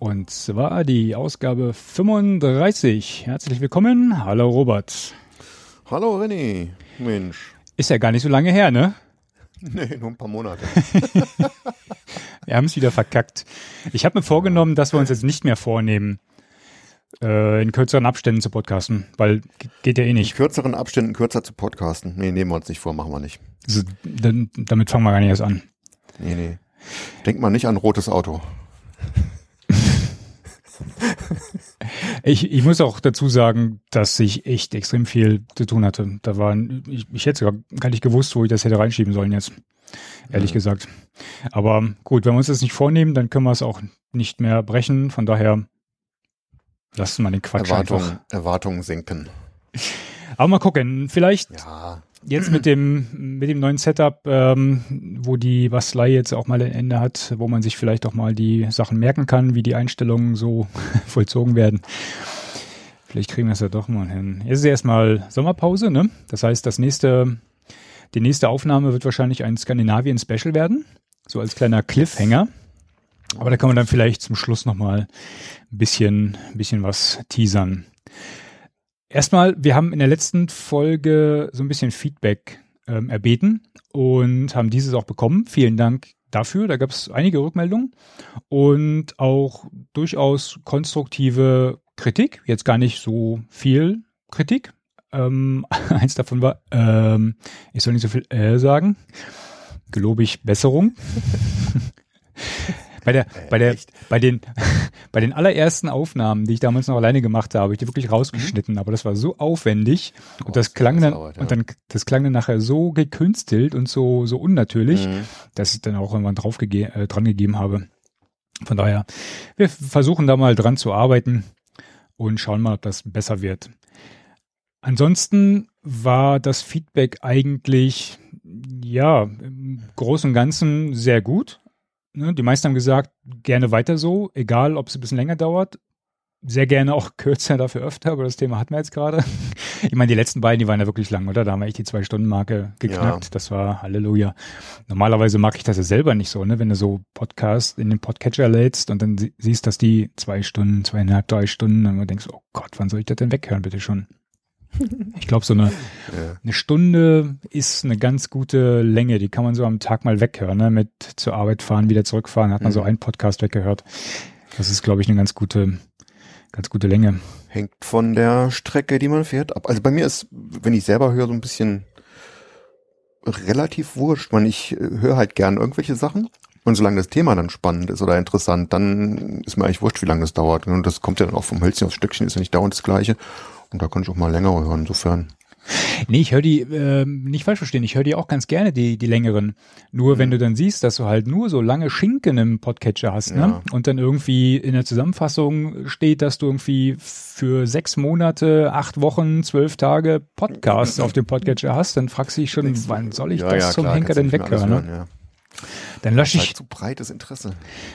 Und zwar die Ausgabe 35. Herzlich willkommen. Hallo Robert. Hallo René. Mensch. Ist ja gar nicht so lange her, ne? Nee, nur ein paar Monate. Wir haben es wieder verkackt. Ich habe mir vorgenommen, dass wir uns jetzt nicht mehr vornehmen, in kürzeren Abständen zu podcasten, weil geht ja eh nicht. In kürzeren Abständen kürzer zu podcasten. Nee, nehmen wir uns nicht vor, machen wir nicht. Also, damit fangen wir gar nicht erst an. Nee. Denk mal nicht an rotes Auto. Ich muss auch dazu sagen, dass ich echt extrem viel zu tun hatte. Ich hätte sogar gar nicht gewusst, wo ich das hätte reinschieben sollen jetzt. Ehrlich gesagt. Aber gut, wenn wir uns das nicht vornehmen, dann können wir es auch nicht mehr brechen. Von daher lassen wir den Quatsch einfach. Erwartungen senken. Aber mal gucken. Vielleicht jetzt mit dem neuen Setup, wo die Bastelei jetzt auch mal ein Ende hat, wo man sich vielleicht auch mal die Sachen merken kann, wie die Einstellungen so vollzogen werden. Vielleicht kriegen wir es ja doch mal hin. Jetzt ist erstmal Sommerpause, ne? Das heißt, die nächste Aufnahme wird wahrscheinlich ein Skandinavien-Special werden. So als kleiner Cliffhanger. Aber da kann man dann vielleicht zum Schluss nochmal ein bisschen was teasern. Erstmal, wir haben in der letzten Folge so ein bisschen Feedback erbeten und haben dieses auch bekommen. Vielen Dank dafür. Da gab es einige Rückmeldungen und auch durchaus konstruktive Kritik. Jetzt gar nicht so viel Kritik. Eins davon war, ich soll nicht so viel sagen. Gelobe ich Besserung. Bei den allerersten Aufnahmen, die ich damals noch alleine gemacht habe ich die wirklich rausgeschnitten, aber das war so aufwendig und das klang dann nachher so gekünstelt und so unnatürlich, dass ich dann auch irgendwann dran gegeben habe. Von daher, wir versuchen da mal dran zu arbeiten und schauen mal, ob das besser wird. Ansonsten war das Feedback eigentlich, im Großen und Ganzen sehr gut. Die meisten haben gesagt, gerne weiter so, egal ob es ein bisschen länger dauert. Sehr gerne auch kürzer, dafür öfter, aber das Thema hatten wir jetzt gerade. Ich meine, die letzten beiden, die waren ja wirklich lang, oder? Da haben wir echt die 2-Stunden-Marke geknackt. Ja. Das war Halleluja. Normalerweise mag ich das ja selber nicht so, ne? Wenn du so Podcast in den Podcatcher lädst und dann siehst, dass die 2 Stunden, 2,5, 3 Stunden, und du denkst, oh Gott, wann soll ich das denn weghören, bitte schon? Ich glaube, so eine Stunde ist eine ganz gute Länge. Die kann man so am Tag mal weghören, ne? Mit zur Arbeit fahren, wieder zurückfahren, hat man so einen Podcast weggehört. Das ist, glaube ich, eine ganz gute Länge. Hängt von der Strecke, die man fährt, ab. Also bei mir ist, wenn ich selber höre, so ein bisschen relativ wurscht. Ich höre halt gern irgendwelche Sachen. Und solange das Thema dann spannend ist oder interessant, dann ist mir eigentlich wurscht, wie lange das dauert. Und das kommt ja dann auch vom Hölzchen aufs Stöckchen, ist ja nicht dauernd das Gleiche. Und da kann ich auch mal länger hören, insofern. Nee, ich höre die, nicht falsch verstehen, ich höre die auch ganz gerne, die längeren. Nur wenn du dann siehst, dass du halt nur so lange Schinken im Podcatcher hast, ne? Und dann irgendwie in der Zusammenfassung steht, dass du irgendwie für 6 Monate, 8 Wochen, 12 Tage Podcasts auf dem Podcatcher hast, dann fragst du dich schon, wann soll ich das zum Henker denn weghören, ne? Dann lösche ich. Halt so breites Interesse.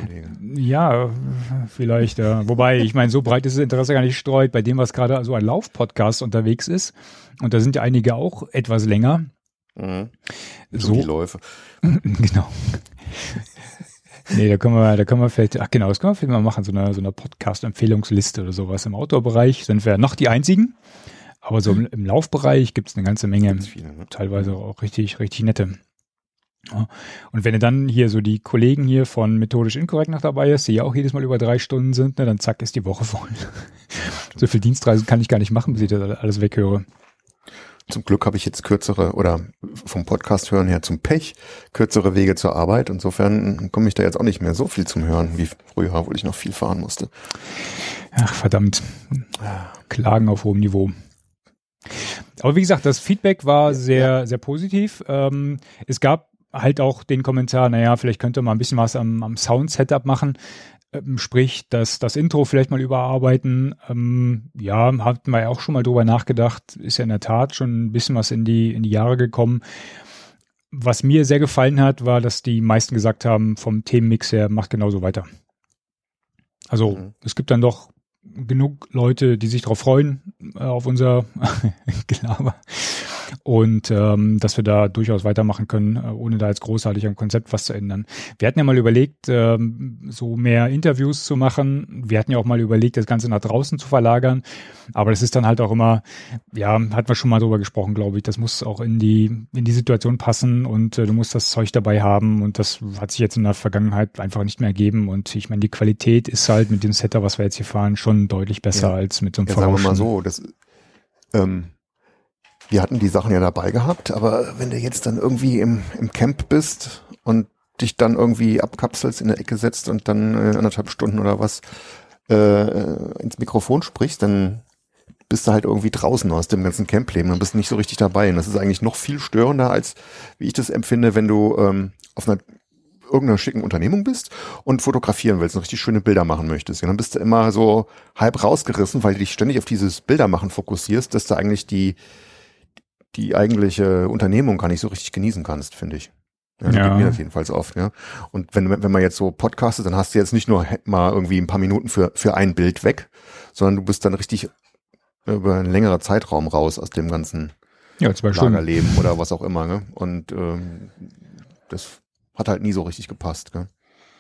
Ja, vielleicht, ja. Wobei, ich meine, so breit ist das Interesse gar nicht streut, bei dem, was gerade so ein Laufpodcast unterwegs ist. Und da sind ja einige auch etwas länger. So die Läufe. Genau. Nee, da können wir vielleicht, das können wir vielleicht mal machen, so eine Podcast-Empfehlungsliste oder sowas. Im Outdoor-Bereich sind wir noch die einzigen. Aber so im Laufbereich gibt es eine ganze Menge. Viele, ne? Teilweise auch richtig, richtig nette. Ja. Und wenn du dann hier so die Kollegen hier von Methodisch Inkorrekt noch dabei hast, die ja auch jedes Mal über 3 Stunden sind, ne, dann zack, ist die Woche voll. So viel Dienstreisen kann ich gar nicht machen, bis ich das alles weghöre. Zum Glück habe ich jetzt kürzere, oder vom Podcast hören her zum Pech, kürzere Wege zur Arbeit. Insofern komme ich da jetzt auch nicht mehr so viel zum Hören wie früher, wo ich noch viel fahren musste. Ach, verdammt. Klagen auf hohem Niveau. Aber wie gesagt, das Feedback war sehr, sehr positiv. Es gab halt auch den Kommentar, naja, vielleicht könnte man ein bisschen was am Sound-Setup machen, sprich, das Intro vielleicht mal überarbeiten. Hatten wir ja auch schon mal drüber nachgedacht, ist ja in der Tat schon ein bisschen was in die Jahre gekommen. Was mir sehr gefallen hat, war, dass die meisten gesagt haben, vom Themenmix her, macht genauso weiter. Also es gibt dann doch genug Leute, die sich darauf freuen, auf unser Gelaber. und dass wir da durchaus weitermachen können, ohne da jetzt großartig am Konzept was zu ändern. Wir hatten ja mal überlegt, so mehr Interviews zu machen. Wir hatten ja auch mal überlegt, das Ganze nach draußen zu verlagern, aber das ist dann halt auch immer, ja, hatten wir schon mal drüber gesprochen, glaube ich, das muss auch in die Situation passen und du musst das Zeug dabei haben und das hat sich jetzt in der Vergangenheit einfach nicht mehr ergeben und ich meine, die Qualität ist halt mit dem Setup, was wir jetzt hier fahren, schon deutlich besser als mit so einem Sagen wir mal so, wir hatten die Sachen ja dabei gehabt, aber wenn du jetzt dann irgendwie im Camp bist und dich dann irgendwie abkapselst, in der Ecke setzt und dann 1,5 Stunden oder was ins Mikrofon sprichst, dann bist du halt irgendwie draußen aus dem ganzen Campleben, dann bist du nicht so richtig dabei. Und das ist eigentlich noch viel störender, als wie ich das empfinde, wenn du auf irgendeiner schicken Unternehmung bist und fotografieren willst und richtig schöne Bilder machen möchtest. Und dann bist du immer so halb rausgerissen, weil du dich ständig auf dieses Bildermachen fokussierst, dass du eigentlich die eigentliche Unternehmung gar nicht so richtig genießen kannst, finde ich. Ja, geht mir das jedenfalls oft, ja. Und wenn man jetzt so podcastet, dann hast du jetzt nicht nur mal irgendwie ein paar Minuten für ein Bild weg, sondern du bist dann richtig über einen längeren Zeitraum raus aus dem ganzen Lagerleben oder was auch immer, ne? Und das hat halt nie so richtig gepasst, ne?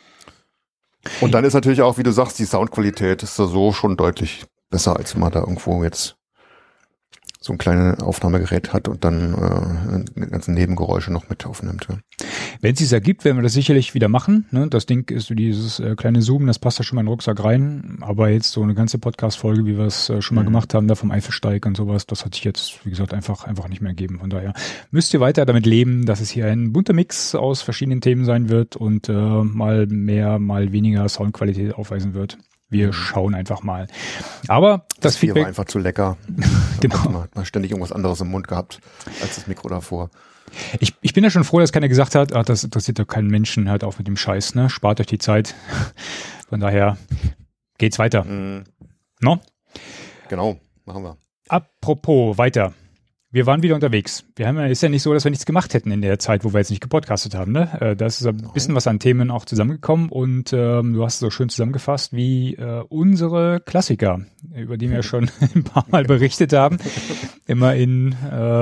Und dann ist natürlich auch, wie du sagst, die Soundqualität ist so schon deutlich besser, als wenn man da irgendwo jetzt so ein kleines Aufnahmegerät hat und dann die ganzen Nebengeräusche noch mit aufnimmt. Ja. Wenn es sich ergibt, werden wir das sicherlich wieder machen. Ne? Das Ding ist so dieses kleine Zoom, das passt ja schon mal in den Rucksack rein. Aber jetzt so eine ganze Podcast-Folge, wie wir es schon mal gemacht haben, da vom Eifelsteig und sowas, das hat sich jetzt, wie gesagt, einfach nicht mehr gegeben. Von daher müsst ihr weiter damit leben, dass es hier ein bunter Mix aus verschiedenen Themen sein wird und mal mehr, mal weniger Soundqualität aufweisen wird. Wir schauen einfach mal. Aber das Feedback Feedback war einfach zu lecker. Genau. Hat man ständig irgendwas anderes im Mund gehabt als das Mikro davor. Ich bin ja schon froh, dass keiner gesagt hat, das interessiert doch keinen Menschen, halt auch mit dem Scheiß, ne? Spart euch die Zeit. Von daher geht's weiter. No? Genau, machen wir. Apropos weiter. Wir waren wieder unterwegs. Ist ja nicht so, dass wir nichts gemacht hätten in der Zeit, wo wir jetzt nicht gepodcastet haben. Ne? Da ist ein bisschen was an Themen auch zusammengekommen und du hast es so schön zusammengefasst wie unsere Klassiker, über die wir schon ein paar Mal berichtet haben. Immer in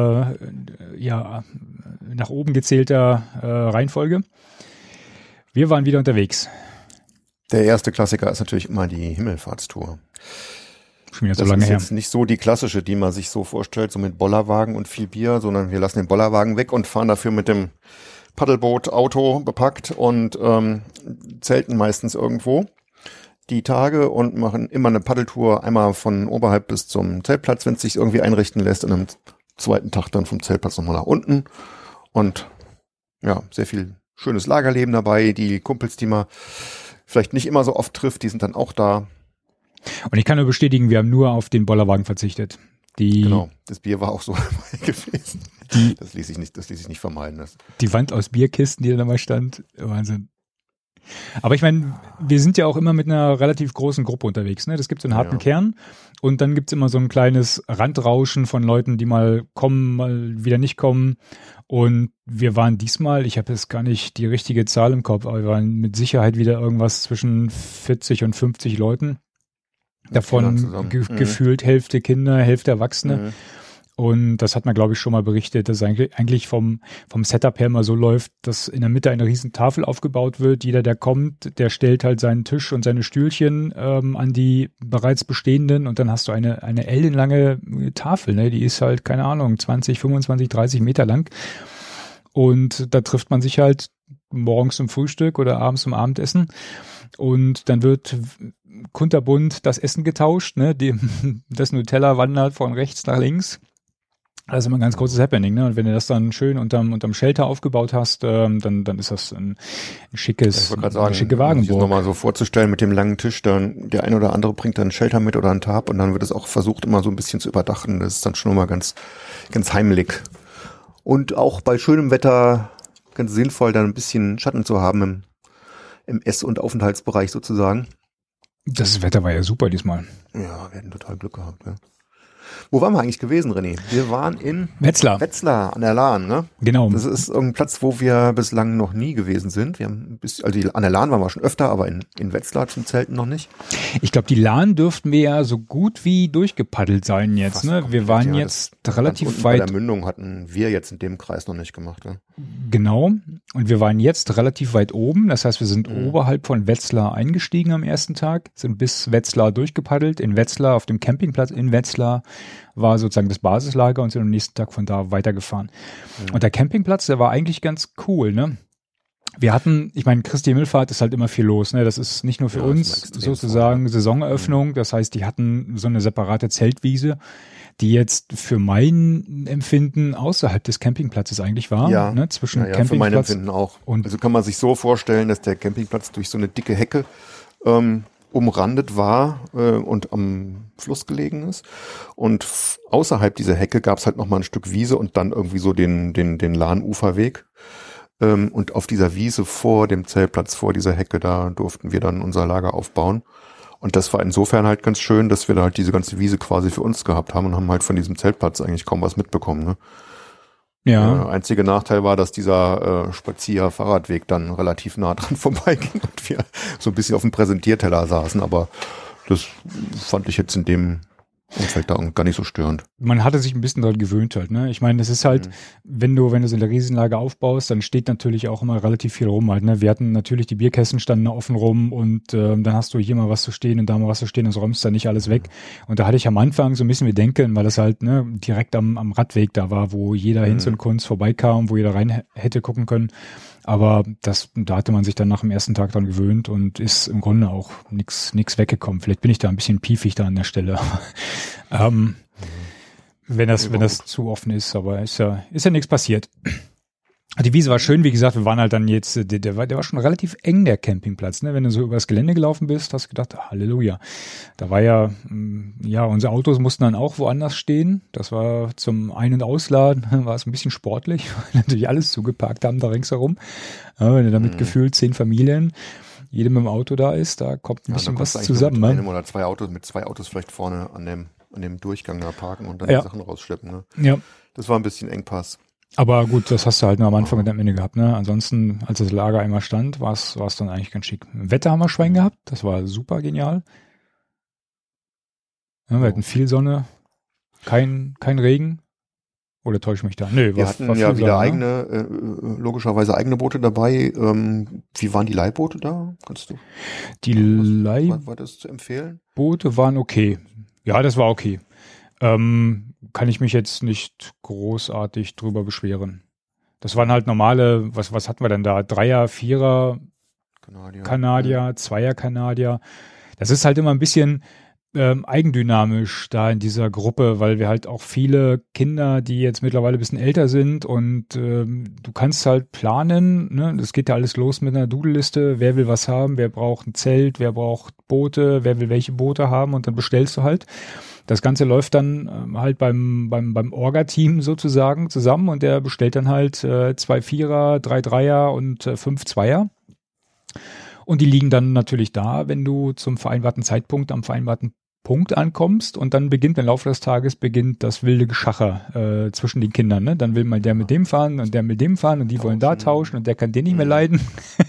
nach oben gezählter Reihenfolge. Wir waren wieder unterwegs. Der erste Klassiker ist natürlich immer die Himmelfahrtstour. Schon wieder so lange her. Das ist jetzt nicht so die klassische, die man sich so vorstellt, so mit Bollerwagen und viel Bier, sondern wir lassen den Bollerwagen weg und fahren dafür mit dem Paddelboot, Auto bepackt und zelten meistens irgendwo die Tage und machen immer eine Paddeltour, einmal von oberhalb bis zum Zeltplatz, wenn es sich irgendwie einrichten lässt, und am zweiten Tag dann vom Zeltplatz nochmal nach unten. Und ja, sehr viel schönes Lagerleben dabei. Die Kumpels, die man vielleicht nicht immer so oft trifft, die sind dann auch da. Und ich kann nur bestätigen, wir haben nur auf den Bollerwagen verzichtet. Genau, das Bier war auch so dabei gewesen. Das ließ sich nicht vermeiden. Die Wand aus Bierkisten, die da mal stand, Wahnsinn. Aber ich meine, wir sind ja auch immer mit einer relativ großen Gruppe unterwegs. Ne? Das gibt so einen harten Kern und dann gibt's immer so ein kleines Randrauschen von Leuten, die mal kommen, mal wieder nicht kommen. Und wir waren diesmal, ich habe jetzt gar nicht die richtige Zahl im Kopf, aber wir waren mit Sicherheit wieder irgendwas zwischen 40 und 50 Leuten. Davon gefühlt Hälfte Kinder, Hälfte Erwachsene. Und das hat man, glaube ich, schon mal berichtet, dass es eigentlich vom Setup her mal so läuft, dass in der Mitte eine riesen Tafel aufgebaut wird. Jeder, der kommt, der stellt halt seinen Tisch und seine Stühlchen an die bereits bestehenden und dann hast du eine ellenlange Tafel, ne? Die ist halt, keine Ahnung, 20, 25, 30 Meter lang. Und da trifft man sich halt morgens zum Frühstück oder abends zum Abendessen. Und dann wird kunterbunt das Essen getauscht, ne? Das Nutella wandert von rechts nach links. Das ist immer ein ganz großes Happening, ne? Und wenn du das dann schön unterm Shelter aufgebaut hast, dann ist das ein schickes, eine schicke Wagenburg. Um das nochmal so vorzustellen mit dem langen Tisch, dann der eine oder andere bringt dann ein Shelter mit oder ein Tarp und dann wird es auch versucht, immer so ein bisschen zu überdachen. Das ist dann schon immer ganz, ganz heimelig. Und auch bei schönem Wetter ganz sinnvoll, dann ein bisschen Schatten zu haben im Ess- und Aufenthaltsbereich sozusagen. Das Wetter war ja super diesmal. Ja, wir hatten total Glück gehabt, ja. Wo waren wir eigentlich gewesen, René? Wir waren in Wetzlar. Wetzlar an der Lahn, ne? Genau. Das ist ein Platz, wo wir bislang noch nie gewesen sind. Wir haben an der Lahn waren wir schon öfter, aber in Wetzlar zum Zelten noch nicht. Ich glaube, die Lahn dürften wir ja so gut wie durchgepaddelt sein jetzt, ne? Wir waren jetzt relativ weit. Bei der Mündung hatten wir jetzt in dem Kreis noch nicht gemacht, ja. Genau. Und wir waren jetzt relativ weit oben. Das heißt, wir sind oberhalb von Wetzlar eingestiegen am ersten Tag, sind bis Wetzlar durchgepaddelt. In Wetzlar, auf dem Campingplatz in Wetzlar, war sozusagen das Basislager und sind am nächsten Tag von da weitergefahren. Und der Campingplatz, der war eigentlich ganz cool, ne? Wir hatten, ich meine, Christi Himmelfahrt ist halt immer viel los, ne? Das ist nicht nur für uns sozusagen Saisoneröffnung. Das heißt, die hatten so eine separate Zeltwiese, die jetzt für mein Empfinden außerhalb des Campingplatzes eigentlich war, ja, ne? Zwischen Campingplatz für mein Empfinden auch. Und also kann man sich so vorstellen, dass der Campingplatz durch so eine dicke Hecke umrandet war und am Fluss gelegen ist. Und außerhalb dieser Hecke gab es halt nochmal ein Stück Wiese und dann irgendwie so den Lahnuferweg. Und auf dieser Wiese vor dem Zeltplatz, vor dieser Hecke, da durften wir dann unser Lager aufbauen. Und das war insofern halt ganz schön, dass wir da halt diese ganze Wiese quasi für uns gehabt haben und haben halt von diesem Zeltplatz eigentlich kaum was mitbekommen, ne? Ja. Der einzige Nachteil war, dass dieser Spazier-Fahrradweg dann relativ nah dran vorbeiging und wir so ein bisschen auf dem Präsentierteller saßen, aber das fand ich jetzt in dem Umfeld da gar nicht so störend. Man hatte sich ein bisschen daran gewöhnt halt, ne? Ich meine, das ist halt, wenn du so eine Riesenlage aufbaust, dann steht natürlich auch immer relativ viel rum halt, ne? Wir hatten natürlich, die Bierkästen standen da offen rum und dann hast du hier mal was zu stehen und da mal was zu stehen, das räumst du dann nicht alles weg. Und da hatte ich am Anfang so ein bisschen Bedenken, weil das halt, ne, direkt am Radweg da war, wo jeder Hinz und Kunz vorbeikam, wo jeder rein hätte gucken können. Aber da hatte man sich dann nach dem ersten Tag dran gewöhnt und ist im Grunde auch nix weggekommen. Vielleicht bin ich da ein bisschen piefig da an der Stelle. Wenn das zu offen ist, aber ist ja nichts passiert. Die Wiese war schön, wie gesagt, wir waren halt dann jetzt, der war schon relativ eng, der Campingplatz, ne? Wenn du so übers Gelände gelaufen bist, hast du gedacht, Halleluja. Da war ja, unsere Autos mussten dann auch woanders stehen. Das war zum Ein- und Ausladen, war es ein bisschen sportlich, weil natürlich alles zugeparkt haben da ringsherum. Ja, wenn du damit gefühlt 10 Familien, jedem im Auto da ist, da kommt ein bisschen was zusammen. Mit einem oder zwei Autos vielleicht vorne an dem Durchgang da parken und dann die Sachen rausschleppen, ne? Ja. Das war ein bisschen Engpass. Aber gut, das hast du halt nur am Anfang und am Ende gehabt, ne? Ansonsten, als das Lager einmal stand, war es dann eigentlich ganz schick. Wetter haben wir Schwein gehabt, das war super genial. Ja, wir hatten viel Sonne, kein Regen. Oder täusche ich mich da? Nee, wir hatten ja wieder logischerweise eigene Boote dabei. Wie waren die Leihboote da? Kannst du? War das zu empfehlen? Boote waren okay. Ja, das war okay. Kann ich mich jetzt nicht großartig drüber beschweren. Das waren halt normale, was hatten wir denn da? 3er, 4er Kanadier, 2er Kanadier. Das ist halt immer ein bisschen eigendynamisch da in dieser Gruppe, weil wir halt auch viele Kinder, die jetzt mittlerweile ein bisschen älter sind und du kannst halt planen, ne? Das geht ja alles los mit einer Doodle-Liste, wer will was haben, wer braucht ein Zelt, wer braucht Boote, wer will welche Boote haben und dann bestellst du halt. Das Ganze läuft dann halt beim Orga-Team sozusagen zusammen und der bestellt dann halt 2 4er, 3 3er und 5 2er. Und die liegen dann natürlich da, wenn du zum vereinbarten Zeitpunkt am vereinbarten Punkt ankommst und dann im Laufe des Tages beginnt das wilde Geschacher zwischen den Kindern. Ne? Dann will mal der mit dem fahren und der mit dem fahren und die wollen da tauschen und der kann den nicht mehr leiden.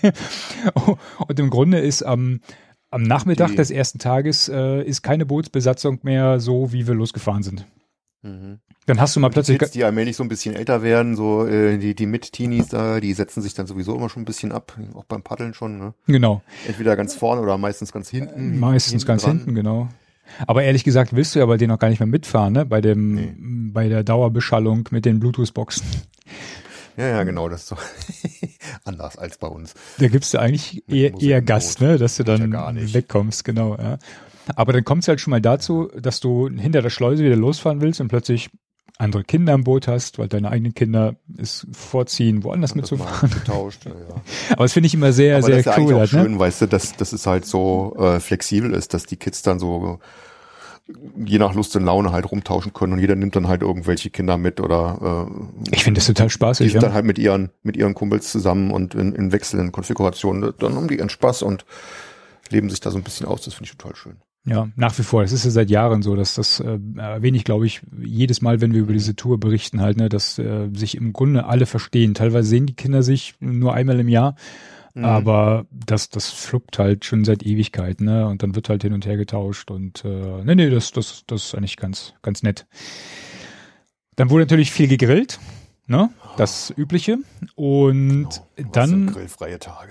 Und im Grunde ist am Nachmittag des ersten Tages ist keine Bootsbesatzung mehr so, wie wir losgefahren sind. Dann hast du mal plötzlich... Die Kids, die allmählich so ein bisschen älter werden, so die Mit-Teenies da, die setzen sich dann sowieso immer schon ein bisschen ab, auch beim Paddeln schon. Ne? Genau. Entweder ganz vorne oder meistens ganz hinten. Meistens ganz hinten, genau. Aber ehrlich gesagt willst du ja bei denen noch gar nicht mehr mitfahren, ne? Bei der Dauerbeschallung mit den Bluetooth-Boxen. Ja, genau, das ist doch anders als bei uns. Da gibst du eigentlich eher Gast, ne? Dass du dann wegkommst, genau. Ja. Aber dann kommt es halt schon mal dazu, dass du hinter der Schleuse wieder losfahren willst und plötzlich andere Kinder im Boot hast, weil deine eigenen Kinder es vorziehen, woanders mitzufahren. Getauscht, ja. Aber das finde ich immer sehr, sehr cool. Das ist ja eigentlich auch schön, weißt du, dass es halt so flexibel ist, dass die Kids dann so je nach Lust und Laune halt rumtauschen können und jeder nimmt dann halt irgendwelche Kinder mit oder ich finde das total spaßig. Die sind dann halt mit ihren Kumpels zusammen und in wechselnden Konfigurationen, dann haben die ihren Spaß und leben sich da so ein bisschen aus, das finde ich total schön. Ja, nach wie vor. Das ist ja seit Jahren so, dass das erwähne ich, glaube ich, jedes Mal, wenn wir über diese Tour berichten halt, ne, dass sich im Grunde alle verstehen. Teilweise sehen die Kinder sich nur einmal im Jahr, aber das fluppt halt schon seit Ewigkeiten, ne? Und dann wird halt hin und her getauscht und nee, das ist eigentlich ganz, ganz nett. Dann wurde natürlich viel gegrillt, ne? Das Übliche. Und genau. dann grillfreie Tage.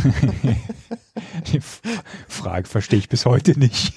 Die Frage verstehe ich bis heute nicht.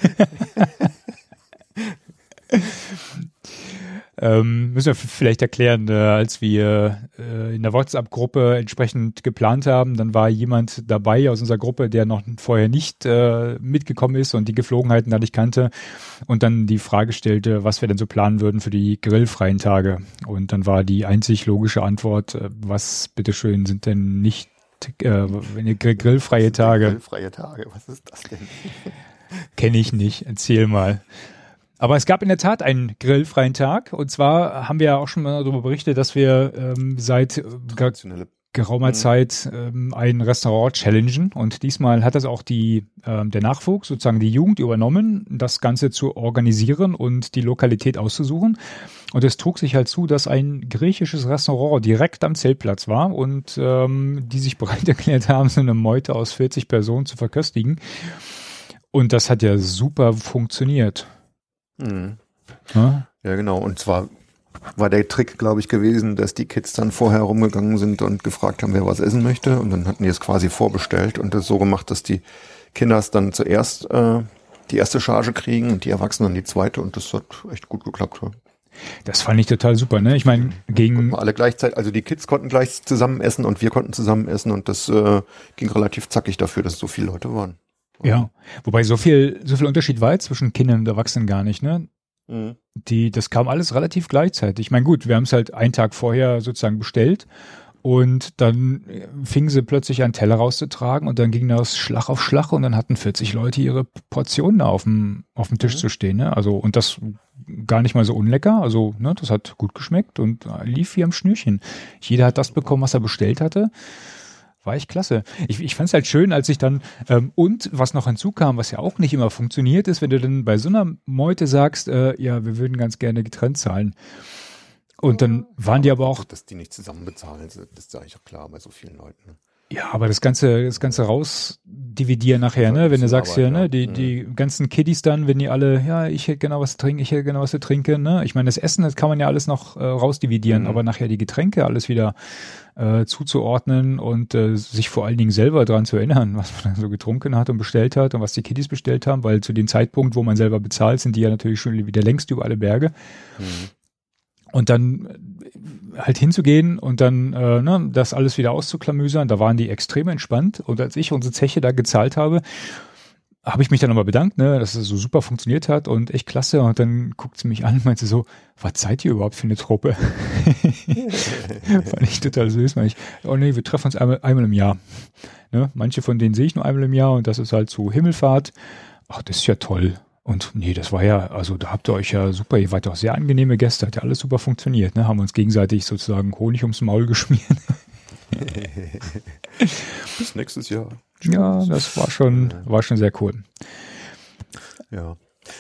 Müssen wir vielleicht erklären, als wir in der WhatsApp-Gruppe entsprechend geplant haben, dann war jemand dabei aus unserer Gruppe, der noch vorher nicht mitgekommen ist und die Geflogenheiten da nicht kannte und dann die Frage stellte, was wir denn so planen würden für die grillfreien Tage. Und dann war die einzig logische Antwort, was bitteschön sind denn nicht grillfreie Tage? Grillfreie Tage, was ist das denn? Kenne ich nicht, erzähl mal. Aber es gab in der Tat einen grillfreien Tag. Und zwar haben wir ja auch schon mal darüber berichtet, dass wir seit geraumer Zeit ein Restaurant challengen. Und diesmal hat das auch der Nachwuchs, sozusagen die Jugend, übernommen, das Ganze zu organisieren und die Lokalität auszusuchen. Und es trug sich halt zu, dass ein griechisches Restaurant direkt am Zeltplatz war und die sich bereit erklärt haben, so eine Meute aus 40 Personen zu verköstigen. Und das hat ja super funktioniert. Ja, genau. Und zwar war der Trick, glaube ich, gewesen, dass die Kids dann vorher rumgegangen sind und gefragt haben, wer was essen möchte. Und dann hatten die es quasi vorbestellt und das so gemacht, dass die Kinder es dann zuerst die erste Charge kriegen und die Erwachsenen die zweite. Und das hat echt gut geklappt. Ja. Das fand ich total super, ne? Ich meine, gegen alle gleichzeitig, also die Kids konnten gleich zusammen essen und wir konnten zusammen essen und das ging relativ zackig dafür, dass so viele Leute waren. Ja, wobei so viel Unterschied war jetzt zwischen Kindern und Erwachsenen gar nicht, ne? Das kam alles relativ gleichzeitig. Ich meine, gut, wir haben es halt einen Tag vorher sozusagen bestellt und dann fingen sie plötzlich einen Teller rauszutragen und dann ging das Schlag auf Schlag und dann hatten 40 Leute ihre Portionen auf dem Tisch zu stehen, ne? Also, und das gar nicht mal so unlecker, also, ne, das hat gut geschmeckt und lief wie am Schnürchen. Jeder hat das bekommen, was er bestellt hatte. War echt klasse. Ich fand es halt schön, als ich dann, und was noch hinzukam, was ja auch nicht immer funktioniert, ist, wenn du dann bei so einer Meute sagst, ja, wir würden ganz gerne getrennt zahlen. Und dann waren die aber auch. Dass die nicht zusammen bezahlen, das ist ja eigentlich auch klar bei so vielen Leuten. Ne? Ja, aber das Ganze rausdividieren nachher, ne? Wenn du sagst ja, ne, die ganzen Kiddies dann, wenn die alle, ja, ich hätte genau was zu trinken, ich hätte genau was zu trinken, ne? Ich meine, das Essen, das kann man ja alles noch rausdividieren, aber nachher die Getränke alles wieder zuzuordnen und sich vor allen Dingen selber dran zu erinnern, was man dann so getrunken hat und bestellt hat und was die Kiddies bestellt haben, weil zu dem Zeitpunkt, wo man selber bezahlt, sind die ja natürlich schon wieder längst über alle Berge. Und dann halt hinzugehen und dann das alles wieder auszuklamüsern, da waren die extrem entspannt. Und als ich unsere Zeche da gezahlt habe, habe ich mich dann nochmal bedankt, ne, dass es so super funktioniert hat und echt klasse. Und dann guckt sie mich an und meinte so, was seid ihr überhaupt für eine Truppe? Fand ich total süß. Oh nee, wir treffen uns einmal im Jahr. Ne? Manche von denen sehe ich nur einmal im Jahr und das ist halt zu Himmelfahrt. Ach, das ist ja toll. Und nee, das war ja, also da habt ihr euch ja super, ihr wart auch sehr angenehme Gäste, hat ja alles super funktioniert, ne? Haben uns gegenseitig sozusagen Honig ums Maul geschmiert. Bis nächstes Jahr. Ja, das war schon sehr cool. Ja.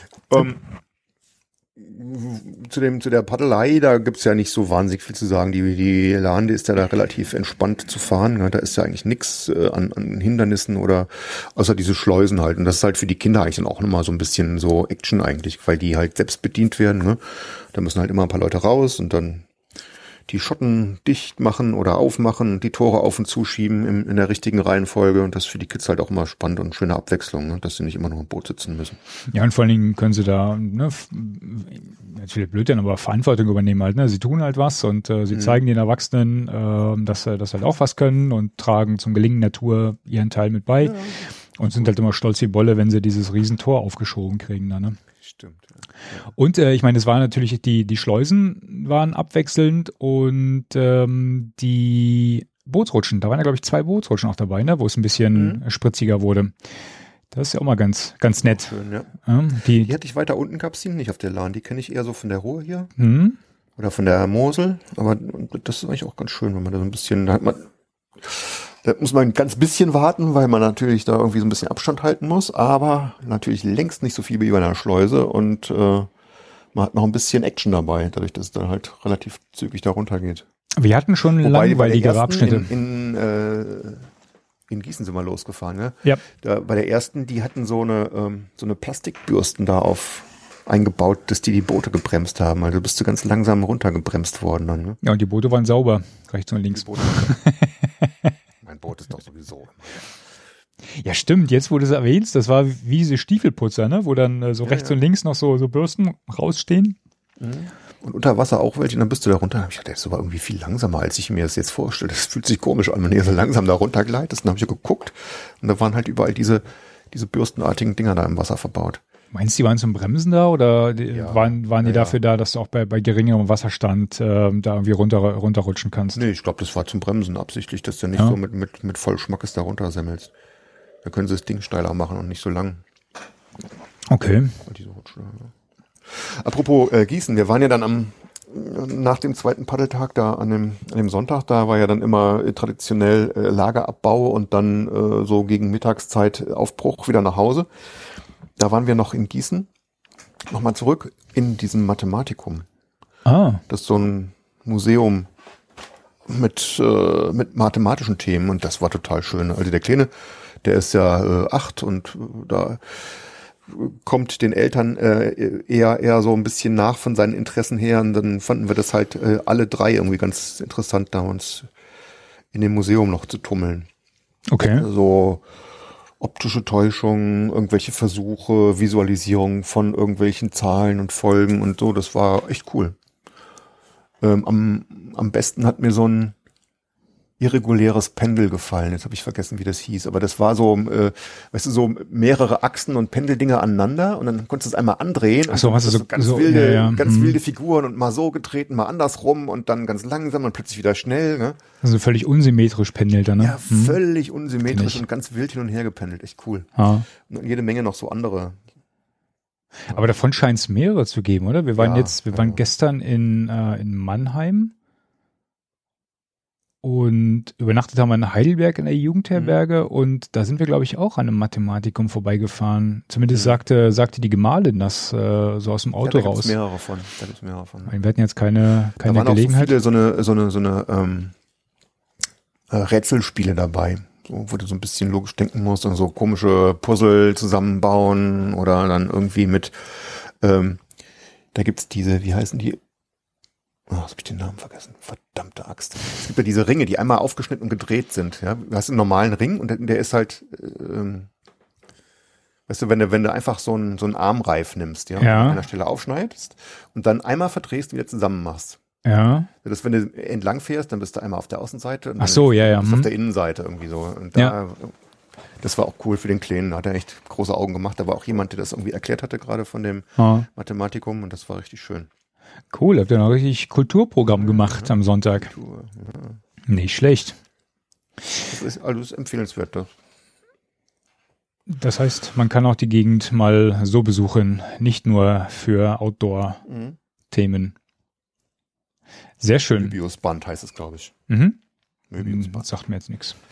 Zu der Paddelei, da gibt's ja nicht so wahnsinnig viel zu sagen. Die Lande ist ja da relativ entspannt zu fahren. Da ist ja eigentlich nichts an Hindernissen oder außer diese Schleusen halt. Und das ist halt für die Kinder eigentlich dann auch nochmal so ein bisschen so Action eigentlich, weil die halt selbst bedient werden. Ne? Da müssen halt immer ein paar Leute raus und dann die Schotten dicht machen oder aufmachen und die Tore auf und zuschieben in der richtigen Reihenfolge. Und das ist für die Kids halt auch immer spannend und schöne Abwechslung, ne? Dass sie nicht immer noch im Boot sitzen müssen. Ja, und vor allen Dingen können sie da, ne, natürlich blöd dann, aber Verantwortung übernehmen halt. Ne? Sie tun halt was und sie zeigen den Erwachsenen, dass sie halt auch was können und tragen zum Gelingen der Tour ihren Teil mit bei. Ja. Und sind halt immer stolz wie Bolle, wenn sie dieses Riesentor aufgeschoben kriegen. Da, ne? Stimmt. Ja. Und ich meine, es waren natürlich die Schleusen waren abwechselnd und die Bootsrutschen, da waren ja glaube ich 2 Bootsrutschen auch dabei, ne, wo es ein bisschen spritziger wurde. Das ist ja auch mal ganz nett. Schön, ja. Die hatte ich weiter unten, gab's die nicht auf der Lahn. Die kenne ich eher so von der Ruhr hier oder von der Mosel. Aber das ist eigentlich auch ganz schön, wenn man da so ein bisschen, da hat man Da muss man ein ganz bisschen warten, weil man natürlich da irgendwie so ein bisschen Abstand halten muss, aber natürlich längst nicht so viel wie bei einer Schleuse und man hat noch ein bisschen Action dabei, dadurch, dass es dann halt relativ zügig da runtergeht. Wir hatten schon langweiligere Abschnitte. In Gießen sind wir losgefahren, ne? Ja. Bei der ersten, die hatten so eine Plastikbürsten da eingebaut, dass die Boote gebremst haben. Also bist du ganz langsam runtergebremst worden dann, ne? Ja, und die Boote waren sauber, rechts und links. Mein Boot ist doch sowieso. Ja, stimmt. Jetzt, wo du es erwähnst, das war wie diese Stiefelputzer, ne? Wo dann rechts und links noch so Bürsten rausstehen. Mhm. Und unter Wasser auch welche, und dann bist du da runter. Ich dachte, das war irgendwie viel langsamer, als ich mir das jetzt vorstelle. Das fühlt sich komisch an, wenn du so langsam da runtergleitest. Dann habe ich geguckt und da waren halt überall diese bürstenartigen Dinger da im Wasser verbaut. Meinst du, die waren zum Bremsen da oder waren die dafür da, dass du auch bei geringerem Wasserstand da irgendwie runterrutschen kannst? Nee, ich glaube, das war zum Bremsen absichtlich, dass du nicht so mit Vollschmackes da runtersemmelst. Da können sie das Ding steiler machen und nicht so lang. Okay. Apropos Gießen, wir waren ja dann nach dem zweiten Paddeltag da an dem Sonntag, da war ja dann immer traditionell Lagerabbau und dann so gegen Mittagszeit Aufbruch wieder nach Hause. Da waren wir noch in Gießen, nochmal zurück in diesem Mathematikum. Das ist so ein Museum mit mathematischen Themen und das war total schön. Also der Kleine, der ist ja 8 und da kommt den Eltern eher so ein bisschen nach von seinen Interessen her und dann fanden wir das halt alle drei irgendwie ganz interessant, da uns in dem Museum noch zu tummeln. Okay. So optische Täuschung, irgendwelche Versuche, Visualisierung von irgendwelchen Zahlen und Folgen und so, das war echt cool. Am besten hat mir so ein irreguläres Pendel gefallen. Jetzt habe ich vergessen, wie das hieß. Aber das war so, weißt du, so mehrere Achsen und Pendeldinger aneinander und dann konntest du es einmal andrehen. Ach so, hast du so ganz wilde Figuren und mal so getreten, mal andersrum und dann ganz langsam und plötzlich wieder schnell. Ne? Also völlig unsymmetrisch pendelt er, ne? Ja, völlig unsymmetrisch und ganz wild hin und her gependelt. Echt cool. Und jede Menge noch so andere. Aber davon scheint es mehrere zu geben, oder? Wir waren gestern in Mannheim. Und übernachtet haben wir in Heidelberg in der Jugendherberge und da sind wir, glaube ich, auch an einem Mathematikum vorbeigefahren. Zumindest sagte die Gemahlin das so aus dem Auto raus. Da gibt's mehrere von. Wir hatten jetzt keine da waren Gelegenheit. Auch so viele Rätselspiele dabei, wo du so ein bisschen logisch denken musst und so komische Puzzle zusammenbauen oder dann irgendwie mit, da gibt's diese, wie heißen die? Jetzt habe ich den Namen vergessen. Verdammte Axt. Es gibt ja diese Ringe, die einmal aufgeschnitten und gedreht sind. Ja? Du hast einen normalen Ring und der ist halt, weißt du, wenn du einfach so einen Armreif nimmst, ja, und an einer Stelle aufschneidest und dann einmal verdrehst und wieder zusammen machst. Ja. Das, wenn du entlang fährst, dann bist du einmal auf der Außenseite und Ach so, bist auf der Innenseite irgendwie so. Und das war auch cool für den Kleinen. Da hat er echt große Augen gemacht. Da war auch jemand, der das irgendwie erklärt hatte, gerade von dem Mathematikum und das war richtig schön. Cool, habt ihr noch richtig Kulturprogramm gemacht am Sonntag. Nicht schlecht. Das ist alles empfehlenswert. Das heißt, man kann auch die Gegend mal so besuchen, nicht nur für Outdoor-Themen. Sehr schön. Möbiusband heißt es, glaube ich. Möbiusband. Sagt mir jetzt nichts.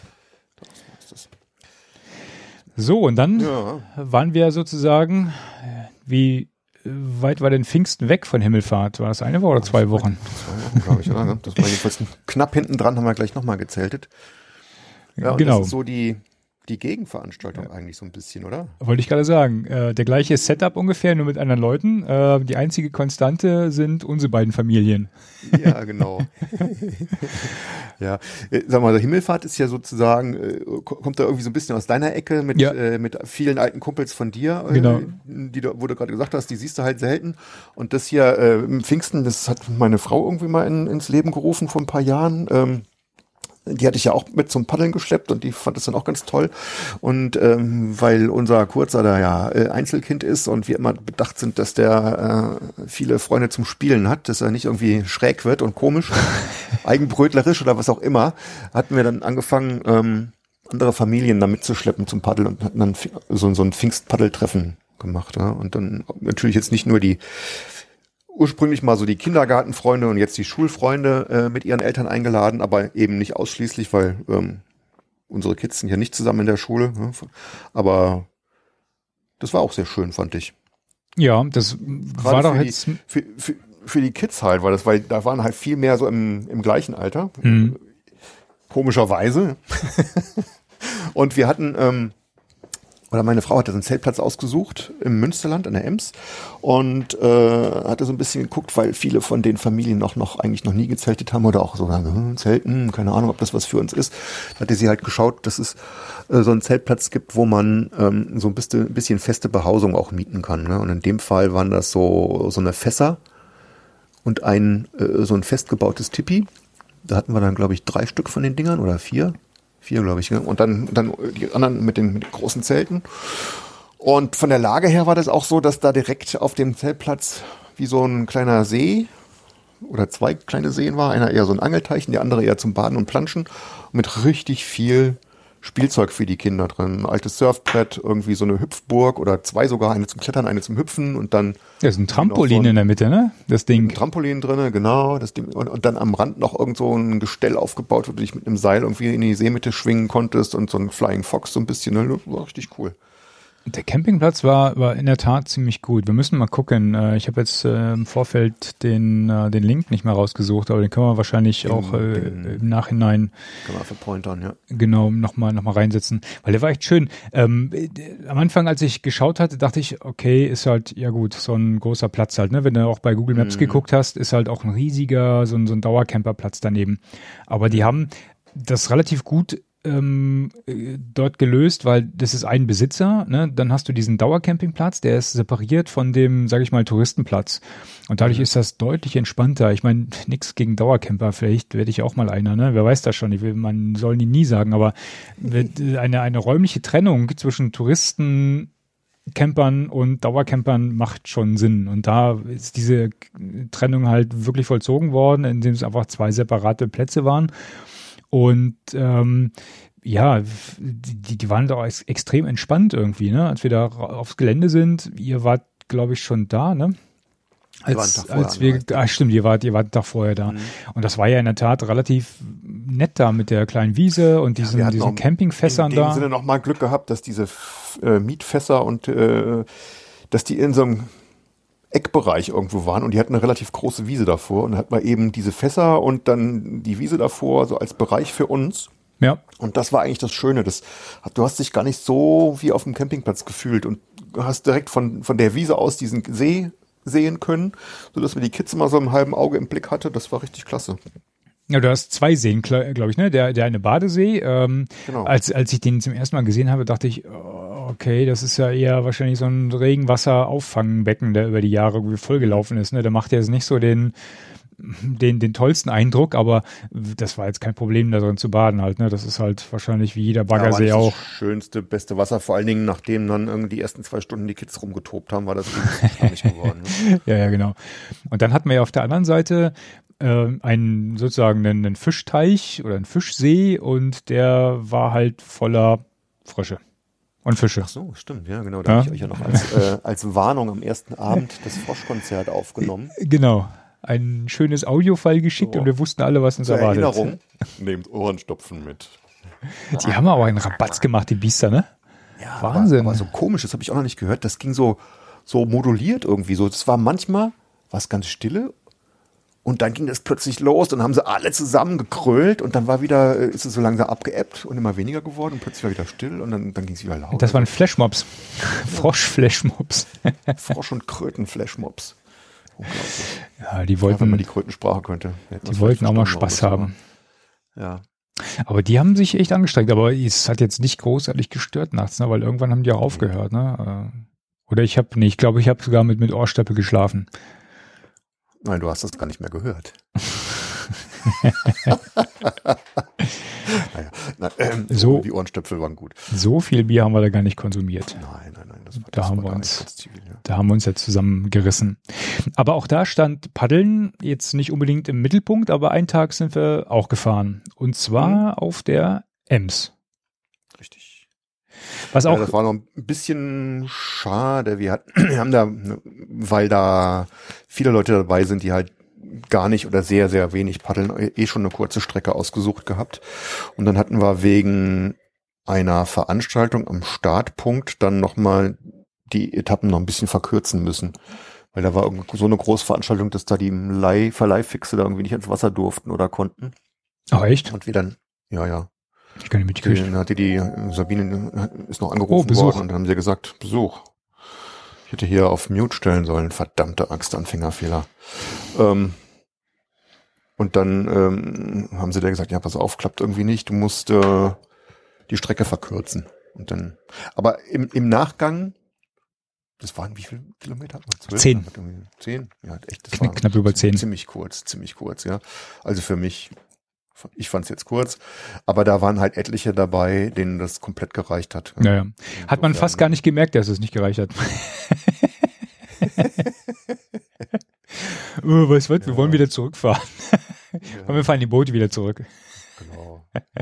So, und dann waren wir sozusagen, wie weit war denn Pfingsten weg von Himmelfahrt? War das eine Woche oder 2 Wochen? 2 Wochen, glaube ich, oder? Das war jedenfalls knapp hinten dran, haben wir gleich nochmal gezeltet. Ja, und genau. Das ist so die Gegenveranstaltung eigentlich so ein bisschen, oder? Wollte ich gerade sagen. Der gleiche Setup ungefähr, nur mit anderen Leuten. Die einzige Konstante sind unsere beiden Familien. Ja, genau. Ja, sag mal, Himmelfahrt ist ja sozusagen, kommt da irgendwie so ein bisschen aus deiner Ecke mit vielen alten Kumpels von dir, genau. Wo du gerade gesagt hast, die siehst du halt selten. Und das hier im Pfingsten, das hat meine Frau irgendwie mal ins Leben gerufen vor ein paar Jahren. Die hatte ich ja auch mit zum Paddeln geschleppt und die fand das dann auch ganz toll. Und weil unser Kurzer da ja Einzelkind ist und wir immer bedacht sind, dass der viele Freunde zum Spielen hat, dass er nicht irgendwie schräg wird und komisch, eigenbrötlerisch oder was auch immer, hatten wir dann angefangen, andere Familien da mitzuschleppen zum Paddeln und hatten dann so ein Pfingstpaddeltreffen gemacht. Ja? Und dann natürlich jetzt nicht nur ursprünglich mal so die Kindergartenfreunde und jetzt die Schulfreunde mit ihren Eltern eingeladen, aber eben nicht ausschließlich, weil unsere Kids sind ja nicht zusammen in der Schule, ne? Aber das war auch sehr schön, fand ich. Ja, das Gerade war doch jetzt... Für die Kids halt, weil da waren halt viel mehr so im gleichen Alter. Komischerweise. Und wir hatten... oder meine Frau hatte so einen Zeltplatz ausgesucht im Münsterland an der Ems und hatte so ein bisschen geguckt, weil viele von den Familien eigentlich noch nie gezeltet haben oder auch so Zelten, keine Ahnung, ob das was für uns ist. Da hatte sie halt geschaut, dass es so einen Zeltplatz gibt, wo man so ein bisschen feste Behausung auch mieten kann. Ne? Und in dem Fall waren das so eine Fässer und so ein festgebautes Tipi. Da hatten wir dann, glaube ich, 3 Stück von den Dingern oder 4. 4, glaube ich. Ne? Und dann die anderen mit den großen Zelten. Und von der Lage her war das auch so, dass da direkt auf dem Zeltplatz wie so ein kleiner See oder 2 kleine Seen war. Einer eher so ein Angelteich, der andere eher zum Baden und Planschen. Mit richtig viel Spielzeug für die Kinder drin. Ein altes Surfbrett, irgendwie so eine Hüpfburg oder 2 sogar. Eine zum Klettern, eine zum Hüpfen und dann... Ja, ist ein Trampolin in der Mitte, ne? Das Ding. Ein Trampolin drin, genau. Das Ding. Und dann am Rand noch irgend so ein Gestell aufgebaut, wo du dich mit einem Seil irgendwie in die Seemitte schwingen konntest und so ein Flying Fox so ein bisschen. Ne? Das war richtig cool. Der Campingplatz war in der Tat ziemlich gut. Wir müssen mal gucken. Ich habe jetzt im Vorfeld den Link nicht mehr rausgesucht, aber den können wir wahrscheinlich auch im Nachhinein können wir verpointern, ja. Genau, noch mal reinsetzen. Weil der war echt schön. Am Anfang, als ich geschaut hatte, dachte ich, okay, ist halt, ja gut, so ein großer Platz halt, ne? Wenn du auch bei Google Maps geguckt hast, ist halt auch ein riesiger, so ein Dauercamperplatz daneben. Aber die haben das relativ gut dort gelöst, weil das ist ein Besitzer, ne? Dann hast du diesen Dauercampingplatz, der ist separiert von dem, sage ich mal, Touristenplatz. Und dadurch ist das deutlich entspannter. Ich meine, nichts gegen Dauercamper, vielleicht werde ich auch mal einer, ne? Wer weiß das schon, man soll nie sagen, aber eine räumliche Trennung zwischen Touristen, Campern und Dauercampern macht schon Sinn. Und da ist diese Trennung halt wirklich vollzogen worden, indem es einfach 2 separate Plätze waren. Und ja, die waren doch extrem entspannt irgendwie, ne? Als wir da aufs Gelände sind, ihr wart, glaube ich, schon da, ne? Stimmt, ihr wart einen Tag vorher da. Und das war ja in der Tat relativ nett da mit der kleinen Wiese und diesen Campingfässern da. In dem Sinne noch mal Glück gehabt, dass diese Mietfässer und dass die in so einem Eckbereich irgendwo waren und die hatten eine relativ große Wiese davor und dann hat man eben diese Fässer und dann die Wiese davor so als Bereich für uns. Ja. Und das war eigentlich das Schöne. Du hast dich gar nicht so wie auf dem Campingplatz gefühlt und hast direkt von der Wiese aus diesen See sehen können, sodass wir die Kids immer so im halben Auge im Blick hatte. Das war richtig klasse. Ja, du hast 2 Seen, glaube ich, ne? Der eine Badesee. Genau. Als ich den zum ersten Mal gesehen habe, dachte ich, okay, das ist ja eher wahrscheinlich so ein Regenwasser-Auffangbecken, der über die Jahre irgendwie vollgelaufen ist. Ne? Der macht ja jetzt nicht so den tollsten Eindruck, aber das war jetzt kein Problem, da drin zu baden halt. Ne? Das ist halt wahrscheinlich wie jeder Baggersee auch. Das schönste, beste Wasser, vor allen Dingen, nachdem dann irgendwie die ersten 2 Stunden die Kids rumgetobt haben, war das nicht geworden. Ne? Ja, genau. Und dann hatten wir ja auf der anderen Seite einen Fischteich oder einen Fischsee und der war halt voller Frösche und Fische. Ach so, stimmt, ja, genau. Da habe ich euch ja noch als Warnung am ersten Abend das Froschkonzert aufgenommen. Genau. Ein schönes Audiofile geschickt und wir wussten alle, was uns erwartet. Erinnerung, nehmt Ohrenstopfen mit. Die haben aber einen Rabatz gemacht, die Biester, ne? Ja, Wahnsinn. Aber so komisch, das habe ich auch noch nicht gehört. Das ging so moduliert irgendwie so. Das war manchmal ganz stille und dann ging das plötzlich los. Dann haben sie alle zusammen gekrölt und dann ist es so langsam abgeebbt und immer weniger geworden und plötzlich war wieder still und dann ging es wieder laut. Das waren Flashmobs. Frosch-Flashmobs. Frosch- und Kröten-Flashmobs. Unglaublich. Ja, die wollten, wenn man die Krötensprache könnte. Die wollten auch mal Spaß haben. Ja. Aber die haben sich echt angestrengt, aber es hat jetzt nicht großartig gestört nachts, ne? Weil irgendwann haben die auch aufgehört, ne? Oder ich glaube, ich habe sogar mit Ohrstöpsel geschlafen. Nein, du hast das gar nicht mehr gehört. So, die Ohrenstöpsel waren gut. So viel Bier haben wir da gar nicht konsumiert. Nein. Da haben wir uns ja zusammengerissen. Aber auch da stand Paddeln jetzt nicht unbedingt im Mittelpunkt, aber einen Tag sind wir auch gefahren. Und zwar auf der Ems. Richtig. Das war noch ein bisschen schade. Wir haben da, weil da viele Leute dabei sind, die halt gar nicht oder sehr, sehr wenig paddeln, schon eine kurze Strecke ausgesucht gehabt. Und dann hatten wir wegen einer Veranstaltung am Startpunkt dann nochmal die Etappen noch ein bisschen verkürzen müssen. Weil da war so eine Großveranstaltung, dass da die Verleihfixe da irgendwie nicht ins Wasser durften oder konnten. Ach, echt? Und wir dann, ja. Ich kann nicht mitgekriegt. Dann hatte Sabine ist noch angerufen worden und dann haben sie gesagt, Besuch. Ich hätte hier auf Mute stellen sollen, verdammte Axt, Anfängerfehler. Und dann haben sie da gesagt, ja, pass auf, klappt irgendwie nicht, du musst die Strecke verkürzen. Und dann, aber im Nachgang, das waren wie viele Kilometer? 12? 10. 10? Ja, echt. Das war knapp über 10. Ziemlich kurz, ja. Also für mich, ich fand es jetzt kurz, aber da waren halt etliche dabei, denen das komplett gereicht hat. Ja. Hat man fast gar nicht gemerkt, dass es nicht gereicht hat. Weißt du, wir wollen wieder zurückfahren. Und wir fahren die Boote wieder zurück. Genau.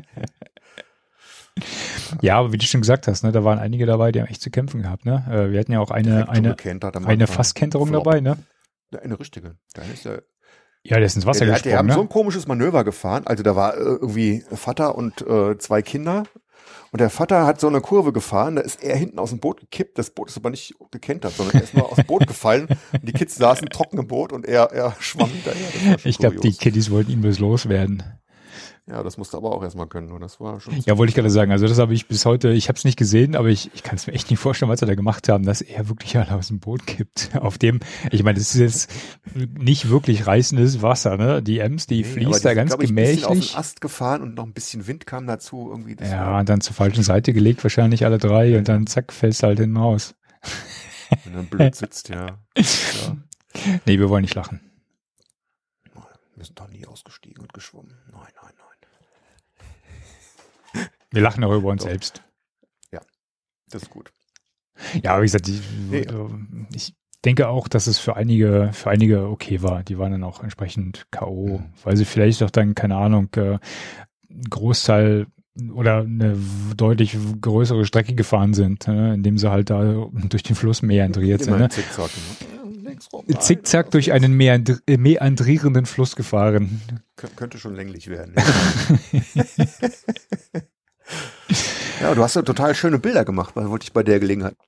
Ja, aber wie du schon gesagt hast, ne, da waren einige dabei, die haben echt zu kämpfen gehabt, ne? Wir hatten ja auch eine Fasskenterung dabei, ne? Eine richtige. Der ist ins Wasser gesprungen, die haben ne? so ein komisches Manöver gefahren. Also da war irgendwie Vater und 2 Kinder. Und der Vater hat so eine Kurve gefahren, da ist er hinten aus dem Boot gekippt. Das Boot ist aber nicht gekentert, sondern er ist nur aus dem Boot gefallen. Und die Kids saßen trocken im Boot und er schwamm hinterher. Ich glaube, die Kiddies wollten ihn bloß loswerden. Ja, das musste aber auch erstmal können. Und das war schon. Ja, wollte ich gerade sagen. Also das habe ich bis heute, ich habe es nicht gesehen, aber ich kann es mir echt nicht vorstellen, was sie da gemacht haben, dass er wirklich alle aus dem Boot kippt. Auf dem, ich meine, das ist jetzt nicht wirklich reißendes Wasser, ne? Die Ems, die fließt da ganz gemächlich. Ich bin auf den Ast gefahren und noch ein bisschen Wind kam dazu irgendwie. Ja, und dann zur falschen Seite gelegt, wahrscheinlich alle 3 und dann zack, fällst halt hinten raus. Wenn er blöd sitzt, ja. Nee, wir wollen nicht lachen. Wir sind doch nie ausgestiegen und geschwommen. Nein. Wir lachen auch über uns selbst. Ja, das ist gut. Ja, aber wie gesagt, ich denke auch, dass es für einige okay war. Die waren dann auch entsprechend K.O., weil sie vielleicht auch dann, keine Ahnung, Großteil oder eine deutlich größere Strecke gefahren sind, indem sie halt da durch den Fluss meandriert sind. Ne? Zickzack durch einen meandrierenden Fluss gefahren. Könnte schon länglich werden. Ja, du hast ja total schöne Bilder gemacht, wollte ich bei der Gelegenheit.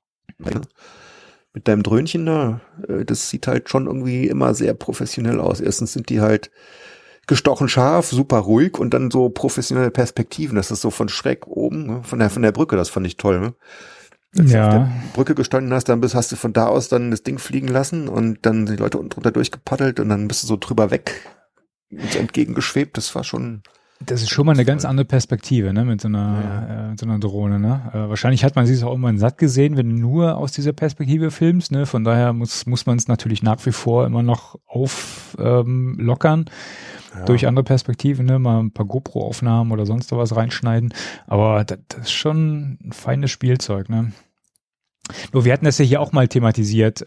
Mit deinem Dröhnchen da, das sieht halt schon irgendwie immer sehr professionell aus. Erstens sind die halt gestochen scharf, super ruhig und dann so professionelle Perspektiven. Das ist so von schräg oben, ne? von der Brücke, das fand ich toll. Ne? Als du auf der Brücke gestanden hast, dann hast du von da aus dann das Ding fliegen lassen und dann die Leute unten drunter durchgepaddelt und dann bist du so drüber weg uns entgegengeschwebt. Das war schon... Das ist schon mal eine ganz andere Perspektive, ne, mit so einer Drohne, ne. Wahrscheinlich hat man sich auch irgendwann satt gesehen, wenn du nur aus dieser Perspektive filmst, ne. Von daher muss man es natürlich nach wie vor immer noch auflockern durch andere Perspektiven, ne, mal ein paar GoPro-Aufnahmen oder sonst was reinschneiden. Aber das ist schon ein feines Spielzeug, ne. Nur wir hatten das ja hier auch mal thematisiert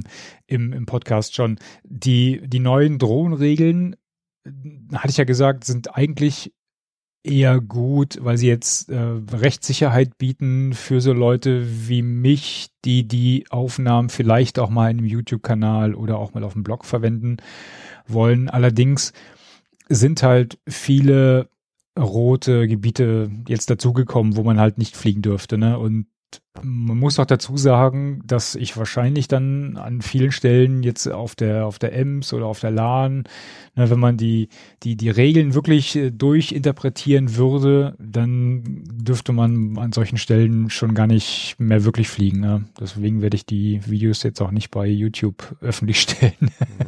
im Podcast schon. Die neuen Drohnenregeln, hatte ich ja gesagt, sind eigentlich eher gut, weil sie jetzt Rechtssicherheit bieten für so Leute wie mich, die Aufnahmen vielleicht auch mal in einem YouTube-Kanal oder auch mal auf dem Blog verwenden wollen. Allerdings sind halt viele rote Gebiete jetzt dazugekommen, wo man halt nicht fliegen dürfte, ne? Und man muss auch dazu sagen, dass ich wahrscheinlich dann an vielen Stellen jetzt auf der Ems oder auf der LAN, ne, wenn man die Regeln wirklich durchinterpretieren würde, dann dürfte man an solchen Stellen schon gar nicht mehr wirklich fliegen. Ne? Deswegen werde ich die Videos jetzt auch nicht bei YouTube öffentlich stellen.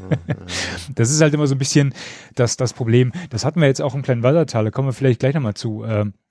Das ist halt immer so ein bisschen das Problem. Das hatten wir jetzt auch im kleinen Wassertal, da kommen wir vielleicht gleich nochmal zu.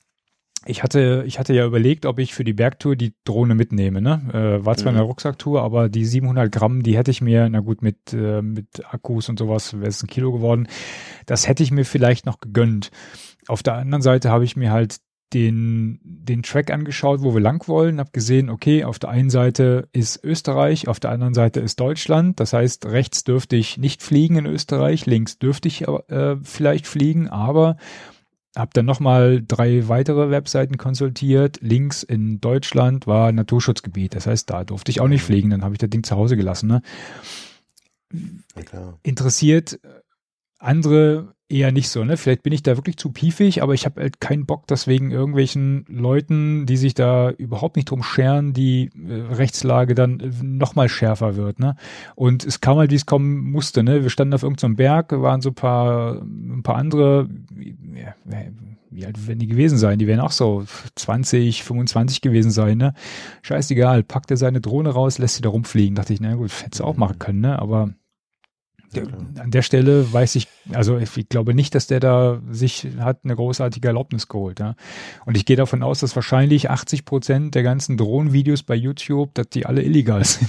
Ich hatte ja überlegt, ob ich für die Bergtour die Drohne mitnehme, ne? War zwar in der Rucksacktour, aber die 700 Gramm, die hätte ich mir, na gut, mit Akkus und sowas wäre es 1 Kilo geworden. Das hätte ich mir vielleicht noch gegönnt. Auf der anderen Seite habe ich mir halt den Track angeschaut, wo wir lang wollen, habe gesehen, okay, auf der einen Seite ist Österreich, auf der anderen Seite ist Deutschland. Das heißt, rechts dürfte ich nicht fliegen in Österreich, links dürfte ich vielleicht fliegen, aber habe dann nochmal 3 weitere Webseiten konsultiert. Links in Deutschland war Naturschutzgebiet. Das heißt, da durfte ich auch nicht fliegen. Dann habe ich das Ding zu Hause gelassen. Ne? Ja, klar. Interessiert andere eher nicht so, ne? Vielleicht bin ich da wirklich zu piefig, aber ich habe halt keinen Bock, dass wegen irgendwelchen Leuten, die sich da überhaupt nicht drum scheren, die Rechtslage dann noch mal schärfer wird, ne? Und es kam halt, wie es kommen musste, ne? Wir standen auf irgendeinem Berg, waren so ein paar andere, wie alt werden die gewesen sein? Die werden auch so 20, 25 gewesen sein, ne? Scheißegal, packt er seine Drohne raus, lässt sie da rumfliegen. Dachte ich, na gut, hättest du auch machen können, ne? Aber an der Stelle weiß ich, also ich glaube nicht, dass der da sich hat eine großartige Erlaubnis geholt. Ja? Und ich gehe davon aus, dass wahrscheinlich 80% der ganzen Drohnenvideos bei YouTube, dass die alle illegal sind.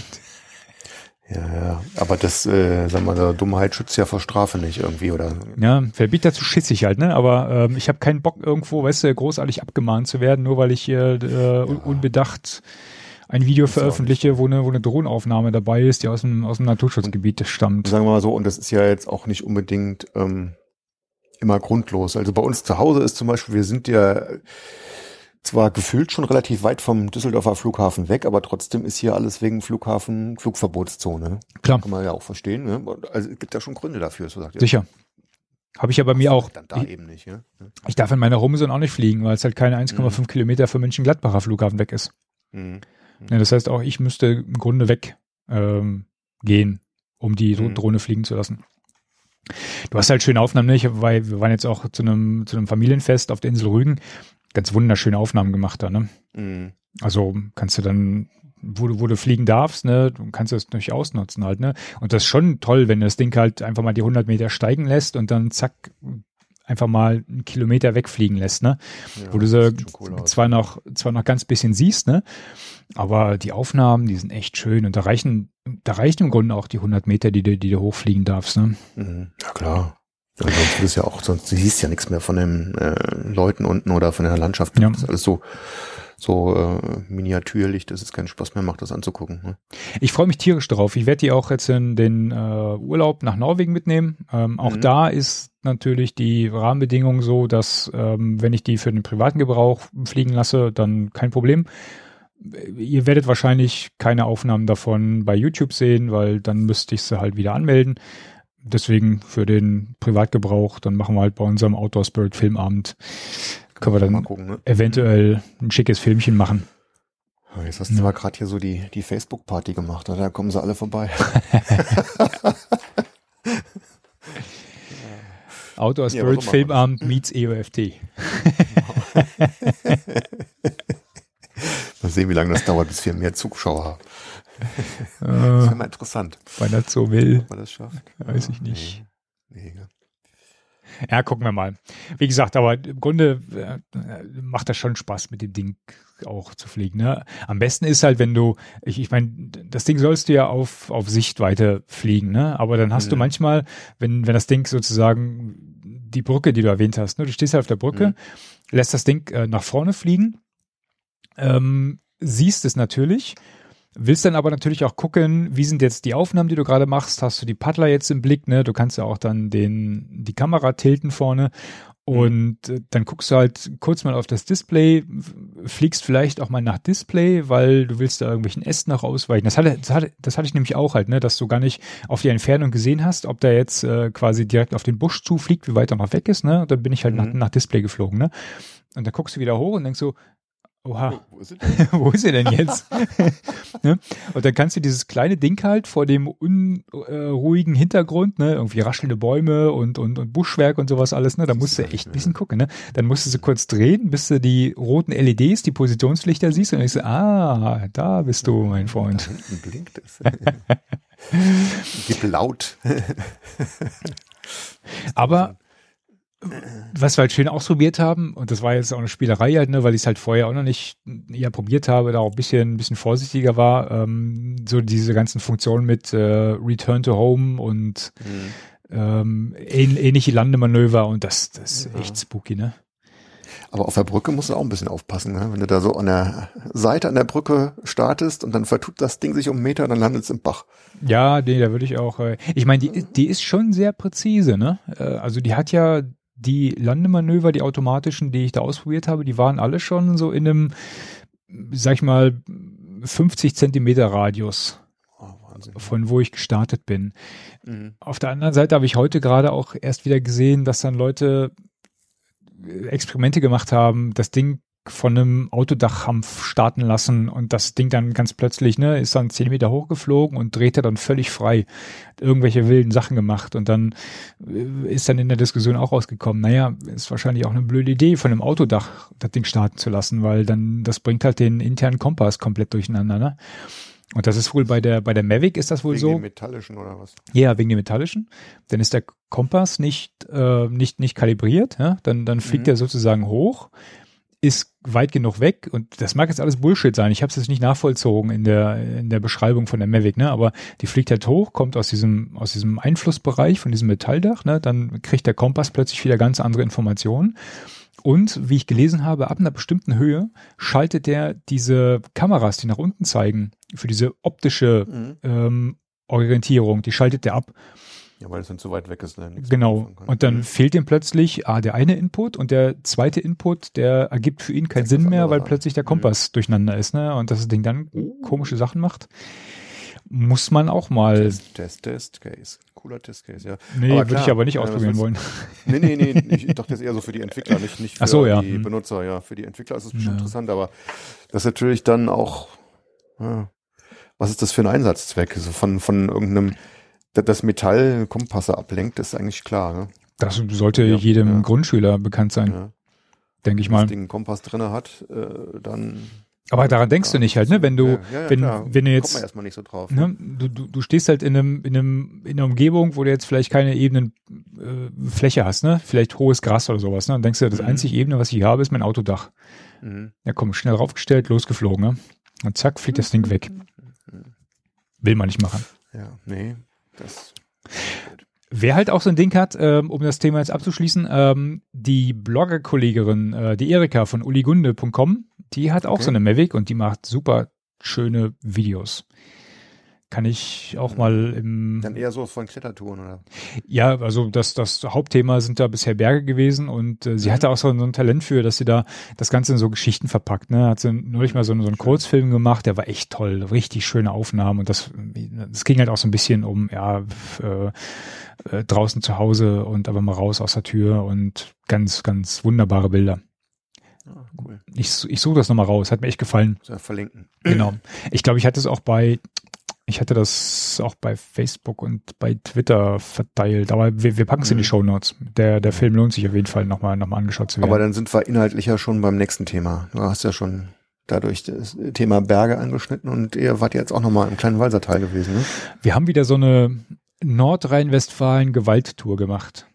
Ja, aber das, sagen wir mal, Dummheit schützt ja vor Strafe nicht irgendwie, oder? Ja, vielleicht bin ich dazu schissig halt, ne? Aber ich habe keinen Bock irgendwo, weißt du, großartig abgemahnt zu werden, nur weil ich hier unbedacht ein Video veröffentliche, wo eine Drohnenaufnahme dabei ist, die aus dem Naturschutzgebiet stammt. Sagen wir mal so, und das ist ja jetzt auch nicht unbedingt immer grundlos. Also bei uns zu Hause ist zum Beispiel, wir sind ja zwar gefühlt schon relativ weit vom Düsseldorfer Flughafen weg, aber trotzdem ist hier alles wegen Flughafen Flugverbotszone. Klar. Kann man ja auch verstehen. Ne? Also es gibt ja schon Gründe dafür, so sagt ihr. Sicher. Habe ich ja bei mir auch. Dann da eben nicht, ja? Ich darf in meiner Homezone auch nicht fliegen, weil es halt keine 1,5 Kilometer für Mönchengladbacher Flughafen weg ist. Ja, das heißt, auch ich müsste im Grunde weg gehen, um die Drohne fliegen zu lassen. Du hast halt schöne Aufnahmen, ne? Weil wir waren jetzt auch zu einem Familienfest auf der Insel Rügen, ganz wunderschöne Aufnahmen gemacht da, ne? Also kannst du dann, wo du fliegen darfst, ne, du kannst das natürlich ausnutzen halt, ne? Und das ist schon toll, wenn du das Ding halt einfach mal die 100 Meter steigen lässt und dann zack, einfach mal einen Kilometer wegfliegen lässt, ne? Ja, wo du so cool zwar noch ganz bisschen siehst, ne? Aber die Aufnahmen, die sind echt schön und da reichen im Grunde auch die 100 Meter, die du hochfliegen darfst, ne? Ja, klar. Ja, sonst ist ja auch, sonst siehst ja nichts mehr von den Leuten unten oder von der Landschaft. Ja. Das ist alles so miniatürlich, dass es keinen Spaß mehr macht, das anzugucken. Ne? Ich freue mich tierisch drauf. Ich werde die auch jetzt in den Urlaub nach Norwegen mitnehmen. Auch da ist natürlich die Rahmenbedingung so, dass wenn ich die für den privaten Gebrauch fliegen lasse, dann kein Problem. Ihr werdet wahrscheinlich keine Aufnahmen davon bei YouTube sehen, weil dann müsste ich sie halt wieder anmelden. Deswegen für den Privatgebrauch, dann machen wir halt bei unserem Outdoor Spirit Filmabend, können wir dann mal gucken, ne? Eventuell ein schickes Filmchen machen. Jetzt hast du zwar gerade hier so die Facebook-Party gemacht, oder? Da kommen sie alle vorbei. Outdoor Spirit Filmabend meets EOFT. Mal sehen, wie lange das dauert, bis wir mehr Zuschauer haben. Das wäre mal interessant. Wenn das so will. Ob man das schafft. Weiß ich nicht. Nee. Ja, gucken wir mal. Wie gesagt, aber im Grunde macht das schon Spaß, mit dem Ding auch zu fliegen. Ne? Am besten ist halt, wenn du, ich meine, das Ding sollst du ja auf Sichtweite fliegen, ne? Aber dann hast du manchmal, wenn das Ding sozusagen, die Brücke, die du erwähnt hast, ne? Du stehst halt auf der Brücke, lässt das Ding nach vorne fliegen, siehst es natürlich, willst dann aber natürlich auch gucken, wie sind jetzt die Aufnahmen, die du gerade machst, hast du die Paddler jetzt im Blick, ne? Du kannst ja auch dann die Kamera tilten vorne und dann guckst du halt kurz mal auf das Display, fliegst vielleicht auch mal nach Display, weil du willst da irgendwelchen Ästen noch ausweichen. Das hatte ich nämlich auch halt, ne? Dass du gar nicht auf die Entfernung gesehen hast, ob der jetzt quasi direkt auf den Busch zufliegt, wie weit er noch weg ist, ne? Und dann bin ich halt nach Display geflogen, ne? Und dann guckst du wieder hoch und denkst so, oha, wo ist er denn jetzt? Ne? Und dann kannst du dieses kleine Ding halt vor dem unruhigen Hintergrund, ne, irgendwie raschelnde Bäume und Buschwerk und sowas alles, ne, da musst du echt ein bisschen gucken, ne. Dann musst du so kurz drehen, bis du die roten LEDs, die Positionslichter siehst und dann denkst du, da bist du, mein Freund. Da hinten blinkt es. Gib laut. Aber was wir halt schön ausprobiert haben, und das war jetzt auch eine Spielerei halt, ne, weil ich es halt vorher auch noch nicht probiert habe, da auch ein bisschen vorsichtiger war, so diese ganzen Funktionen mit Return to Home und ähnliche Landemanöver und das ist echt spooky, ne? Aber auf der Brücke musst du auch ein bisschen aufpassen, ne? Wenn du da so an der Seite an der Brücke startest und dann vertut das Ding sich um einen Meter, dann landet es im Bach. Ja, nee, da würde ich auch, ich meine, die ist schon sehr präzise, ne? Also die hat ja die Landemanöver, die automatischen, die ich da ausprobiert habe, die waren alle schon so in einem, sag ich mal, 50 Zentimeter Radius. von wo ich gestartet bin. Auf der anderen Seite habe ich heute gerade auch erst wieder gesehen, dass dann Leute Experimente gemacht haben, das Ding von einem Autodach haben starten lassen und das Ding dann ganz plötzlich, ist dann 10 Meter hochgeflogen und drehte dann völlig frei. Hat irgendwelche wilden Sachen gemacht und dann ist dann in der Diskussion auch rausgekommen, naja, ist wahrscheinlich auch eine blöde Idee, von einem Autodach das Ding starten zu lassen, weil dann, das bringt halt den internen Kompass komplett durcheinander, ne? Und das ist wohl bei der Mavic ist das wohl so. Wegen dem Metallischen oder was? Ja, wegen dem Metallischen. Dann ist der Kompass nicht kalibriert, ja? Dann fliegt er sozusagen hoch, ist weit genug weg und das mag jetzt alles Bullshit sein. Ich habe es jetzt nicht nachvollzogen in der Beschreibung von der Mavic, ne? Aber die fliegt halt hoch, kommt aus diesem Einflussbereich von diesem Metalldach, ne? Dann kriegt der Kompass plötzlich wieder ganz andere Informationen. Und wie ich gelesen habe, ab einer bestimmten Höhe schaltet der diese Kameras, die nach unten zeigen, für diese optische Orientierung, die schaltet der ab. Ja, weil es dann zu weit weg ist. Genau. Und dann fehlt ihm plötzlich der eine Input und der zweite Input, der ergibt für ihn keinen Sinn mehr, weil plötzlich der Kompass durcheinander ist, ne? Und dass das Ding dann komische Sachen macht. Muss man auch mal. Test-Case. Cooler Test-Case, ja. Nee, würde ich aber nicht ausprobieren wollen. Nee. Ich dachte jetzt eher so für die Entwickler, nicht für die Benutzer. Ja, für die Entwickler ist es bestimmt interessant, aber das ist natürlich dann auch, was ist das für ein Einsatzzweck? Also von irgendeinem, das Metall Kompasse ablenkt, ist eigentlich klar, ne? Das sollte jedem Grundschüler bekannt sein, denke ich mal. Wenn das Ding einen Kompass drinne hat, dann... Aber daran denkst du nicht halt, ne? Wenn du, wenn du jetzt, kommt man erstmal nicht so drauf. Ne? Du stehst halt in einer Umgebung, wo du jetzt vielleicht keine ebenen Fläche hast, ne? Vielleicht hohes Gras oder sowas, ne? Und denkst du, das einzige Ebene, was ich habe, ist mein Autodach. Ja, komm, schnell raufgestellt, losgeflogen, ne? Und zack, fliegt das Ding weg. Will man nicht machen. Ja, nee, das... Wer halt auch so ein Ding hat, um das Thema jetzt abzuschließen, die Blogger-Kollegin, die Erika von uligunde.com, die hat auch so eine Mavic und die macht super schöne Videos. Kann ich auch mal Dann eher so von Klettertouren, oder? Ja, also das Hauptthema sind da bisher Berge gewesen und sie hatte auch so ein Talent für, dass sie da das Ganze in so Geschichten verpackt, ne? Hat sie neulich mal so einen Kurzfilm gemacht, der war echt toll, richtig schöne Aufnahmen und das ging halt auch so ein bisschen um, draußen zu Hause und aber mal raus aus der Tür und ganz, ganz wunderbare Bilder. Ah, cool. Ich suche das nochmal raus, hat mir echt gefallen. Verlinken. Genau. Ich glaube, ich hatte das auch bei Facebook und bei Twitter verteilt, aber wir packen es in die Shownotes. Der Film lohnt sich auf jeden Fall nochmal angeschaut zu werden. Aber dann sind wir inhaltlich ja schon beim nächsten Thema. Du hast ja schon dadurch das Thema Berge angeschnitten und ihr wart jetzt auch nochmal im kleinen Walsertal gewesen, ne? Wir haben wieder so eine Nordrhein-Westfalen-Gewalttour gemacht.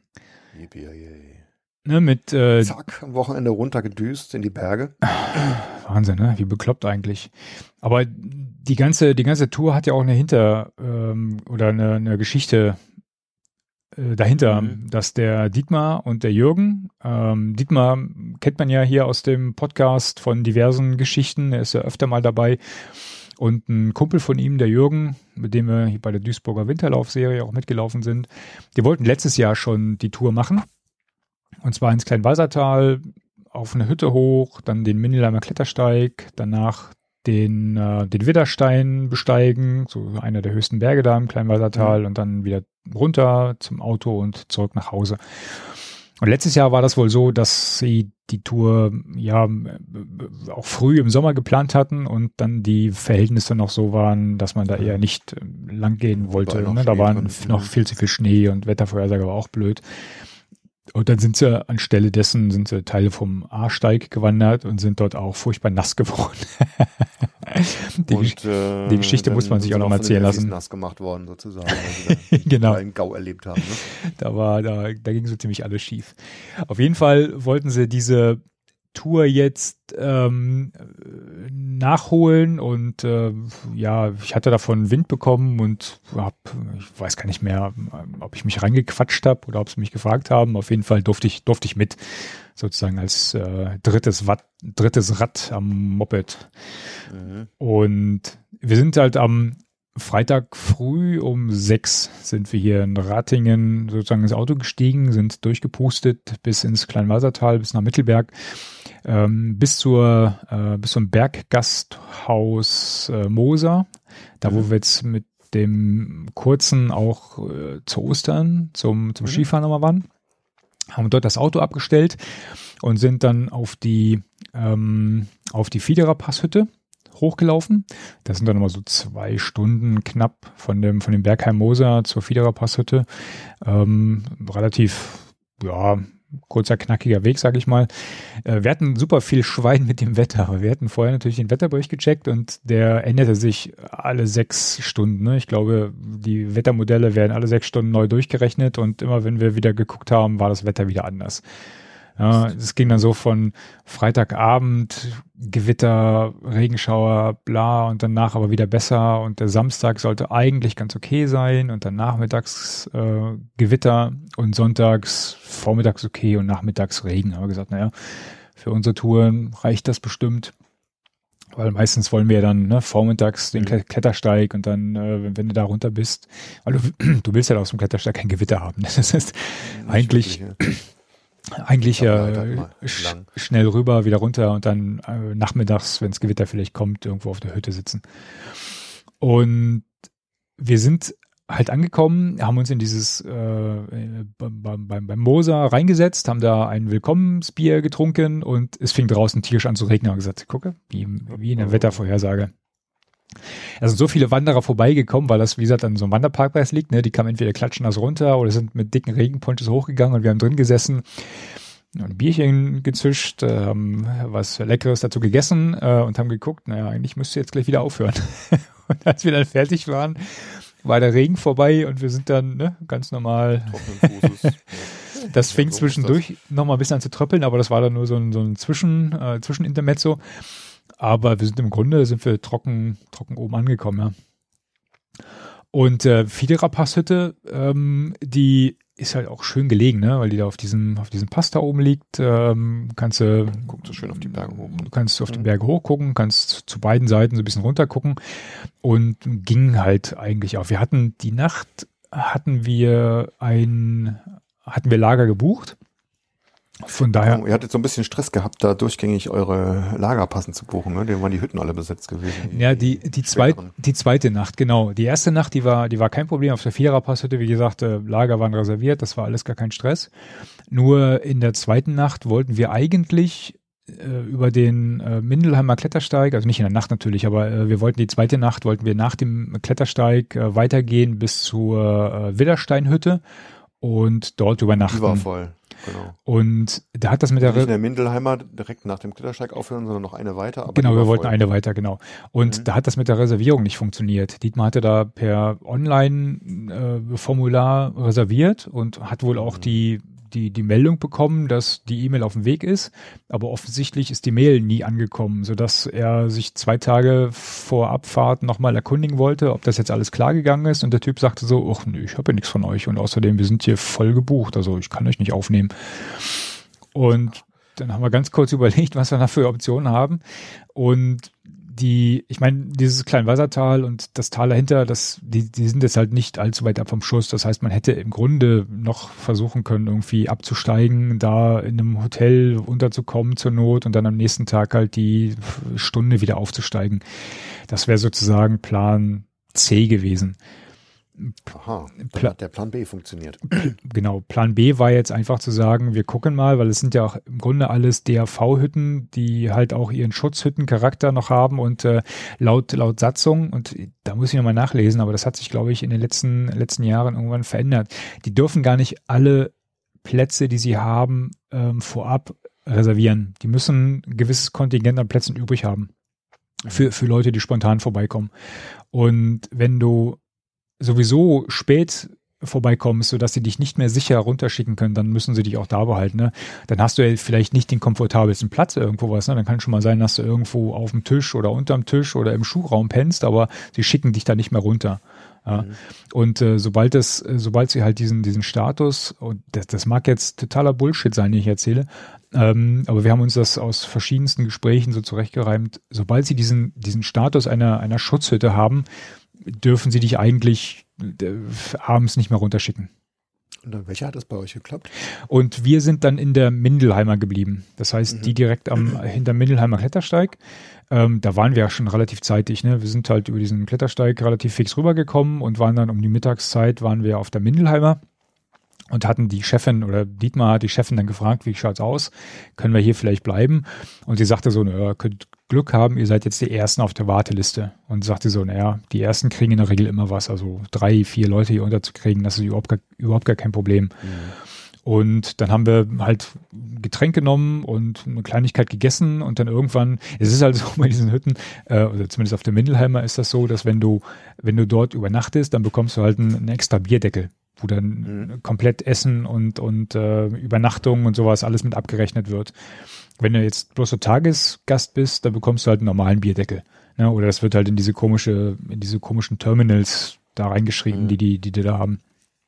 Ne, mit zack, am Wochenende runtergedüst in die Berge. Wahnsinn, ne? Wie bekloppt eigentlich. Aber die ganze Tour hat ja auch eine eine Geschichte dahinter, dass der Dietmar und der Jürgen, Dietmar kennt man ja hier aus dem Podcast von diversen Geschichten, er ist ja öfter mal dabei. Und ein Kumpel von ihm, der Jürgen, mit dem wir hier bei der Duisburger Winterlaufserie auch mitgelaufen sind, die wollten letztes Jahr schon die Tour machen. Und zwar ins Kleinwalsertal, auf eine Hütte hoch, dann den Mindelheimer Klettersteig, danach den Widderstein besteigen, so einer der höchsten Berge da im Kleinwalsertal und dann wieder runter zum Auto und zurück nach Hause. Und letztes Jahr war das wohl so, dass sie die Tour auch früh im Sommer geplant hatten und dann die Verhältnisse noch so waren, dass man da eher nicht lang gehen wollte. Ne? Da war noch viel zu viel Schnee und Wettervorhersage war auch blöd. Und dann sind sie anstelle dessen Teile vom A-Steig gewandert und sind dort auch furchtbar nass geworden. Die Geschichte muss man sich auch noch mal erzählen lassen. Nass gemacht worden sozusagen, weil sie genau. einen Gau erlebt haben. Ne? Da ging so ziemlich alles schief. Auf jeden Fall wollten sie diese Tour jetzt nachholen und ich hatte davon Wind bekommen und ich weiß gar nicht mehr, ob ich mich reingequatscht habe oder ob sie mich gefragt haben. Auf jeden Fall durfte ich mit, sozusagen als drittes Rad am Moped. Und wir sind halt am Freitag früh um 6 sind wir hier in Ratingen sozusagen ins Auto gestiegen, sind durchgepustet bis ins Kleinwalsertal, bis nach Mittelberg, bis zum Berggasthaus Moser, da wo wir jetzt mit dem kurzen auch zu Ostern zum Skifahren nochmal waren. Haben dort das Auto abgestellt und sind dann auf die Fiederer Passhütte hochgelaufen. Das sind dann nochmal so 2 Stunden knapp von dem Bergheim Moser zur Fiederer Passhütte. Relativ, ja, kurzer, knackiger Weg, sag ich mal. Wir hatten super viel Schwein mit dem Wetter, aber wir hatten vorher natürlich den Wetterbericht gecheckt und der änderte sich alle 6 Stunden. Ne? Ich glaube, die Wettermodelle werden alle 6 Stunden neu durchgerechnet und immer wenn wir wieder geguckt haben, war das Wetter wieder anders. Ja, es ging dann so von Freitagabend, Gewitter, Regenschauer, bla und danach aber wieder besser und der Samstag sollte eigentlich ganz okay sein und dann nachmittags Gewitter und sonntags vormittags okay und nachmittags Regen. Haben wir gesagt, naja, für unsere Touren reicht das bestimmt, weil meistens wollen wir dann vormittags den Klettersteig und dann, wenn du da runter bist, weil du willst ja aus dem Klettersteig kein Gewitter haben. Das ist eigentlich... Eigentlich schnell rüber, wieder runter und dann nachmittags, wenn es Gewitter vielleicht kommt, irgendwo auf der Hütte sitzen. Und wir sind halt angekommen, haben uns in dieses beim Moser reingesetzt, haben da ein Willkommensbier getrunken und es fing draußen tierisch an zu regnen. Und gesagt, gucke, wie in der Wettervorhersage. Da sind so viele Wanderer vorbeigekommen, weil das, wie gesagt, an so einem Wanderparkplatz liegt. Ne? Die kamen entweder klatschen das runter oder sind mit dicken Regenponchos hochgegangen und wir haben drin gesessen, ein Bierchen gezischt, haben was Leckeres dazu gegessen und haben geguckt, naja, eigentlich müsste jetzt gleich wieder aufhören. Und als wir dann fertig waren, war der Regen vorbei und wir sind dann ganz normal. Das fing zwischendurch nochmal ein bisschen an zu tröppeln, aber das war dann nur so ein Zwischenintermezzo. Aber wir sind im Grunde, trocken oben angekommen, ja. Und Fiederer Passhütte, die ist halt auch schön gelegen, ne, weil die da auf diesem Pass da oben liegt. Guckst du schön auf die Berge hoch. Du kannst auf die Berge hochgucken, kannst zu beiden Seiten so ein bisschen runter gucken und ging halt eigentlich auch. Wir hatten die Nacht, hatten wir Lager gebucht. Von daher. Ihr hattet so ein bisschen Stress gehabt, da durchgängig eure Lagerpassen zu buchen, ne? Dem waren die Hütten alle besetzt gewesen. Ja, die zweite Nacht, genau. Die erste Nacht, die war kein Problem. Auf der Vierer Passhütte, wie gesagt, Lager waren reserviert, das war alles gar kein Stress. Nur in der zweiten Nacht wollten wir eigentlich über den Mindelheimer Klettersteig, also nicht in der Nacht natürlich, aber die zweite Nacht wollten wir nach dem Klettersteig weitergehen bis zur Widdersteinhütte und dort übernachten. Die war voll. Genau. Und da hat das mit nicht in der Mindelheimer direkt nach dem Klettersteig aufhören, sondern noch eine weiter. Aber genau, wir wollten eine weiter, genau. Und da hat das mit der Reservierung nicht funktioniert. Dietmar hatte da per Online-Formular reserviert und hat wohl auch die Meldung bekommen, dass die E-Mail auf dem Weg ist, aber offensichtlich ist die Mail nie angekommen, sodass er sich 2 Tage vor Abfahrt nochmal erkundigen wollte, ob das jetzt alles klar gegangen ist und der Typ sagte so, ach nee, ich habe ja nichts von euch und außerdem, wir sind hier voll gebucht, also ich kann euch nicht aufnehmen. Und dann haben wir ganz kurz überlegt, was wir da für Optionen haben und ich meine, dieses Kleinwassertal und das Tal dahinter, die sind jetzt halt nicht allzu weit ab vom Schuss. Das heißt, man hätte im Grunde noch versuchen können, irgendwie abzusteigen, da in einem Hotel unterzukommen zur Not und dann am nächsten Tag halt die Stunde wieder aufzusteigen. Das wäre sozusagen Plan C gewesen. Aha, dann hat der Plan B funktioniert. Genau, Plan B war jetzt einfach zu sagen, wir gucken mal, weil es sind ja auch im Grunde alles DAV-Hütten, die halt auch ihren Schutzhüttencharakter noch haben und laut Satzung, und da muss ich nochmal nachlesen, aber das hat sich, glaube ich, in den letzten Jahren irgendwann verändert. Die dürfen gar nicht alle Plätze, die sie haben, vorab reservieren. Die müssen ein gewisses Kontingent an Plätzen übrig haben für Leute, die spontan vorbeikommen. Und wenn du sowieso spät vorbeikommst, sodass sie dich nicht mehr sicher runterschicken können, dann müssen sie dich auch da behalten. Ne? Dann hast du ja vielleicht nicht den komfortabelsten Platz irgendwo was. Ne? Dann kann schon mal sein, dass du irgendwo auf dem Tisch oder unterm Tisch oder im Schuhraum pennst, aber sie schicken dich da nicht mehr runter. Ja? Und sobald sie halt diesen Status, und das mag jetzt totaler Bullshit sein, den ich erzähle, aber wir haben uns das aus verschiedensten Gesprächen so zurechtgereimt, sobald sie diesen Status einer Schutzhütte haben, dürfen sie dich eigentlich abends nicht mehr runterschicken. Und welcher hat das bei euch geklappt? Und wir sind dann in der Mindelheimer geblieben. Das heißt, die direkt hinter Mindelheimer Klettersteig. Da waren wir ja schon relativ zeitig, ne? Wir sind halt über diesen Klettersteig relativ fix rübergekommen und waren dann um die Mittagszeit, waren wir auf der Mindelheimer und hatten die Chefin oder Dietmar hat die Chefin dann gefragt, wie schaut's aus? Können wir hier vielleicht bleiben? Und sie sagte so, naja, könnt Glück haben, ihr seid jetzt die Ersten auf der Warteliste. Und sagte so, naja, die Ersten kriegen in der Regel immer was, also 3, 4 Leute hier unterzukriegen, das ist überhaupt gar kein Problem. Mhm. Und dann haben wir halt Getränk genommen und eine Kleinigkeit gegessen und dann irgendwann, es ist halt so bei diesen Hütten, oder zumindest auf der Mindelheimer ist das so, dass wenn du dort übernachtest, dann bekommst du halt einen extra Bierdeckel, wo dann komplett Essen und Übernachtung und sowas alles mit abgerechnet wird. Wenn du jetzt bloß so Tagesgast bist, dann bekommst du halt einen normalen Bierdeckel. Ne? Oder das wird halt in diese komischen Terminals da reingeschrieben, die da haben.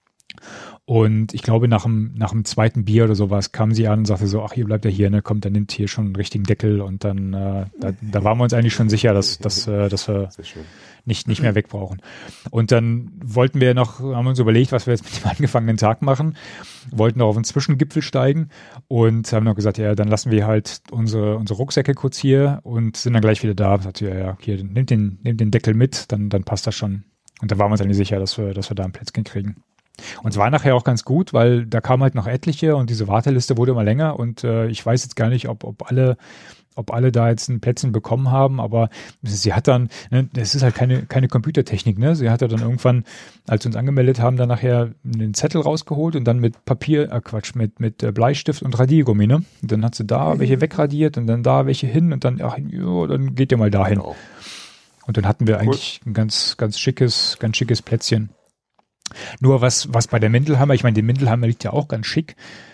Und ich glaube, nach dem zweiten Bier oder sowas kam sie an und sagte so, ach, hier bleibt er hier, ne, kommt, dann nimmt hier schon einen richtigen Deckel und dann, da waren wir uns eigentlich schon sicher, dass wir nicht mehr weg brauchen. Und dann haben wir uns überlegt, was wir jetzt mit dem angefangenen Tag machen, wollten noch auf einen Zwischengipfel steigen und haben noch gesagt, ja, dann lassen wir halt unsere Rucksäcke kurz hier und sind dann gleich wieder da. Sagt ja, hier, nehmt den Deckel mit, dann passt das schon. Und da waren wir uns eigentlich sicher, dass wir da ein Plätzchen kriegen. Und es war nachher auch ganz gut, weil da kamen halt noch etliche und diese Warteliste wurde immer länger und ich weiß jetzt gar nicht, ob alle da jetzt ein Plätzchen bekommen haben, aber sie hat dann, ne, das ist halt keine Computertechnik, ne? Sie hat ja dann irgendwann, als wir uns angemeldet haben, dann nachher einen Zettel rausgeholt und dann mit mit Bleistift und Radiergummi, ne? Und dann hat sie da welche wegradiert und dann da welche hin und dann, dann geht ihr mal dahin. Genau. Und dann hatten wir eigentlich ein ganz schickes Plätzchen. Nur was bei der Mindelheimer, ich meine, die Mindelheimer liegt ja auch ganz schick,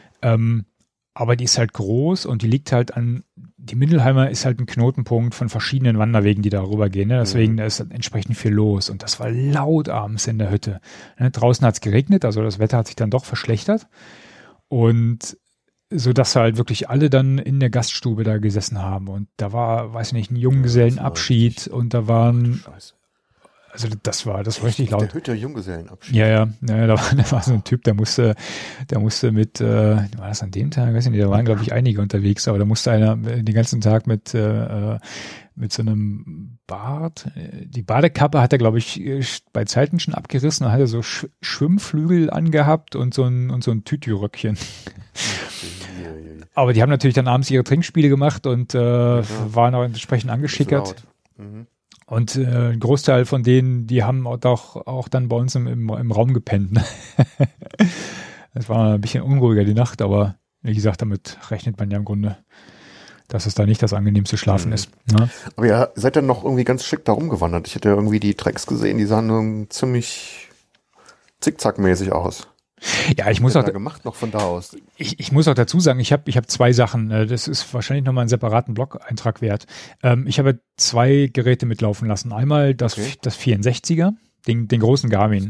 aber die ist halt groß und die liegt halt die Mindelheimer ist halt ein Knotenpunkt von verschiedenen Wanderwegen, die da rübergehen, ne? Deswegen da ist entsprechend viel los und das war laut abends in der Hütte. Ne? Draußen hat es geregnet, also das Wetter hat sich dann doch verschlechtert und so dass halt wirklich alle dann in der Gaststube da gesessen haben und da war, weiß ich nicht, ein Junggesellenabschied und da waren... Also das war richtig laut. Der Hütte Junggesellenabschied. Ja, da war so ein Typ, der musste mit, war das an dem Tag? Weiß ich nicht, da waren glaube ich einige unterwegs, aber da musste einer den ganzen Tag mit so einem Bart, die Badekappe hat er glaube ich bei Zeiten schon abgerissen und hatte so Schwimmflügel angehabt und so ein Tütü-Röckchen. Aber die haben natürlich dann abends ihre Trinkspiele gemacht und waren auch entsprechend angeschickert. Und ein Großteil von denen, die haben auch dann bei uns im Raum gepennt. Das war ein bisschen unruhiger die Nacht, aber wie gesagt, damit rechnet man ja im Grunde, dass es da nicht das angenehmste Schlafen ist. Ne? Aber ihr seid dann noch irgendwie ganz schick da rumgewandert. Ich hätte ja irgendwie die Tracks gesehen, die sahen ziemlich zickzackmäßig aus. Ja, ich muss auch gemacht noch von da aus. Ich muss auch dazu sagen, ich hab 2 Sachen. Das ist wahrscheinlich nochmal einen separaten Blog-Eintrag wert. Ich habe 2 Geräte mitlaufen lassen. Einmal das 64er, den großen Garmin.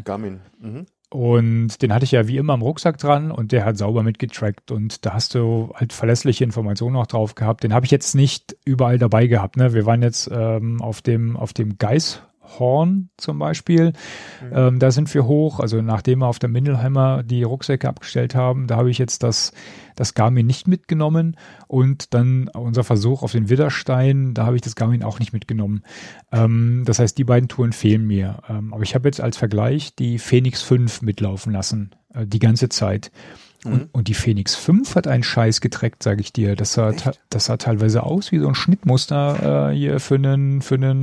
Und den hatte ich ja wie immer im Rucksack dran und der hat sauber mitgetrackt und da hast du halt verlässliche Informationen noch drauf gehabt. Den habe ich jetzt nicht überall dabei gehabt. Ne? Wir waren jetzt auf dem Geißhorn zum Beispiel. Da sind wir hoch, also nachdem wir auf der Mindelheimer die Rucksäcke abgestellt haben, da habe ich jetzt das Garmin nicht mitgenommen und dann unser Versuch auf den Widderstein, da habe ich das Garmin auch nicht mitgenommen. Das heißt, die beiden Touren fehlen mir. Aber ich habe jetzt als Vergleich die Phoenix 5 mitlaufen lassen, die ganze Zeit. Und die Phoenix 5 hat einen Scheiß getrackt, sage ich dir. Das sah teilweise aus wie so ein Schnittmuster hier für einen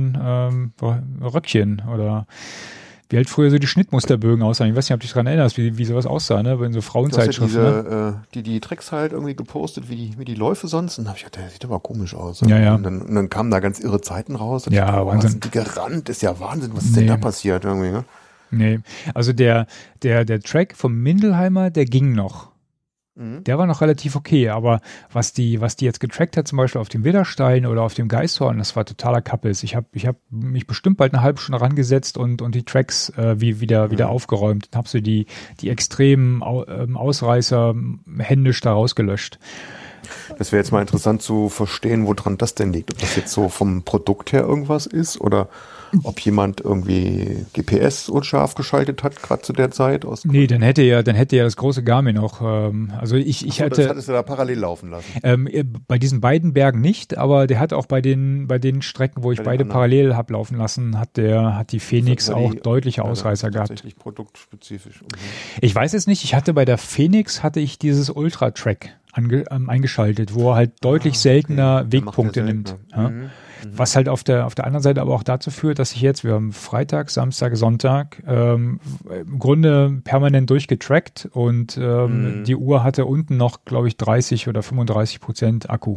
Röckchen oder wie halt früher so die Schnittmusterbögen aussahen. Ich weiß nicht, ob du dich daran erinnerst, wie sowas aussah, ne? In so Frauenzeitschriften. Ja die Tricks halt irgendwie gepostet, wie die Läufe sonst. Und da habe ich gedacht, der sieht aber komisch aus. Ja. Und dann kamen da ganz irre Zeiten raus. Und ja, Wahnsinn. Sind die gerannt? Ist ja Wahnsinn, was ist denn da passiert irgendwie, ne? Nee, also der Track vom Mindelheimer, der ging noch. Der war noch relativ okay, aber was die jetzt getrackt hat, zum Beispiel auf dem Widderstein oder auf dem Geißhorn, das war totaler Kappes. Ich hab mich bestimmt bald eine halbe Stunde rangesetzt und die Tracks wieder aufgeräumt und habe so die extremen Ausreißer händisch da rausgelöscht. Das wäre jetzt mal interessant zu verstehen, woran das denn liegt. Ob das jetzt so vom Produkt her irgendwas ist oder ob jemand irgendwie GPS unscharf geschaltet hat, gerade zu der Zeit. Nee, dann hätte ja das große Garmin auch, also ich hatte... Das hattest du da parallel laufen lassen? Bei diesen beiden Bergen nicht, aber der hat auch bei den Strecken, wo ich beide parallel habe laufen lassen, hat die Phoenix auch deutliche Ausreißer gehabt. Tatsächlich produktspezifisch. Okay. Ich weiß es nicht, bei der Phoenix ich dieses Ultra-Track eingeschaltet, wo er halt deutlich seltener Wegpunkte nimmt. Ja? Was halt auf der anderen Seite aber auch dazu führt, dass wir haben Freitag, Samstag, Sonntag im Grunde permanent durchgetrackt und die Uhr hatte unten noch, glaube ich, 30 oder 35% Akku.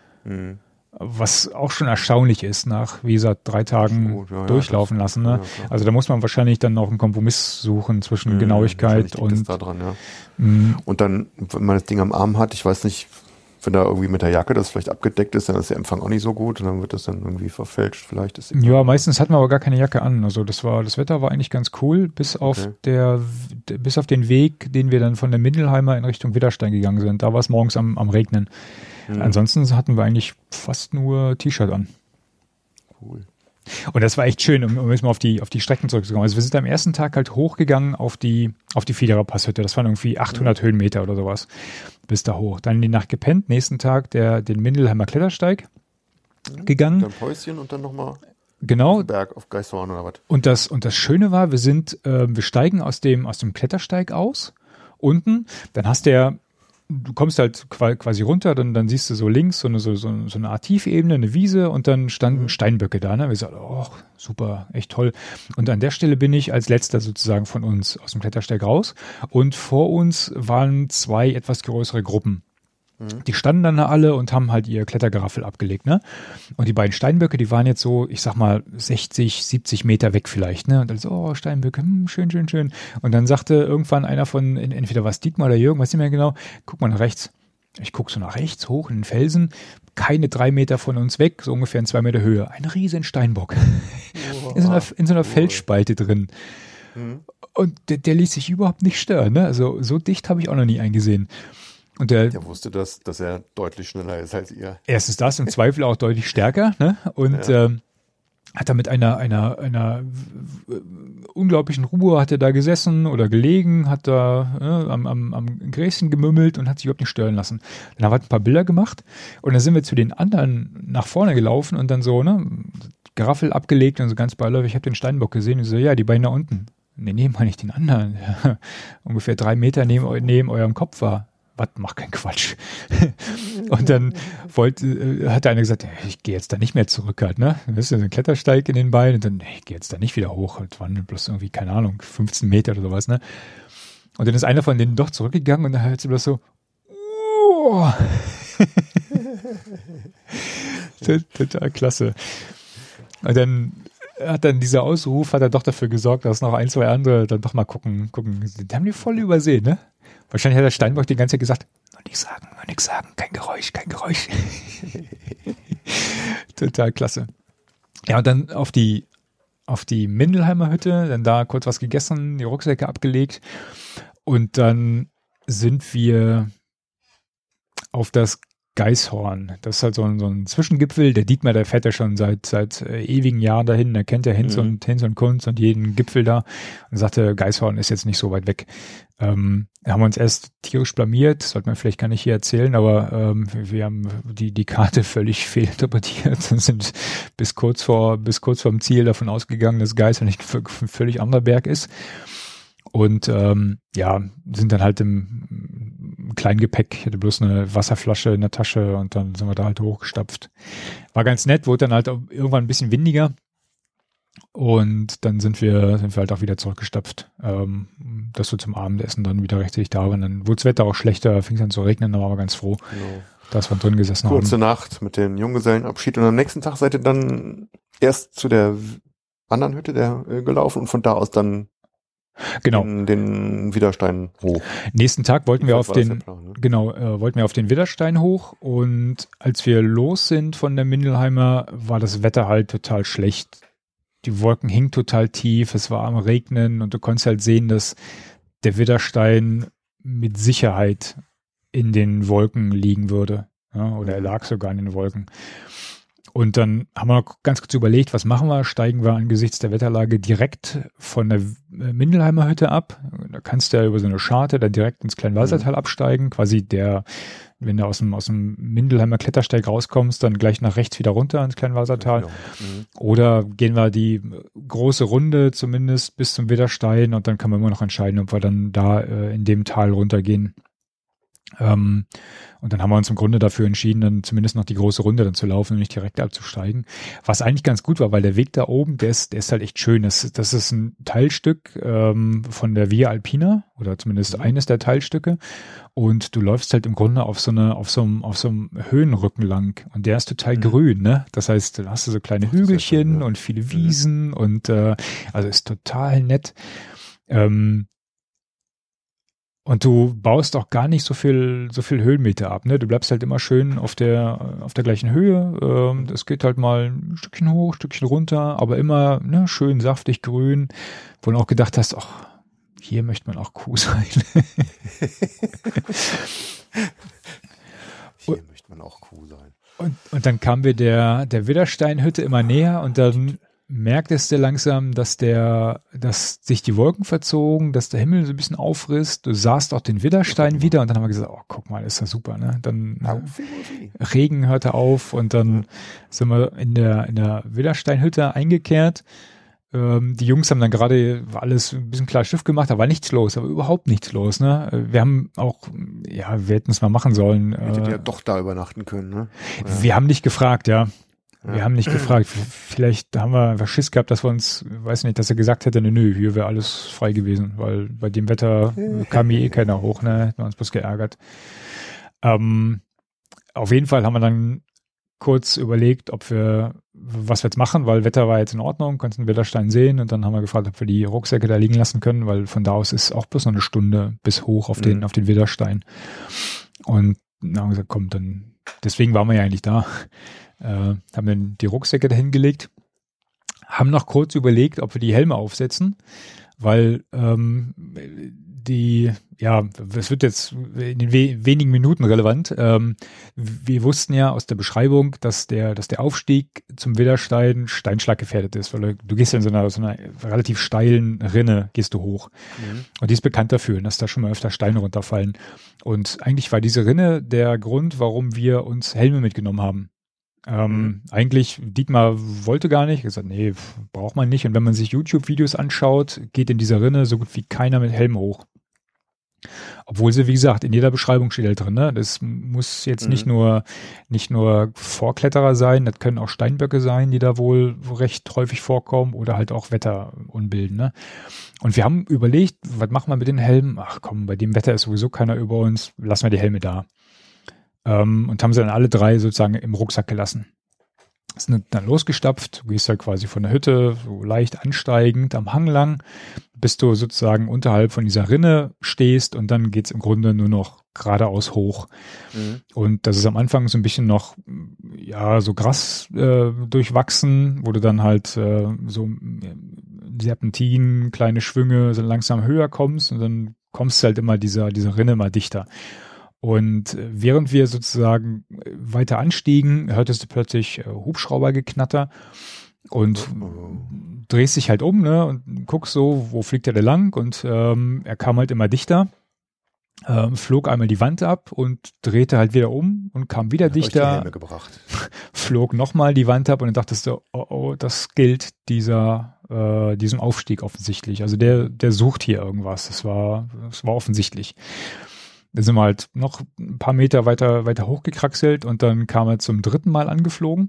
Was auch schon erstaunlich ist, nach, wie gesagt, 3 Tagen durchlaufen lassen. Ne? Ja, also da muss man wahrscheinlich dann noch einen Kompromiss suchen zwischen Genauigkeit und... Da dran, ja. Und dann, wenn man das Ding am Arm hat, ich weiß nicht, wenn da irgendwie mit der Jacke das vielleicht abgedeckt ist, dann ist der Empfang auch nicht so gut und dann wird das dann irgendwie verfälscht. Vielleicht ist meistens hatten wir aber gar keine Jacke an. Also das Wetter war eigentlich ganz cool, bis auf den Weg, den wir dann von der Mindelheimer in Richtung Widderstein gegangen sind. Da war es morgens am Regnen. Ansonsten hatten wir eigentlich fast nur T-Shirt an. Cool. Und das war echt schön, um jetzt mal auf die Strecken zurückzukommen. Also wir sind am ersten Tag halt hochgegangen auf die Fiederer Passhütte. Das waren irgendwie 800 Höhenmeter oder sowas bis da hoch. Dann die Nacht gepennt, nächsten Tag den Mindelheimer Klettersteig gegangen. Dann Päuschen und dann nochmal genau. Berg auf Geisshorn oder was. Und das Schöne war, wir steigen aus dem Klettersteig aus, unten, dann du kommst halt quasi runter, dann siehst du so links so eine Art Tiefebene, eine Wiese und dann standen Steinböcke da. Ne? Wir sagten, oh, super, echt toll. Und an der Stelle bin ich als letzter sozusagen von uns aus dem Klettersteig raus und vor uns waren 2 etwas größere Gruppen. Die standen dann da alle und haben halt ihr Klettergeraffel abgelegt, ne? Und die beiden Steinböcke, die waren jetzt so, ich sag mal, 60, 70 Meter weg vielleicht, ne? Und dann so, oh, Steinböcke, schön, schön, schön. Und dann sagte irgendwann einer von, entweder war es Dietmar oder Jürgen, weiß nicht mehr genau, guck mal nach rechts. Ich guck so nach rechts, hoch in den Felsen, keine 3 Meter von uns weg, so ungefähr in 2 Meter Höhe. Ein riesen Steinbock. In so einer Felsspalte drin. Und der ließ sich überhaupt nicht stören, ne? Also so dicht habe ich auch noch nie einen gesehen. Und der wusste dass er deutlich schneller ist als ihr. Erstens das, im Zweifel auch deutlich stärker, ne? Und hat da mit einer unglaublichen Ruhe hat er da gesessen oder gelegen, hat da am Gräschen gemümmelt und hat sich überhaupt nicht stören lassen. Dann haben wir ein paar Bilder gemacht und dann sind wir zu den anderen nach vorne gelaufen und dann so, ne, Geraffel abgelegt und so ganz beiläufig. Ich habe den Steinbock gesehen und so, ja, die beiden da unten. Nee, mal nicht den anderen. Der ungefähr 3 Meter neben eurem Kopf war. Was, mach keinen Quatsch. Und dann hat einer gesagt, ich gehe jetzt da nicht mehr zurück halt, ne? Das ist ja so ein Klettersteig in den Beinen und dann, ich gehe jetzt da nicht wieder hoch. Das waren bloß irgendwie, keine Ahnung, 15 Meter oder sowas, ne? Und dann ist einer von denen doch zurückgegangen und dann hört sie bloß so, oh. Total klasse. Und dann hat dieser Ausruf doch dafür gesorgt, dass noch 1, 2 andere dann doch mal gucken. Die haben die voll übersehen, ne? Wahrscheinlich hat der Steinbock die ganze Zeit gesagt, nur nichts sagen, kein Geräusch. Total klasse. Ja, und dann auf die Mindelheimer Hütte, dann da kurz was gegessen, die Rucksäcke abgelegt und dann sind wir auf das Geisshorn. Das ist halt so ein Zwischengipfel. Der Dietmar, der fährt ja schon seit ewigen Jahren dahin. Der kennt ja Hinz und Kunz und jeden Gipfel da. Und sagte, Geisshorn ist jetzt nicht so weit weg. Haben wir uns erst tierisch blamiert. Sollte man vielleicht gar nicht hier erzählen, aber wir haben die Karte völlig fehlinterpretiert und sind bis kurz vorm Ziel davon ausgegangen, dass Geisshorn nicht ein völlig anderer Berg ist. Und sind dann halt im kleinen Gepäck. Ich hatte bloß eine Wasserflasche in der Tasche und dann sind wir da halt hochgestapft. War ganz nett, wurde dann halt irgendwann ein bisschen windiger und dann sind wir halt auch wieder zurückgestapft. Dass wir zum Abendessen dann wieder rechtzeitig da waren. Dann wurde das Wetter auch schlechter, fing es an zu regnen, da waren wir ganz froh, dass wir drin gesessen haben. Kurze Nacht mit dem Junggesellenabschied und am nächsten Tag seid ihr dann erst zu der anderen Hütte gelaufen und von da aus dann den Widderstein hoch. Nächsten Tag wollten wir auf den Widderstein hoch und als wir los sind von der Mindelheimer, war das Wetter halt total schlecht. Die Wolken hingen total tief, es war am Regnen und du konntest halt sehen, dass der Widderstein mit Sicherheit in den Wolken liegen würde. Ja, oder er lag sogar in den Wolken. Und dann haben wir noch ganz kurz überlegt, was machen wir? Steigen wir angesichts der Wetterlage direkt von der Mindelheimer Hütte ab? Da kannst du ja über so eine Scharte dann direkt ins Kleinwalsertal absteigen. Quasi wenn du aus dem Mindelheimer Klettersteig rauskommst, dann gleich nach rechts wieder runter ins Kleinwalsertal. Genau. Oder gehen wir die große Runde zumindest bis zum Widderstein und dann kann man immer noch entscheiden, ob wir dann da in dem Tal runtergehen. Und dann haben wir uns im Grunde dafür entschieden, dann zumindest noch die große Runde dann zu laufen und nicht direkt abzusteigen. Was eigentlich ganz gut war, weil der Weg da oben, der ist halt echt schön. Das ist ein Teilstück von der Via Alpina oder zumindest eines der Teilstücke. Und du läufst halt im Grunde auf so einem Höhenrücken lang. Und der ist total grün, ne? Das heißt, da hast du so kleine Hügelchen schön, ja. Und viele Wiesen und also ist total nett. Und du baust auch gar nicht so viel Höhenmeter ab, ne? Du bleibst halt immer schön auf der gleichen Höhe. Das geht halt mal ein Stückchen hoch, ein Stückchen runter, aber immer, ne, schön saftig grün, wo du auch gedacht hast, ach, hier möchte man auch Kuh sein. Hier möchte man auch Kuh sein. Und dann kamen wir der Widdersteinhütte immer näher und dann merktest du langsam, dass sich die Wolken verzogen, dass der Himmel so ein bisschen aufrisst. Du sahst auch den Widderstein wieder und dann haben wir gesagt, oh, guck mal, ist das super, ne? Dann Regen hörte auf und dann sind wir in der Widdersteinhütte eingekehrt. Die Jungs haben dann gerade alles ein bisschen klar Schiff gemacht, da war nichts los, aber überhaupt nichts los, ne? Wir haben auch, ja, wir hätten es mal machen sollen. Hättet ihr doch da übernachten können, ne? Oder? Wir haben nicht gefragt, ja. Wir haben nicht gefragt. Vielleicht haben wir einfach Schiss gehabt, dass wir uns, weiß nicht, dass er gesagt hätte, nö, hier wäre alles frei gewesen, weil bei dem Wetter kam hier keiner hoch, ne? Hätten wir uns bloß geärgert. Auf jeden Fall haben wir dann kurz überlegt, was wir jetzt machen, weil Wetter war jetzt in Ordnung, konnten den Widderstein sehen und dann haben wir gefragt, ob wir die Rucksäcke da liegen lassen können, weil von da aus ist auch bloß noch eine Stunde bis hoch auf den Widderstein. Und dann haben wir gesagt, komm, dann, deswegen waren wir ja eigentlich da. Haben dann die Rucksäcke dahin gelegt, haben noch kurz überlegt, ob wir die Helme aufsetzen, weil es wird jetzt in den wenigen Minuten relevant. Wir wussten ja aus der Beschreibung, dass der Aufstieg zum Widderstein steinschlaggefährdet ist, weil du gehst ja in so einer relativ steilen Rinne, gehst du hoch. Und die ist bekannt dafür, dass da schon mal öfter Steine runterfallen. Und eigentlich war diese Rinne der Grund, warum wir uns Helme mitgenommen haben. Eigentlich, Dietmar wollte gar nicht, gesagt, nee, braucht man nicht. Und wenn man sich YouTube-Videos anschaut, geht in dieser Rinne so gut wie keiner mit Helm hoch. Obwohl sie, wie gesagt, in jeder Beschreibung steht halt drin, ne? Das muss jetzt nicht nur Vorkletterer sein, das können auch Steinböcke sein, die da wohl recht häufig vorkommen oder halt auch Wetterunbilden, ne? Und wir haben überlegt, was machen wir mit den Helmen? Ach komm, bei dem Wetter ist sowieso keiner über uns, lassen wir die Helme da. Und haben sie dann alle drei sozusagen im Rucksack gelassen. Sind dann losgestapft, du gehst halt quasi von der Hütte so leicht ansteigend am Hang lang, bis du sozusagen unterhalb von dieser Rinne stehst und dann geht's im Grunde nur noch geradeaus hoch. Und das ist am Anfang so ein bisschen noch, ja, so Gras durchwachsen, wo du dann halt so Serpentinen, kleine Schwünge so langsam höher kommst und dann kommst du halt immer dieser Rinne mal dichter. Und während wir sozusagen weiter anstiegen, hörtest du plötzlich Hubschraubergeknatter und drehst dich halt um, ne, und guckst so, wo fliegt der lang? Und er kam halt immer dichter, flog einmal die Wand ab und drehte halt wieder um und kam wieder dichter, flog nochmal die Wand ab und dann dachtest du, oh, das gilt diesem Aufstieg offensichtlich. Also der sucht hier irgendwas. Das war offensichtlich. Da sind wir halt noch ein paar Meter weiter hochgekraxelt und dann kam er zum dritten Mal angeflogen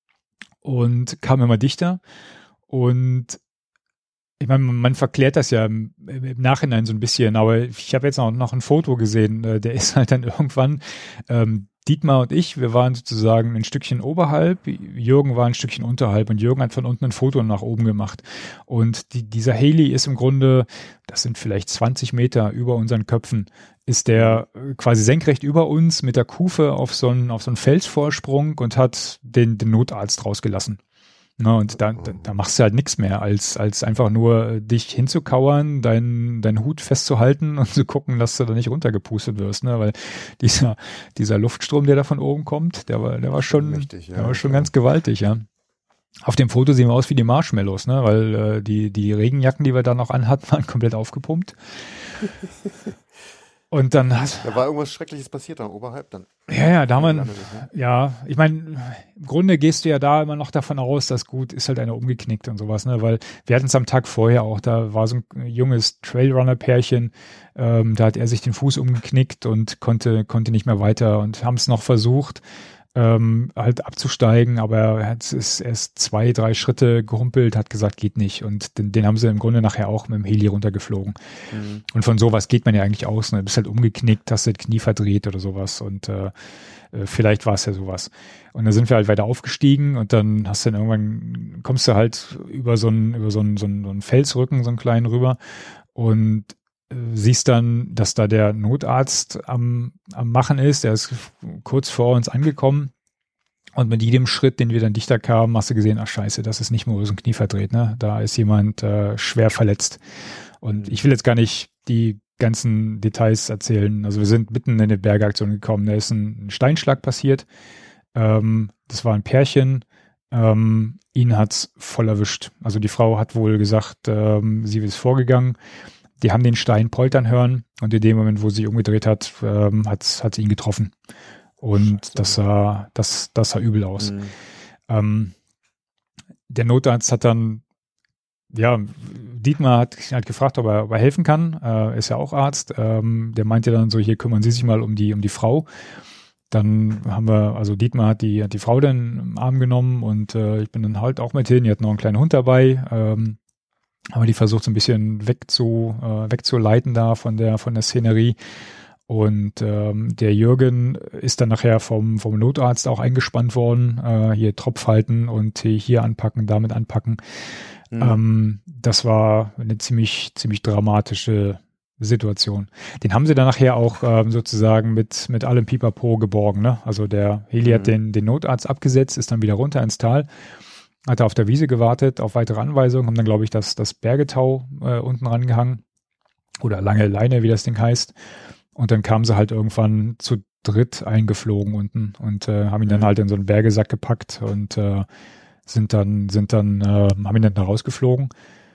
und kam immer dichter. Und ich meine, man verklärt das ja im Nachhinein so ein bisschen, aber ich habe jetzt noch ein Foto gesehen, der ist halt dann irgendwann, Dietmar und ich, wir waren sozusagen ein Stückchen oberhalb, Jürgen war ein Stückchen unterhalb und Jürgen hat von unten ein Foto nach oben gemacht. Und dieser Heli ist im Grunde, das sind vielleicht 20 Meter über unseren Köpfen, ist der quasi senkrecht über uns mit der Kufe auf so einen Felsvorsprung und hat den Notarzt rausgelassen. Na, und da machst du halt nichts mehr, als einfach nur dich hinzukauern, deinen Hut festzuhalten und zu gucken, dass du da nicht runtergepustet wirst, ne? Weil dieser Luftstrom, der da von oben kommt, der war schon mächtig, der war schon ganz gewaltig, ja. Auf dem Foto sehen wir aus wie die Marshmallows, ne? Weil die Regenjacken, die wir da noch anhatten, waren komplett aufgepumpt. Und dann da war irgendwas Schreckliches passiert dann oberhalb dann. Ja, da man, ja, ich meine, im Grunde gehst du ja da immer noch davon aus, dass gut, ist halt einer umgeknickt und sowas, ne, weil wir hatten es am Tag vorher auch, da war so ein junges Trailrunner-Pärchen, da hat er sich den Fuß umgeknickt und konnte nicht mehr weiter und haben es noch versucht, halt abzusteigen, aber er ist erst 2-3 Schritte gehumpelt, hat gesagt, geht nicht. Und den haben sie im Grunde nachher auch mit dem Heli runtergeflogen. Mhm. Und von sowas geht man ja eigentlich aus. Ne? Du bist halt umgeknickt, hast das Knie verdreht oder sowas. Und vielleicht war es ja sowas. Und dann sind wir halt weiter aufgestiegen und dann hast du dann irgendwann, kommst du halt über so einen Felsrücken, so einen kleinen rüber und siehst dann, dass da der Notarzt am Machen ist. Der ist kurz vor uns angekommen. Und mit jedem Schritt, den wir dann dichter kamen, hast du gesehen, ach scheiße, das ist nicht nur so ein Knie verdreht, ne? Da ist jemand schwer verletzt. Und ich will jetzt gar nicht die ganzen Details erzählen. Also wir sind mitten in eine Bergeaktion gekommen. Da ist ein Steinschlag passiert. Das war ein Pärchen. Ihn hat's voll erwischt. Also die Frau hat wohl gesagt, sie ist vorgegangen. Die haben den Stein poltern hören und in dem Moment, wo sie sich umgedreht hat, hat ihn getroffen. Und das sah übel aus. Mhm. Der Notarzt hat dann, ja, Dietmar hat gefragt, ob er helfen kann. Ist ja auch Arzt. Der meinte dann so, hier kümmern Sie sich mal um die Frau. Dann haben wir, also Dietmar hat die Frau dann im Arm genommen und ich bin dann halt auch mit hin. Die hat noch einen kleinen Hund dabei. Aber die versucht so ein bisschen wegzuleiten da von der Szenerie. Und der Jürgen ist dann nachher vom Notarzt auch eingespannt worden. Hier Tropf halten und hier anpacken, damit anpacken. Mhm. Das war eine ziemlich dramatische Situation. Den haben sie dann nachher auch sozusagen mit allem Pipapo geborgen. Ne? Also der Heli hat den Notarzt abgesetzt, ist dann wieder runter ins Tal. Hat er auf der Wiese gewartet, auf weitere Anweisungen, haben dann, glaube ich, das Bergetau unten rangehangen. Oder lange Leine, wie das Ding heißt. Und dann kamen sie halt irgendwann zu dritt eingeflogen unten und haben ihn dann halt in so einen Bergesack gepackt und haben ihn dann da rausgeflogen.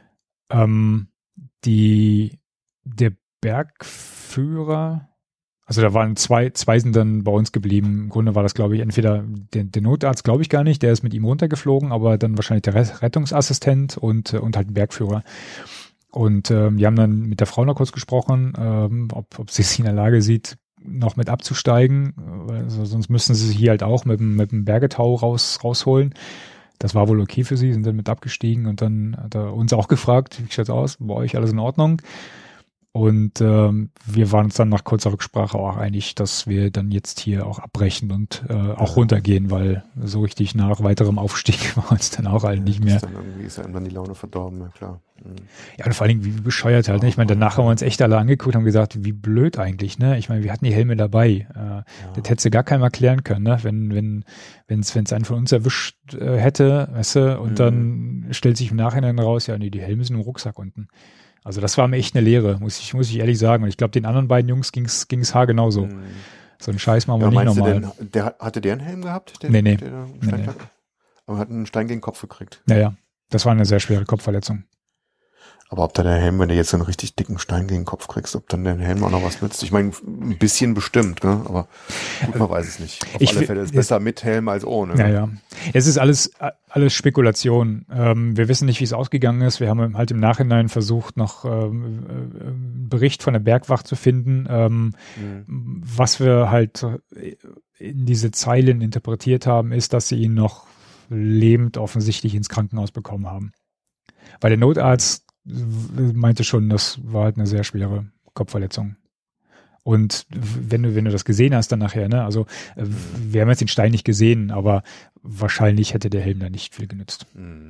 Der Bergführer, also da waren zwei sind dann bei uns geblieben. Im Grunde war das, glaube ich, entweder der Notarzt, glaube ich gar nicht, der ist mit ihm runtergeflogen, aber dann wahrscheinlich der Rettungsassistent und halt ein Bergführer. Und die haben dann mit der Frau noch kurz gesprochen, ob sie sich in der Lage sieht, noch mit abzusteigen. Also sonst müssten sie sich hier halt auch mit dem Bergetau rausholen. Das war wohl okay für sie, sind dann mit abgestiegen und dann hat er uns auch gefragt, wie schaut's aus, bei euch alles in Ordnung? Und wir waren uns dann nach kurzer Rücksprache auch einig, dass wir dann jetzt hier auch abbrechen und auch runtergehen, weil so richtig nach weiterem Aufstieg war uns dann auch allen nicht mehr. Dann irgendwie ist einem dann die Laune verdorben, ja klar. Mhm. Ja, und vor allen Dingen, wie bescheuert halt, ne? Ich meine, danach haben wir uns echt alle angeguckt und haben gesagt, wie blöd eigentlich, ne? Ich meine, wir hatten die Helme dabei. Das hätte gar keinem erklären können, ne? Wenn es einen von uns erwischt hätte, weißt du, und dann stellt sich im Nachhinein raus, ja, nee, die Helme sind im Rucksack unten. Also das war mir echt eine Lehre, muss ich ehrlich sagen. Und ich glaube, den anderen beiden Jungs ging's haargenauso. So einen Scheiß machen wir nicht normal. Hatte der einen Helm gehabt? Nee. Aber hat einen Stein gegen den Kopf gekriegt. Ja. Das war eine sehr schwere Kopfverletzung. Aber ob da der Helm, wenn du jetzt so einen richtig dicken Stein gegen den Kopf kriegst, ob dann der Helm auch noch was nützt? Ich meine, ein bisschen bestimmt, ne? Aber gut, man weiß es nicht. Auf alle Fälle ist es besser mit Helm als ohne. Ja. Es ist alles Spekulation. Wir wissen nicht, wie es ausgegangen ist. Wir haben halt im Nachhinein versucht, noch einen Bericht von der Bergwacht zu finden. Was wir halt in diese Zeilen interpretiert haben, ist, dass sie ihn noch lebend offensichtlich ins Krankenhaus bekommen haben. Weil der Notarzt meinte schon, das war halt eine sehr schwere Kopfverletzung. Und wenn du das gesehen hast dann nachher, ne, also wir haben jetzt den Stein nicht gesehen, aber wahrscheinlich hätte der Helm da nicht viel genützt.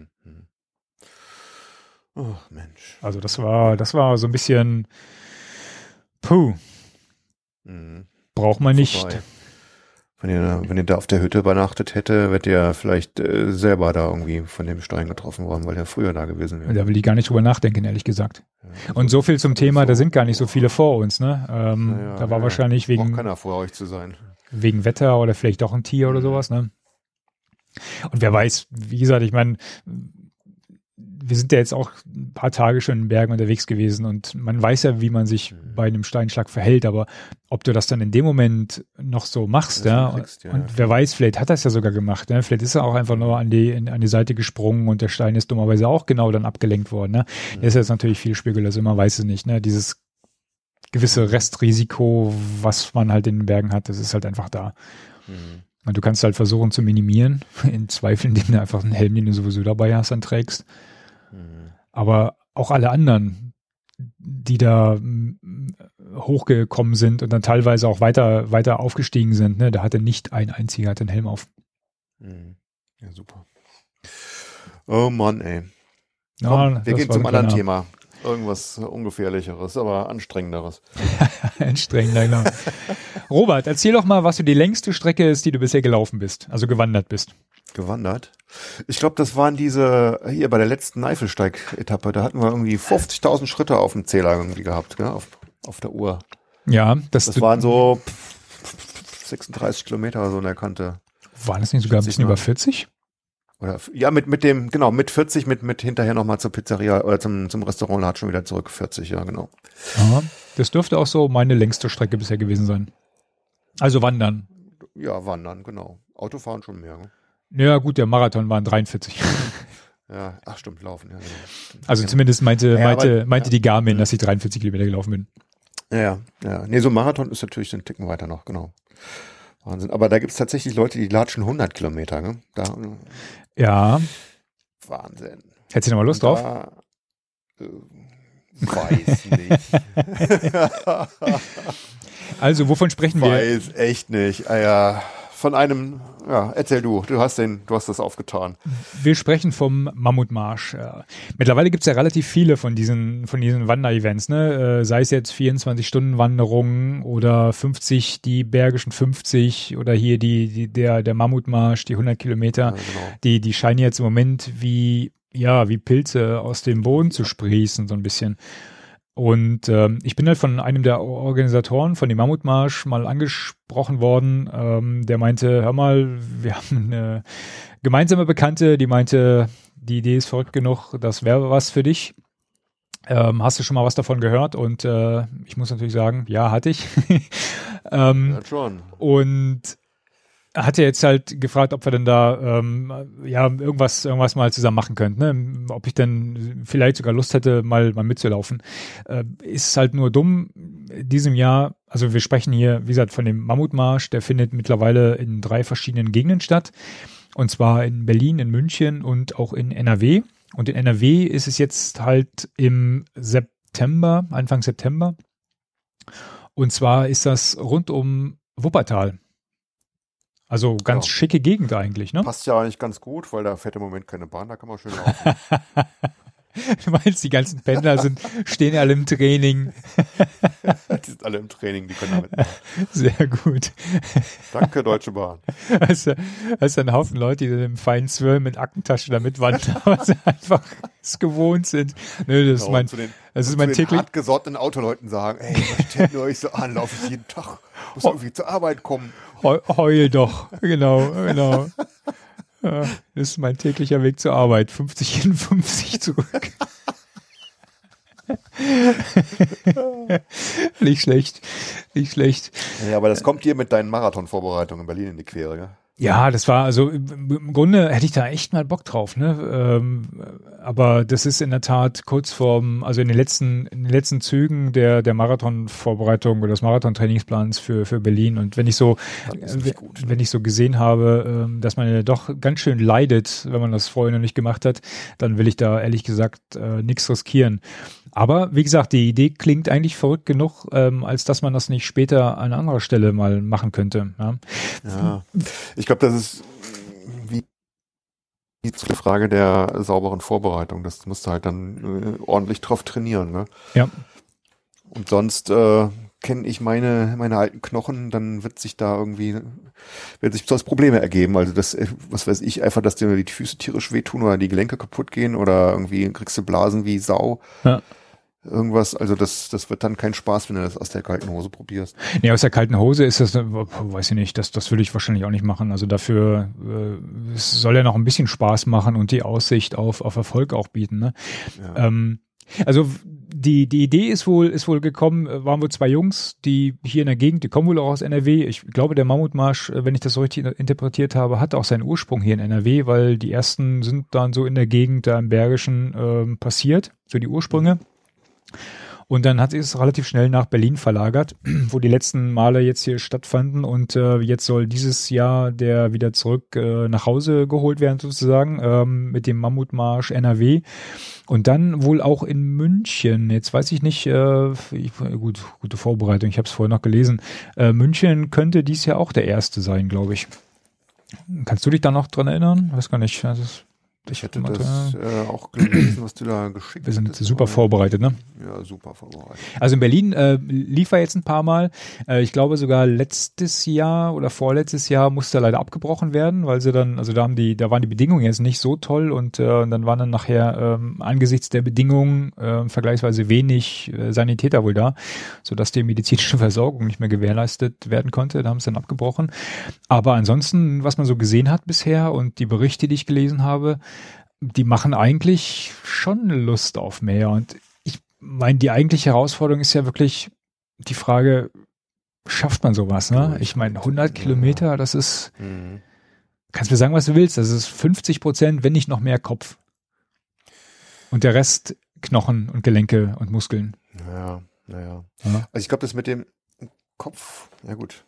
Oh, Mensch. Also das war so ein bisschen braucht man nicht. Wenn ihr da auf der Hütte übernachtet hätte, wärt ihr vielleicht selber da irgendwie von dem Stein getroffen worden, weil der früher da gewesen wäre. Da will ich gar nicht drüber nachdenken, ehrlich gesagt. Ja, und so viel zum Thema, da sind gar nicht so viele vor uns, ne? Da war wahrscheinlich wegen... Braucht keiner vor euch zu sein. Wegen Wetter oder vielleicht doch ein Tier oder sowas, ne? Und wer weiß, wie gesagt, ich meine, wir sind ja jetzt auch ein paar Tage schon in den Bergen unterwegs gewesen und man weiß ja, wie man sich bei einem Steinschlag verhält, aber ob du das dann in dem Moment noch so machst, und wer weiß, vielleicht hat er es ja sogar gemacht, ne? Vielleicht ist er auch einfach nur an die Seite gesprungen und der Stein ist dummerweise auch genau dann abgelenkt worden, ne? Das ist jetzt natürlich viel Spekulation, man weiß es nicht, ne? Dieses gewisse Restrisiko, was man halt in den Bergen hat, das ist halt einfach da. Und du kannst halt versuchen zu minimieren, in Zweifel, indem du einfach einen Helm, den du sowieso dabei hast, dann trägst. Aber auch alle anderen, die da hochgekommen sind und dann teilweise auch weiter aufgestiegen sind, ne, da hatte nicht ein einziger einen Helm auf. Ja, super. Oh Mann, ey. Komm, wir gehen zum anderen Thema. Irgendwas Ungefährlicheres, aber Anstrengenderes. Anstrengender, genau. Robert, erzähl doch mal, was so die längste Strecke ist, die du bisher gelaufen bist, also gewandert bist. Gewandert? Ich glaube, das waren diese, hier bei der letzten Eifelsteig-Etappe, da hatten wir irgendwie 50.000 Schritte auf dem Zähler irgendwie gehabt, gell? Auf der Uhr. Ja. Das waren so 36 Kilometer so in der Kante. Waren das nicht sogar ein bisschen über 40? Oder, ja, mit 40, mit hinterher nochmal zur Pizzeria oder zum Restaurant schon wieder zurück, 40, ja, genau. Aha. Das dürfte auch so meine längste Strecke bisher gewesen sein. Also wandern. Ja, wandern, genau. Autofahren schon mehr, ne? Ja, gut, der Marathon waren 43. Ja, ach stimmt, laufen, ja. Genau. Also zumindest meinte die Garmin, dass ich 43 Kilometer gelaufen bin. Ja. Nee, so ein Marathon ist natürlich einen Ticken weiter noch, genau. Wahnsinn. Aber da gibt es tatsächlich Leute, die latschen 100 Kilometer, ne? Ja. Wahnsinn. Hättest du noch mal Lust drauf? Weiß nicht. Also, wovon sprechen wir? Weiß echt nicht. Ja, von einem, ja, erzähl du hast das aufgetan. Wir sprechen vom Mammutmarsch. Mittlerweile gibt es ja relativ viele von diesen Wanderevents, ne? Sei es jetzt 24-Stunden-Wanderungen oder 50, die Bergischen 50 oder hier der Mammutmarsch, die 100 Kilometer. Ja, genau. Die scheinen jetzt im Moment wie Pilze aus dem Boden zu sprießen, so ein bisschen. Und ich bin halt von einem der Organisatoren von dem Mammutmarsch mal angesprochen worden. Der meinte, hör mal, wir haben eine gemeinsame Bekannte, die meinte, die Idee ist verrückt genug, das wäre was für dich. Hast du schon mal was davon gehört? Und ich muss natürlich sagen, ja, hatte ich. Ja, schon. Und hat er jetzt halt gefragt, ob wir denn da irgendwas mal zusammen machen könnten, ne? Ob ich denn vielleicht sogar Lust hätte, mal mitzulaufen. Ist halt nur dumm. Diesem Jahr, also wir sprechen hier, wie gesagt, von dem Mammutmarsch, der findet mittlerweile in 3 verschiedenen Gegenden statt. Und zwar in Berlin, in München und auch in NRW. Und in NRW ist es jetzt halt im September, Anfang September. Und zwar ist das rund um Wuppertal. Also ganz schicke Gegend eigentlich, ne? Passt ja eigentlich ganz gut, weil da fährt im Moment keine Bahn, da kann man schön laufen. Du meinst, die ganzen Pendler stehen alle im Training. Die sind alle im Training, die können damit machen. Sehr gut. Danke, Deutsche Bahn. Also ein Haufen Leute, die dann im feinen Zwirl mit Aktentaschen damit wandern, aber sie einfach es gewohnt sind. Nö, das ist mein täglich hartgesottenen Autoleuten sagen, ey, was stellt ihr euch so an, laufe ich jeden Tag, muss irgendwie zur Arbeit kommen. Heul doch, genau. Ja, das ist mein täglicher Weg zur Arbeit. 50 hin, 50 zurück. Nicht schlecht. Ja, aber das kommt dir mit deinen Marathonvorbereitungen in Berlin in die Quere, gell? Ja, das war, also im Grunde hätte ich da echt mal Bock drauf, ne? Aber das ist in der Tat kurz vorm, also in den letzten Zügen der Marathonvorbereitung oder des Marathon-Trainingsplans für Berlin. Und wenn ich so gesehen habe, dass man ja doch ganz schön leidet, wenn man das vorher noch nicht gemacht hat, dann will ich da ehrlich gesagt nichts riskieren. Aber wie gesagt, die Idee klingt eigentlich verrückt genug, als dass man das nicht später an anderer Stelle mal machen könnte. Ja. Ich glaube, das ist wie die Frage der sauberen Vorbereitung. Das musst du halt dann ordentlich drauf trainieren. Ne? Ja. Und sonst kenne ich meine alten Knochen, dann wird sich sonst Probleme ergeben. Also das, was weiß ich, einfach, dass dir die Füße tierisch wehtun oder die Gelenke kaputt gehen oder irgendwie kriegst du Blasen wie Sau. Ja. Irgendwas, also das wird dann kein Spaß, wenn du das aus der kalten Hose probierst. Nee, aus der kalten Hose ist das, weiß ich nicht, das würde ich wahrscheinlich auch nicht machen. Also dafür es soll ja noch ein bisschen Spaß machen und die Aussicht auf Erfolg auch bieten. Ne? Ja. Also die Idee ist wohl gekommen, waren wohl zwei Jungs, die hier in der Gegend, die kommen wohl auch aus NRW. Ich glaube, der Mammutmarsch, wenn ich das so richtig interpretiert habe, hat auch seinen Ursprung hier in NRW, weil die ersten sind dann so in der Gegend da im Bergischen passiert, so die Ursprünge. Und dann hat sich es relativ schnell nach Berlin verlagert, wo die letzten Male jetzt hier stattfanden. Und jetzt soll dieses Jahr der wieder zurück nach Hause geholt werden, sozusagen, mit dem Mammutmarsch NRW. Und dann wohl auch in München. Jetzt weiß ich nicht, gute Vorbereitung, ich habe es vorher noch gelesen. München könnte dies Jahr auch der erste sein, glaube ich. Kannst du dich da noch dran erinnern? Weiß gar nicht. Ich hätte das auch gelesen, was du da geschickt hast. Wir sind super vorbereitet, ne? Ja, super vorbereitet. Also in Berlin lief er jetzt ein paar Mal. Ich glaube sogar letztes Jahr oder vorletztes Jahr musste er leider abgebrochen werden, weil sie dann, also da waren die Bedingungen jetzt nicht so toll und dann waren dann nachher angesichts der Bedingungen vergleichsweise wenig Sanitäter wohl da, sodass die medizinische Versorgung nicht mehr gewährleistet werden konnte. Da haben sie dann abgebrochen. Aber ansonsten, was man so gesehen hat bisher und die Berichte, die ich gelesen habe, die machen eigentlich schon Lust auf mehr. Und ich meine, die eigentliche Herausforderung ist ja wirklich die Frage, schafft man sowas, ne? Ich meine, 100 Kilometer, das ist, kannst mir sagen, was du willst, das ist 50%, wenn nicht noch mehr Kopf. Und der Rest Knochen und Gelenke und Muskeln. Naja. Also ich glaube, das mit dem Kopf, ja gut.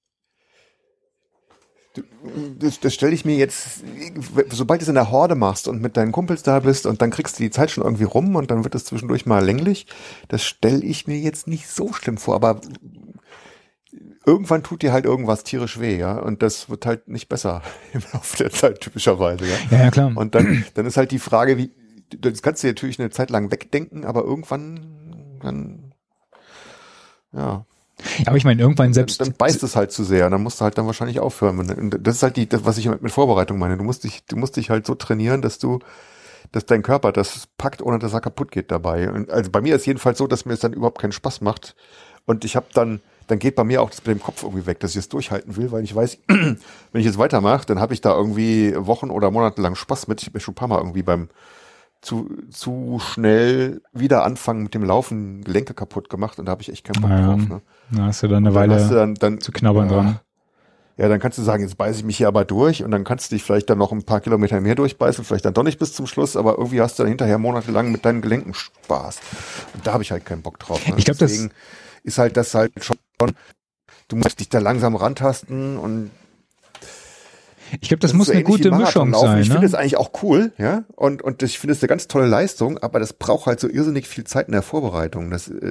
Das stelle ich mir jetzt, sobald du es in der Horde machst und mit deinen Kumpels da bist und dann kriegst du die Zeit schon irgendwie rum und dann wird es zwischendurch mal länglich, das stelle ich mir jetzt nicht so schlimm vor, aber irgendwann tut dir halt irgendwas tierisch weh, ja, und das wird halt nicht besser im Laufe der Zeit typischerweise, ja. Ja, klar. Und dann ist halt die Frage, das kannst du natürlich eine Zeit lang wegdenken, aber irgendwann dann, ja. Ja, aber ich meine, irgendwann selbst. Dann beißt es halt zu sehr, dann musst du halt dann wahrscheinlich aufhören. Das ist halt das, was ich mit Vorbereitung meine. Du musst dich halt so trainieren, dass dein Körper das packt, ohne dass er kaputt geht dabei. Und also bei mir ist jedenfalls so, dass mir es dann überhaupt keinen Spaß macht. Und ich habe dann geht bei mir auch das mit dem Kopf irgendwie weg, dass ich es durchhalten will, weil ich weiß, wenn ich jetzt weitermache, dann habe ich da irgendwie Wochen oder Monate lang Spaß mit. Ich habe mir schon ein paar Mal irgendwie beim zu schnell wieder anfangen mit dem Laufen Gelenke kaputt gemacht und da habe ich echt keinen Bock drauf. Ne? Da hast du dann eine Weile dann zu knabbern dran. Ja, dann kannst du sagen, jetzt beiße ich mich hier aber durch und dann kannst du dich vielleicht dann noch ein paar Kilometer mehr durchbeißen, vielleicht dann doch nicht bis zum Schluss, aber irgendwie hast du dann hinterher monatelang mit deinen Gelenken Spaß. Und da habe ich halt keinen Bock drauf. Ne? Ich glaube, deswegen ist halt das halt schon, du musst dich da langsam rantasten und ich glaube, das muss eine gute Mischung sein. Ich finde es eigentlich auch cool, ja, und ich finde es eine ganz tolle Leistung, aber das braucht halt so irrsinnig viel Zeit in der Vorbereitung.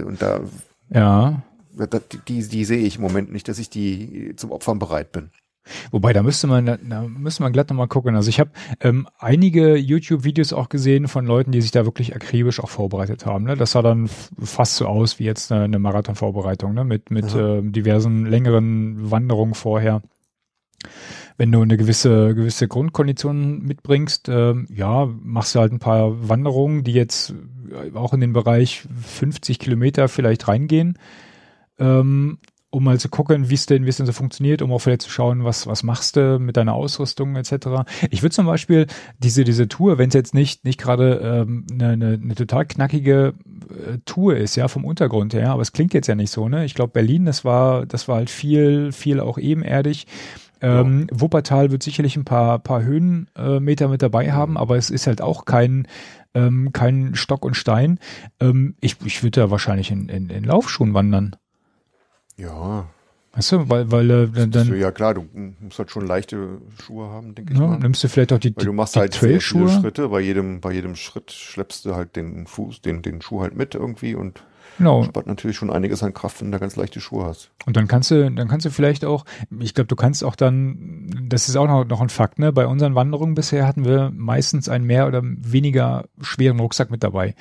Die sehe ich im Moment nicht, dass ich die zum Opfern bereit bin. Wobei, da müsste man glatt nochmal gucken. Also ich habe einige YouTube-Videos auch gesehen von Leuten, die sich da wirklich akribisch auch vorbereitet haben. Ne? Das sah dann fast so aus wie jetzt eine Marathon-Vorbereitung, ne? Mit diversen längeren Wanderungen vorher. Wenn du eine gewisse Grundkondition mitbringst, machst du halt ein paar Wanderungen, die jetzt auch in den Bereich 50 Kilometer vielleicht reingehen, um mal zu gucken, wie es denn so funktioniert, um auch vielleicht zu schauen, was machst du mit deiner Ausrüstung etc. Ich würde zum Beispiel diese Tour, wenn es jetzt nicht gerade eine total knackige Tour ist, ja, vom Untergrund her, aber es klingt jetzt ja nicht so, ne? Ich glaube, Berlin, das war halt viel auch ebenerdig. Wuppertal wird sicherlich ein paar Höhenmeter mit dabei haben, aber es ist halt auch kein Stock und Stein. Ich würde da wahrscheinlich in Laufschuhen wandern. Ja. Weißt du, weil dann. Ja klar, du musst halt schon leichte Schuhe haben, denke ich mal. Nimmst du vielleicht auch die weil du machst die halt sehr viele Trailschuhe. Schritte, bei jedem Schritt schleppst du halt den Schuh halt mit irgendwie und Genau. spart natürlich schon einiges an Kraft, wenn du da ganz leichte Schuhe hast. Und dann kannst du vielleicht auch, ich glaube, du kannst auch dann, das ist auch noch ein Fakt, ne? Bei unseren Wanderungen bisher hatten wir meistens einen mehr oder weniger schweren Rucksack mit dabei.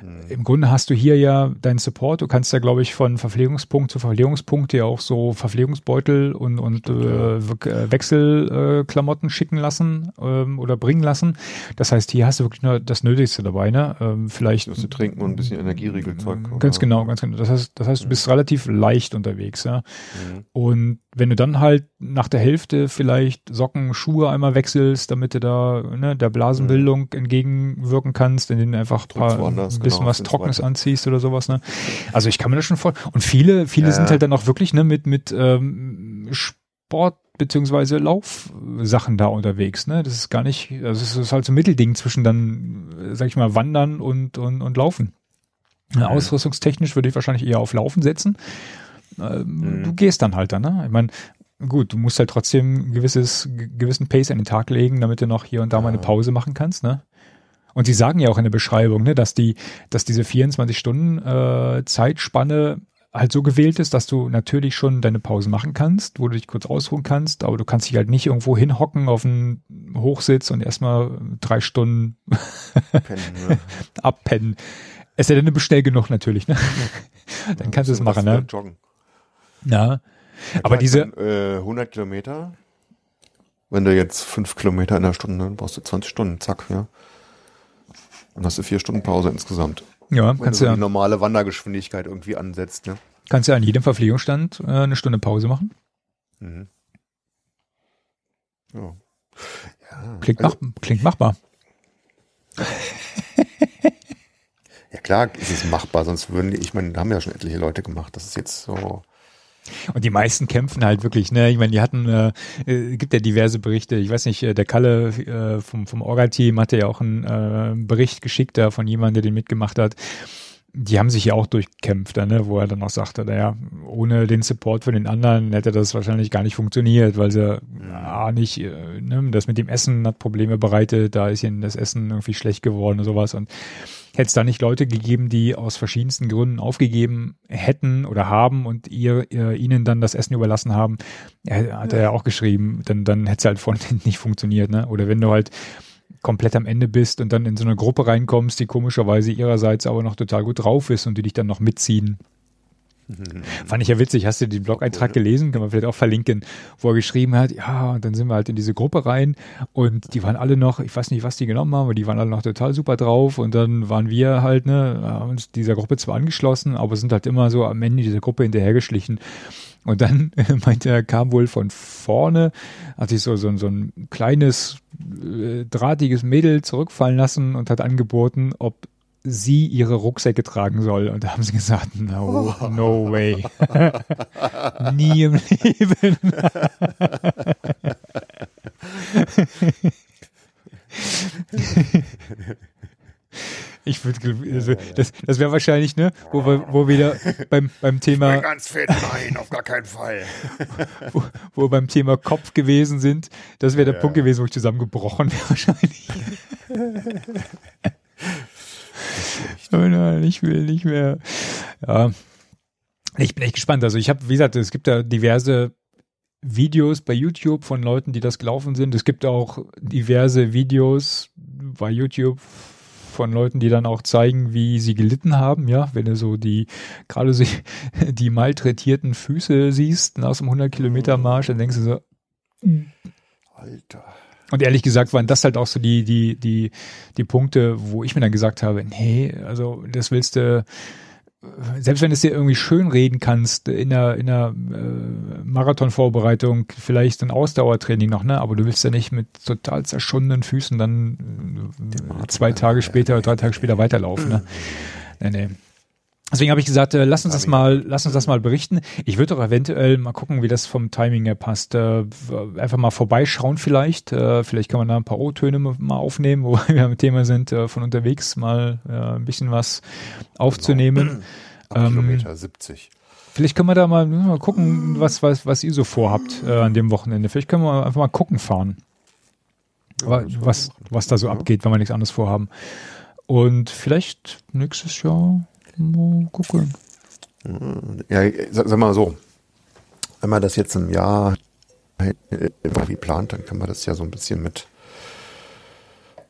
Im Grunde hast du hier ja deinen Support. Du kannst ja, glaube ich, von Verpflegungspunkt zu Verpflegungspunkt ja auch so Verpflegungsbeutel und Wechselklamotten schicken lassen oder bringen lassen. Das heißt, hier hast du wirklich nur das Nötigste dabei, ne? Vielleicht. Du trinken und ein bisschen Energieriegelzeug. Ganz genau. Das heißt, du bist relativ leicht unterwegs, ja. Und wenn du dann halt nach der Hälfte vielleicht Socken, Schuhe einmal wechselst, damit du da der Blasenbildung entgegenwirken kannst, indem du einfach ein bisschen was Trockenes anziehst oder sowas. Ne? Also ich kann mir das schon vorstellen. Und viele sind halt dann auch wirklich mit Sport beziehungsweise Laufsachen da unterwegs. Ne? Das ist gar nicht, also es ist halt so ein Mittelding zwischen dann, sag ich mal, Wandern und Laufen. Ausrüstungstechnisch würde ich wahrscheinlich eher auf Laufen setzen. Du gehst dann halt ne? Ich meine, gut, du musst halt trotzdem gewissen Pace an den Tag legen, damit du noch hier und da mal eine Pause machen kannst, ne? Und sie sagen ja auch in der Beschreibung, ne, dass diese 24 Stunden Zeitspanne halt so gewählt ist, dass du natürlich schon deine Pausen machen kannst, wo du dich kurz ausruhen kannst, aber du kannst dich halt nicht irgendwo hinhocken auf einen Hochsitz und erstmal 3 Stunden abpennen. Es sei denn, du bist schnell genug natürlich, ne? Dann kannst du es machen, ne? Joggen. Ja. Aber diese 100 Kilometer, wenn du jetzt 5 Kilometer in der Stunde, dann brauchst du 20 Stunden, zack, ja. Dann hast du 4 Stunden Pause insgesamt. Ja, kannst du die normale Wandergeschwindigkeit irgendwie ansetzt, ne? Kannst du an jedem Verpflegungsstand eine Stunde Pause machen. Mhm. Ja. Klingt machbar. Ja klar, ist es machbar, sonst da haben ja schon etliche Leute gemacht, das ist jetzt so. Und die meisten kämpfen halt wirklich, ne? Ich meine, die hatten, gibt ja diverse Berichte. Ich weiß nicht, der Kalle vom Orga-Team hatte ja auch einen Bericht geschickt da von jemandem, der den mitgemacht hat. Die haben sich ja auch durchgekämpft, ne? Wo er dann auch sagte, naja, ohne den Support von den anderen hätte das wahrscheinlich gar nicht funktioniert, weil sie nicht, ne? Das mit dem Essen hat Probleme bereitet, da ist ihnen das Essen irgendwie schlecht geworden und sowas und hätte es da nicht Leute gegeben, die aus verschiedensten Gründen aufgegeben hätten oder haben und ihnen dann das Essen überlassen haben, hat er ja auch geschrieben, dann hätte es halt vorne nicht funktioniert, ne? Oder wenn du halt komplett am Ende bist und dann in so eine Gruppe reinkommst, die komischerweise ihrerseits aber noch total gut drauf ist und die dich dann noch mitziehen. Fand ich ja witzig. Hast du den Blog-Eintrag gelesen? Kann man vielleicht auch verlinken, wo er geschrieben hat, ja, und dann sind wir halt in diese Gruppe rein und die waren alle noch, ich weiß nicht, was die genommen haben, aber die waren alle noch total super drauf und dann waren wir halt, haben uns dieser Gruppe zwar angeschlossen, aber sind halt immer so am Ende dieser Gruppe hinterhergeschlichen. Und dann meinte er, kam wohl von vorne, hat sich so ein kleines, drahtiges Mädel zurückfallen lassen und hat angeboten, ob sie ihre Rucksäcke tragen soll. Und da haben sie gesagt, no way. Nie im Leben. Ich würde, also, das wäre wahrscheinlich, ne, wo wir wieder beim Thema. Ich bin ganz fit, nein, auf gar keinen Fall. wo wir beim Thema Kopf gewesen sind. Das wäre der Punkt gewesen, wo ich zusammengebrochen wäre wahrscheinlich. Oh nein, ich will nicht mehr. Ja. Ich bin echt gespannt. Also ich habe, wie gesagt, es gibt da diverse Videos bei YouTube von Leuten, die das gelaufen sind. Es gibt auch diverse Videos bei YouTube von Leuten, die dann auch zeigen, wie sie gelitten haben, ja, wenn du so die malträtierten Füße siehst nach so einem 100-Kilometer-Marsch, dann denkst du so, Alter. Und ehrlich gesagt waren das halt auch so die Punkte, wo ich mir dann gesagt habe, nee, also das willst du, selbst wenn du es dir irgendwie schön reden kannst in der Marathonvorbereitung, vielleicht ein Ausdauertraining noch, ne? Aber du willst ja nicht mit total zerschundenen Füßen dann 2 Tage später oder 3 Tage später weiterlaufen, ne? Nee. Deswegen habe ich gesagt, lass uns das mal berichten. Ich würde doch eventuell mal gucken, wie das vom Timing her passt. Einfach mal vorbeischauen vielleicht. Vielleicht kann man da ein paar O-Töne mal aufnehmen, wo wir am Thema sind, von unterwegs mal ein bisschen was aufzunehmen. Ab Kilometer 70. Vielleicht können wir da mal gucken, was ihr so vorhabt an dem Wochenende. Vielleicht können wir einfach mal gucken fahren. Ja, was da so abgeht, wenn wir nichts anderes vorhaben. Und vielleicht nächstes Jahr mal gucken. Ja, sag mal so. Wenn man das jetzt im Jahr irgendwie plant, dann kann man das ja so ein bisschen mit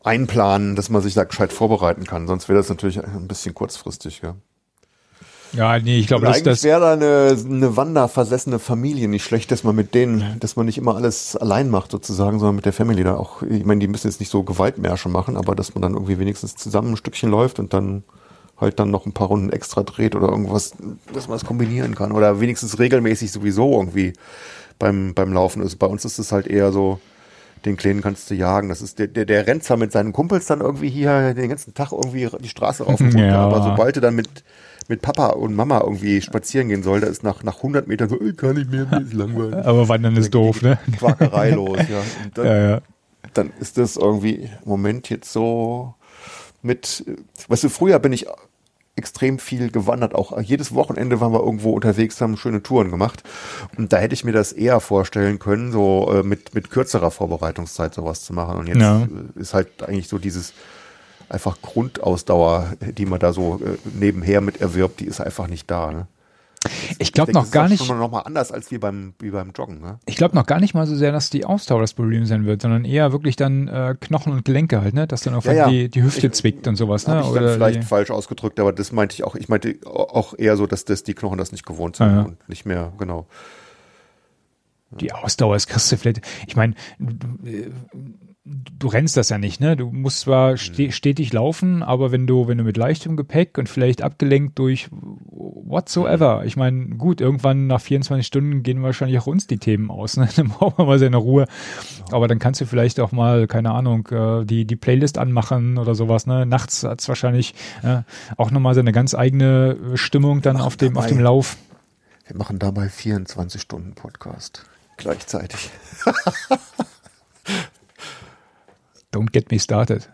einplanen, dass man sich da gescheit vorbereiten kann. Sonst wäre das natürlich ein bisschen kurzfristig, ja. Ja, nee, ich glaube, eigentlich wäre da eine wanderversessene Familie nicht schlecht, dass man mit denen, dass man nicht immer alles allein macht sozusagen, sondern mit der Family da auch, ich meine, die müssen jetzt nicht so Gewaltmärsche machen, aber dass man dann irgendwie wenigstens zusammen ein Stückchen läuft und dann halt dann noch ein paar Runden extra dreht oder irgendwas, dass man es kombinieren kann oder wenigstens regelmäßig sowieso irgendwie beim Laufen ist. Bei uns ist es halt eher so, den Kleinen kannst du jagen. Das ist der rennt zwar mit seinen Kumpels dann irgendwie hier den ganzen Tag irgendwie die Straße rauf und runter, Ja. aber sobald du dann mit Papa und Mama irgendwie spazieren gehen soll, da ist nach 100 Metern so, ich kann nicht mehr, mir ist langweilig. Aber wandern ist doof, ne? Quakerei los, ja. Und dann, Ja. dann ist das irgendwie im Moment jetzt so mit, weißt du, früher bin ich extrem viel gewandert, auch jedes Wochenende waren wir irgendwo unterwegs, haben schöne Touren gemacht und da hätte ich mir das eher vorstellen können, so mit kürzerer Vorbereitungszeit sowas zu machen und jetzt ist halt eigentlich so dieses einfach Grundausdauer, die man da so nebenher mit erwirbt, die ist einfach nicht da, ne? Ich glaube noch gar nicht. Das ist schon noch mal anders als wie beim Joggen, ne? Ich glaube noch gar nicht mal so sehr, dass die Ausdauer das Problem sein wird, sondern eher wirklich dann Knochen und Gelenke halt, ne? Dass dann auch die Hüfte zwickt und sowas, ne? Oder dann vielleicht falsch ausgedrückt, aber das meinte ich auch. Ich meinte auch eher so, dass die Knochen das nicht gewohnt sind und nicht mehr, genau. Die Ausdauer ist kriegst du vielleicht. Ich meine, du rennst das ja nicht, ne? Du musst zwar stetig laufen, aber wenn du mit leichtem Gepäck und vielleicht abgelenkt durch whatsoever, ich meine, gut, irgendwann nach 24 Stunden gehen wahrscheinlich auch uns die Themen aus, ne? Dann brauchen wir mal seine Ruhe. Aber dann kannst du vielleicht auch mal, keine Ahnung, die Playlist anmachen oder sowas, ne? Nachts hat's wahrscheinlich auch nochmal seine ganz eigene Stimmung dann auf dem Lauf. Wir machen dabei 24 Stunden Podcast gleichzeitig. Don't get me started.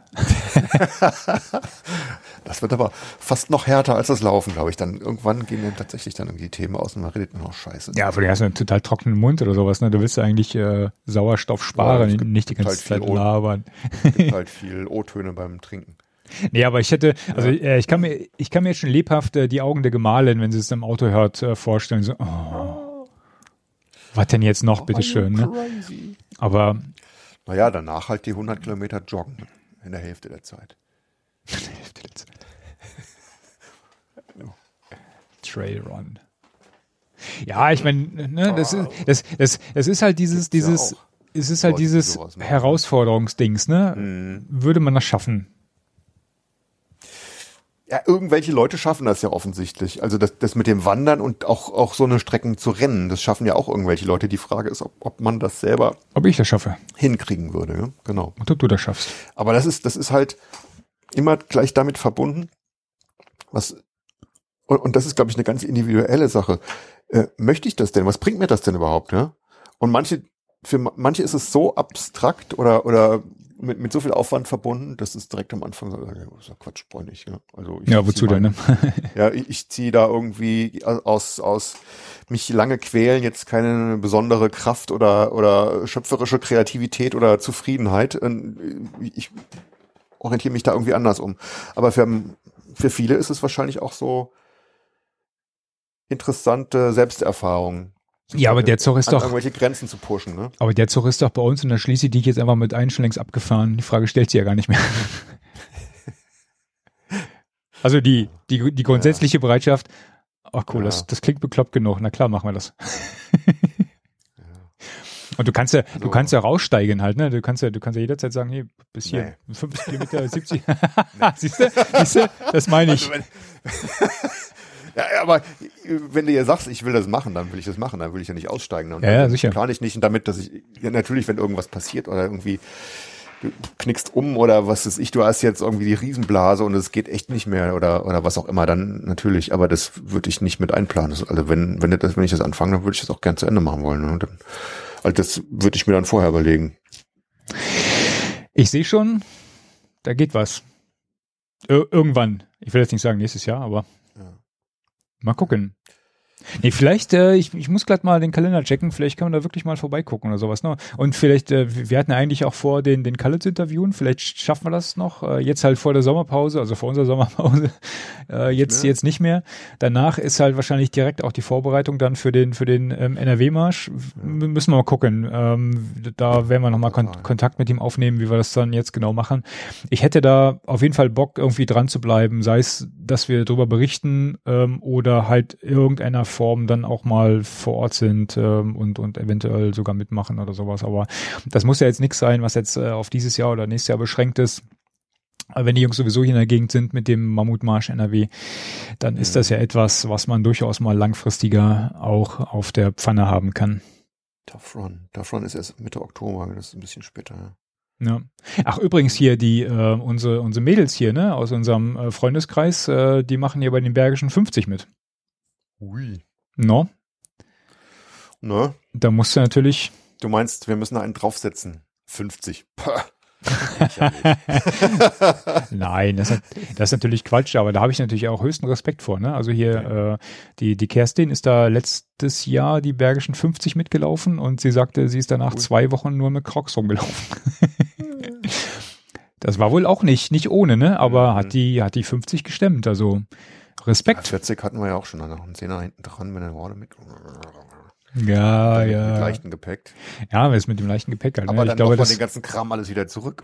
Das wird aber fast noch härter als das Laufen, glaube ich. Dann irgendwann gehen dann tatsächlich dann irgendwie die Themen aus und man redet nur noch Scheiße. Ja, aber du hast einen total trockenen Mund oder sowas, ne? Du willst ja eigentlich Sauerstoff sparen, nicht die ganze Zeit labern. Es gibt halt viel O-Töne beim Trinken. Nee, aber ich kann mir jetzt schon lebhaft die Augen der Gemahlin, wenn sie es im Auto hört, vorstellen. So, was denn jetzt noch, bitteschön, ne? Aber naja, danach halt die 100 Kilometer joggen in der Hälfte der Zeit. Trailrun. Ja, ich meine, ne, das ist halt dieses Herausforderungsdings, ne? Würde man das schaffen? Ja, irgendwelche Leute schaffen das ja offensichtlich. Also das mit dem Wandern und auch so eine Strecken zu rennen, das schaffen ja auch irgendwelche Leute. Die Frage ist, ob man das selber ich das schaffe. Hinkriegen würde. Ja? Genau. Und ob du das schaffst. Aber das ist halt immer gleich damit verbunden, und das ist, glaube ich, eine ganz individuelle Sache. Möchte ich das denn? Was bringt mir das denn überhaupt? Ja? Und für manche ist es so abstrakt oder mit so viel Aufwand verbunden, dass es direkt am Anfang so, das ist ja Quatsch, brauche ich. Ja, also wozu denn? Ne? Ja, ich ziehe da irgendwie aus mich lange quälen jetzt keine besondere Kraft oder schöpferische Kreativität oder Zufriedenheit. Ich orientiere mich da irgendwie anders um. Aber für viele ist es wahrscheinlich auch so interessante Selbsterfahrung. Ja, aber der Zug ist doch irgendwelche Grenzen zu pushen, ne? Aber der Zug ist doch bei uns und da schließe ich dich jetzt einfach mit ein schon längst abgefahren. Die Frage stellt sie ja gar nicht mehr. Also die grundsätzliche Bereitschaft. Ach cool, das klingt bekloppt genug. Na klar, machen wir das. Und du kannst ja raussteigen halt, ne? Du kannst ja jederzeit sagen, nee, bis hier, 50 Kilometer, 70. Siehst du, das meine ich. Ja, aber wenn du ja sagst, ich will das machen, dann will ich das machen, dann will ich ja nicht aussteigen. Und ja, sicher. Plane ich nicht damit, dass ich, ja, natürlich, wenn irgendwas passiert oder irgendwie du knickst um oder was weiß ich, du hast jetzt irgendwie die Riesenblase und es geht echt nicht mehr oder was auch immer, dann natürlich, aber das würde ich nicht mit einplanen. Also wenn ich das anfange, dann würde ich das auch gern zu Ende machen wollen. Ne? Also das würde ich mir dann vorher überlegen. Ich sehe schon, da geht was. Irgendwann. Ich will jetzt nicht sagen nächstes Jahr, aber mal gucken. Nee, vielleicht, ich muss glatt mal den Kalender checken, vielleicht kann man da wirklich mal vorbeigucken oder sowas. Ne? Und vielleicht, wir hatten eigentlich auch vor, den Kalle zu interviewen, vielleicht schaffen wir das noch, jetzt halt vor der Sommerpause, also vor unserer Sommerpause, jetzt nicht mehr. Danach ist halt wahrscheinlich direkt auch die Vorbereitung dann für den NRW-Marsch. Müssen wir mal gucken. Da werden wir nochmal Kontakt mit ihm aufnehmen, wie wir das dann jetzt genau machen. Ich hätte da auf jeden Fall Bock, irgendwie dran zu bleiben, sei es, dass wir darüber berichten oder halt irgendeiner Form dann auch mal vor Ort sind und eventuell sogar mitmachen oder sowas. Aber das muss ja jetzt nichts sein, was jetzt auf dieses Jahr oder nächstes Jahr beschränkt ist. Aber wenn die Jungs sowieso hier in der Gegend sind mit dem Mammutmarsch NRW, dann ist das ja etwas, was man durchaus mal langfristiger auch auf der Pfanne haben kann. Tough Run ist erst Mitte Oktober, das ist ein bisschen später. Ja. Ach, übrigens hier unsere Mädels hier, ne, aus unserem Freundeskreis, die machen hier bei den Bergischen 50 mit. Ui. No? Ne? Da musst du natürlich. Du meinst, wir müssen da einen draufsetzen. 50. Pah. Nein, das ist natürlich Quatsch, aber da habe ich natürlich auch höchsten Respekt vor. Ne? Also hier, die Kerstin ist da letztes Jahr die Bergischen 50 mitgelaufen und sie sagte, sie ist danach 2 Wochen nur mit Crocs rumgelaufen. Das war wohl auch nicht ohne, ne? Aber hat die 50 gestemmt, also Respekt. Ja, 40 hatten wir ja auch schon, noch einen 10er hinten dran mit der Horde mit. Ja. Mit leichten Gepäck. Ja, wir ist mit dem leichten Gepäck halt. Aber ne? dann noch mal den ganzen Kram alles wieder zurück.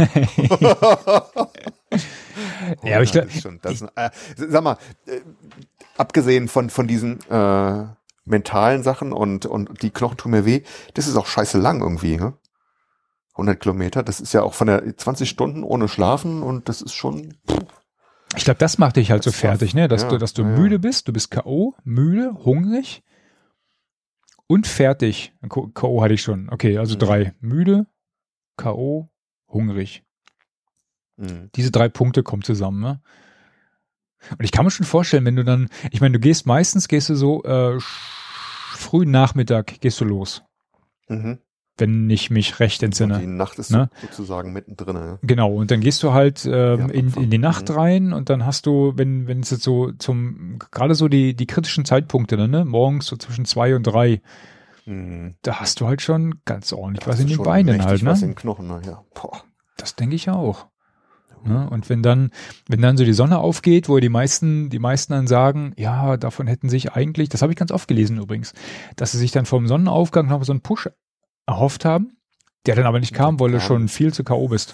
Ja, aber ich glaube, sag mal, abgesehen von diesen mentalen Sachen und die Knochen tun mir weh, das ist auch scheiße lang irgendwie, ne? 100 Kilometer, das ist ja auch von der 20 Stunden ohne Schlafen und das ist schon. Ich glaube, das macht dich halt so fertig, ne? Dass du müde bist, du bist K.O., müde, hungrig und fertig. K.O. hatte ich schon. Okay, also 3. Müde, K.O., hungrig. Diese 3 Punkte kommen zusammen, ne? Und ich kann mir schon vorstellen, wenn du dann, ich meine, du meistens gehst du so frühen Nachmittag gehst du los. Wenn ich mich recht entsinne. Und die Nacht ist sozusagen mittendrin. Ja. Genau, und dann gehst du halt in die Nacht rein und dann hast du, wenn es jetzt so gerade so die kritischen Zeitpunkte, ne, morgens so zwischen 2 und 3, da hast du halt schon ganz ordentlich was in den Beinen halt, ne? Was in den Knochen, ne? Ja. Boah. Das denke ich auch. Ja, und wenn dann so die Sonne aufgeht, wo die meisten dann sagen, ja, davon hätten sich eigentlich, das habe ich ganz oft gelesen übrigens, dass sie sich dann vom Sonnenaufgang noch so einen Push erhofft haben, der dann aber nicht kam, weil du schon viel zu K.O. bist.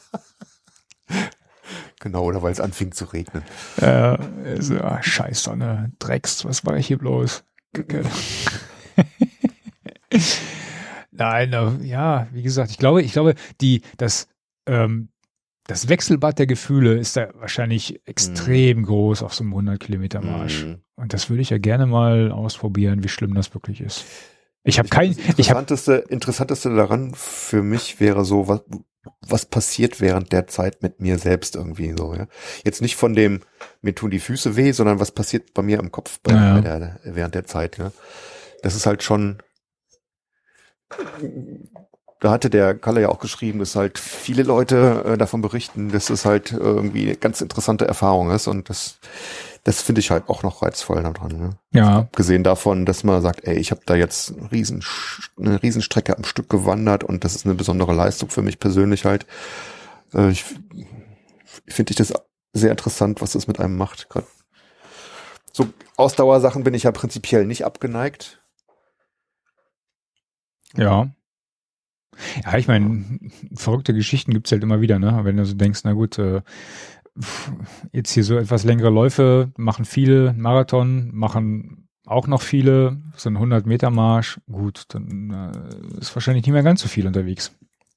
Genau, oder weil es anfing zu regnen. Scheiß Sonne, Drecks, was war ich hier bloß? Nein, ja, wie gesagt, ich glaube, das Wechselbad der Gefühle ist da wahrscheinlich extrem groß auf so einem 100 Kilometer Marsch. Und das würde ich ja gerne mal ausprobieren, wie schlimm das wirklich ist. Interessanteste daran für mich wäre so, was passiert während der Zeit mit mir selbst irgendwie so, ja. Jetzt nicht von dem, mir tun die Füße weh, sondern was passiert bei mir im Kopf während der Zeit, ja. Das ist halt schon, da hatte der Kalle ja auch geschrieben, dass halt viele Leute davon berichten, dass es halt irgendwie eine ganz interessante Erfahrung ist und das finde ich halt auch noch reizvoll daran. Ne? Ja. Abgesehen davon, dass man sagt, ey, ich habe da jetzt eine Riesenstrecke am Stück gewandert und das ist eine besondere Leistung für mich persönlich halt. Finde ich das sehr interessant, was das mit einem macht. Gerade so Ausdauersachen bin ich ja prinzipiell nicht abgeneigt. Ja. Ja, ich meine, verrückte Geschichten gibt's halt immer wieder, ne? Wenn du so denkst, na gut, jetzt hier so etwas längere Läufe, machen viele, Marathon, machen auch noch viele, so ein 100-Meter-Marsch, gut, dann ist wahrscheinlich nicht mehr ganz so viel unterwegs.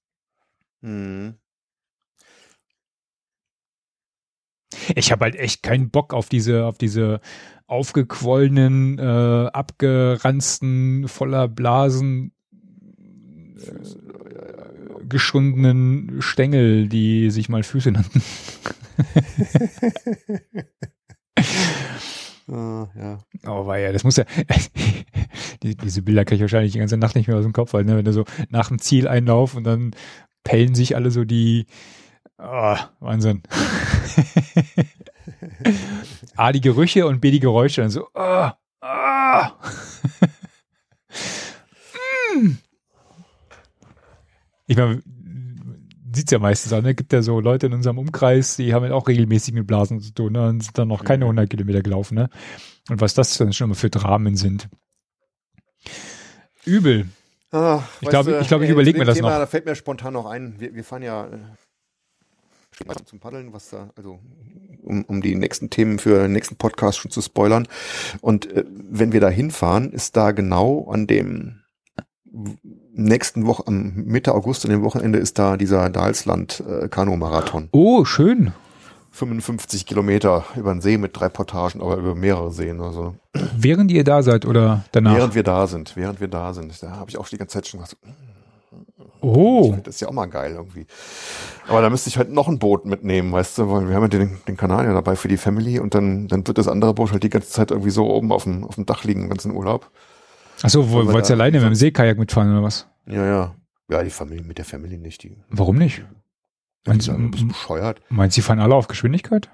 Ich habe halt echt keinen Bock auf diese aufgequollenen, abgeranzten, voller Blasen geschundenen Stängel, die sich mal Füße nannten. Ja. Aber ja, das muss ja, diese Bilder kriege ich wahrscheinlich die ganze Nacht nicht mehr aus dem Kopf, weil, ne, wenn du so nach dem Zieleinlauf und dann pellen sich alle so die, Wahnsinn. A, die Gerüche und B, die Geräusche, dann so, Ich meine, sieht's ja meistens an, ne? Gibt ja so Leute in unserem Umkreis, die haben ja auch regelmäßig mit Blasen zu tun, ne? Und sind dann noch keine 100 Kilometer gelaufen, ne? Und was das dann schon immer für Dramen sind. Übel. Ich glaube, ich überlege mir das Thema, noch. Da fällt mir spontan noch ein, wir fahren ja zum Paddeln, was da, also um die nächsten Themen für den nächsten Podcast schon zu spoilern. Und wenn wir da hinfahren, ist da genau an dem nächsten Woche, am Mitte August, an dem Wochenende, ist da dieser Dalsland-Kanu-Marathon. Oh, schön. 55 Kilometer über den See mit 3 Portagen, aber über mehrere Seen. Also. Während ihr da seid oder danach? Während wir da sind. Da habe ich auch die ganze Zeit schon gesagt, oh. Das ist ja auch mal geil irgendwie. Aber da müsste ich halt noch ein Boot mitnehmen, weißt du, weil wir haben ja den Kanadier dabei für die Family und dann wird das andere Boot halt die ganze Zeit irgendwie so oben auf dem Dach liegen, den ganzen Urlaub. Achso, wolltest du alleine mit dem Seekajak mitfahren oder was? Ja. Ja, die Familie, mit der Family nicht. Warum nicht? Meinst du, bist bescheuert? Meinst du, die fahren alle auf Geschwindigkeit?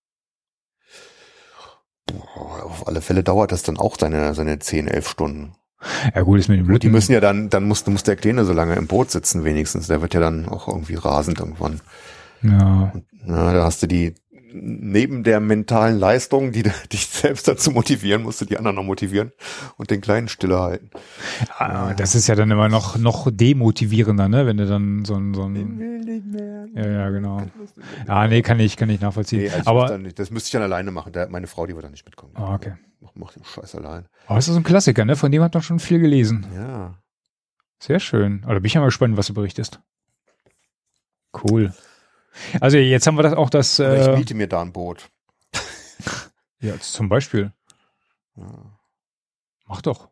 Boah, auf alle Fälle dauert das dann auch seine 10, 11 Stunden. Ja gut, ist mit dem Blöden. Die müssen ja dann muss der Kleine so lange im Boot sitzen wenigstens. Der wird ja dann auch irgendwie rasend irgendwann. Ja. Und, da hast du die, neben der mentalen Leistung, die dich selbst dazu motivieren, musst du die anderen noch motivieren und den Kleinen stille halten. Ja, das ist ja dann immer noch demotivierender, ne, wenn du dann so ein will nicht mehr. Ja, genau. Ja, nee, kann ich nachvollziehen. Nee, also aber das müsste ich dann alleine machen. Meine Frau, die wird dann nicht mitkommen. Ah, okay. Mach den Scheiß allein. Aber es ist so ein Klassiker, ne? Von dem hat man schon viel gelesen. Ja. Sehr schön. Aber da bin ich ja mal gespannt, was du berichtest. Cool. Also jetzt haben wir das auch das... ich miete mir da ein Boot. Ja, zum Beispiel. Ja. Mach doch.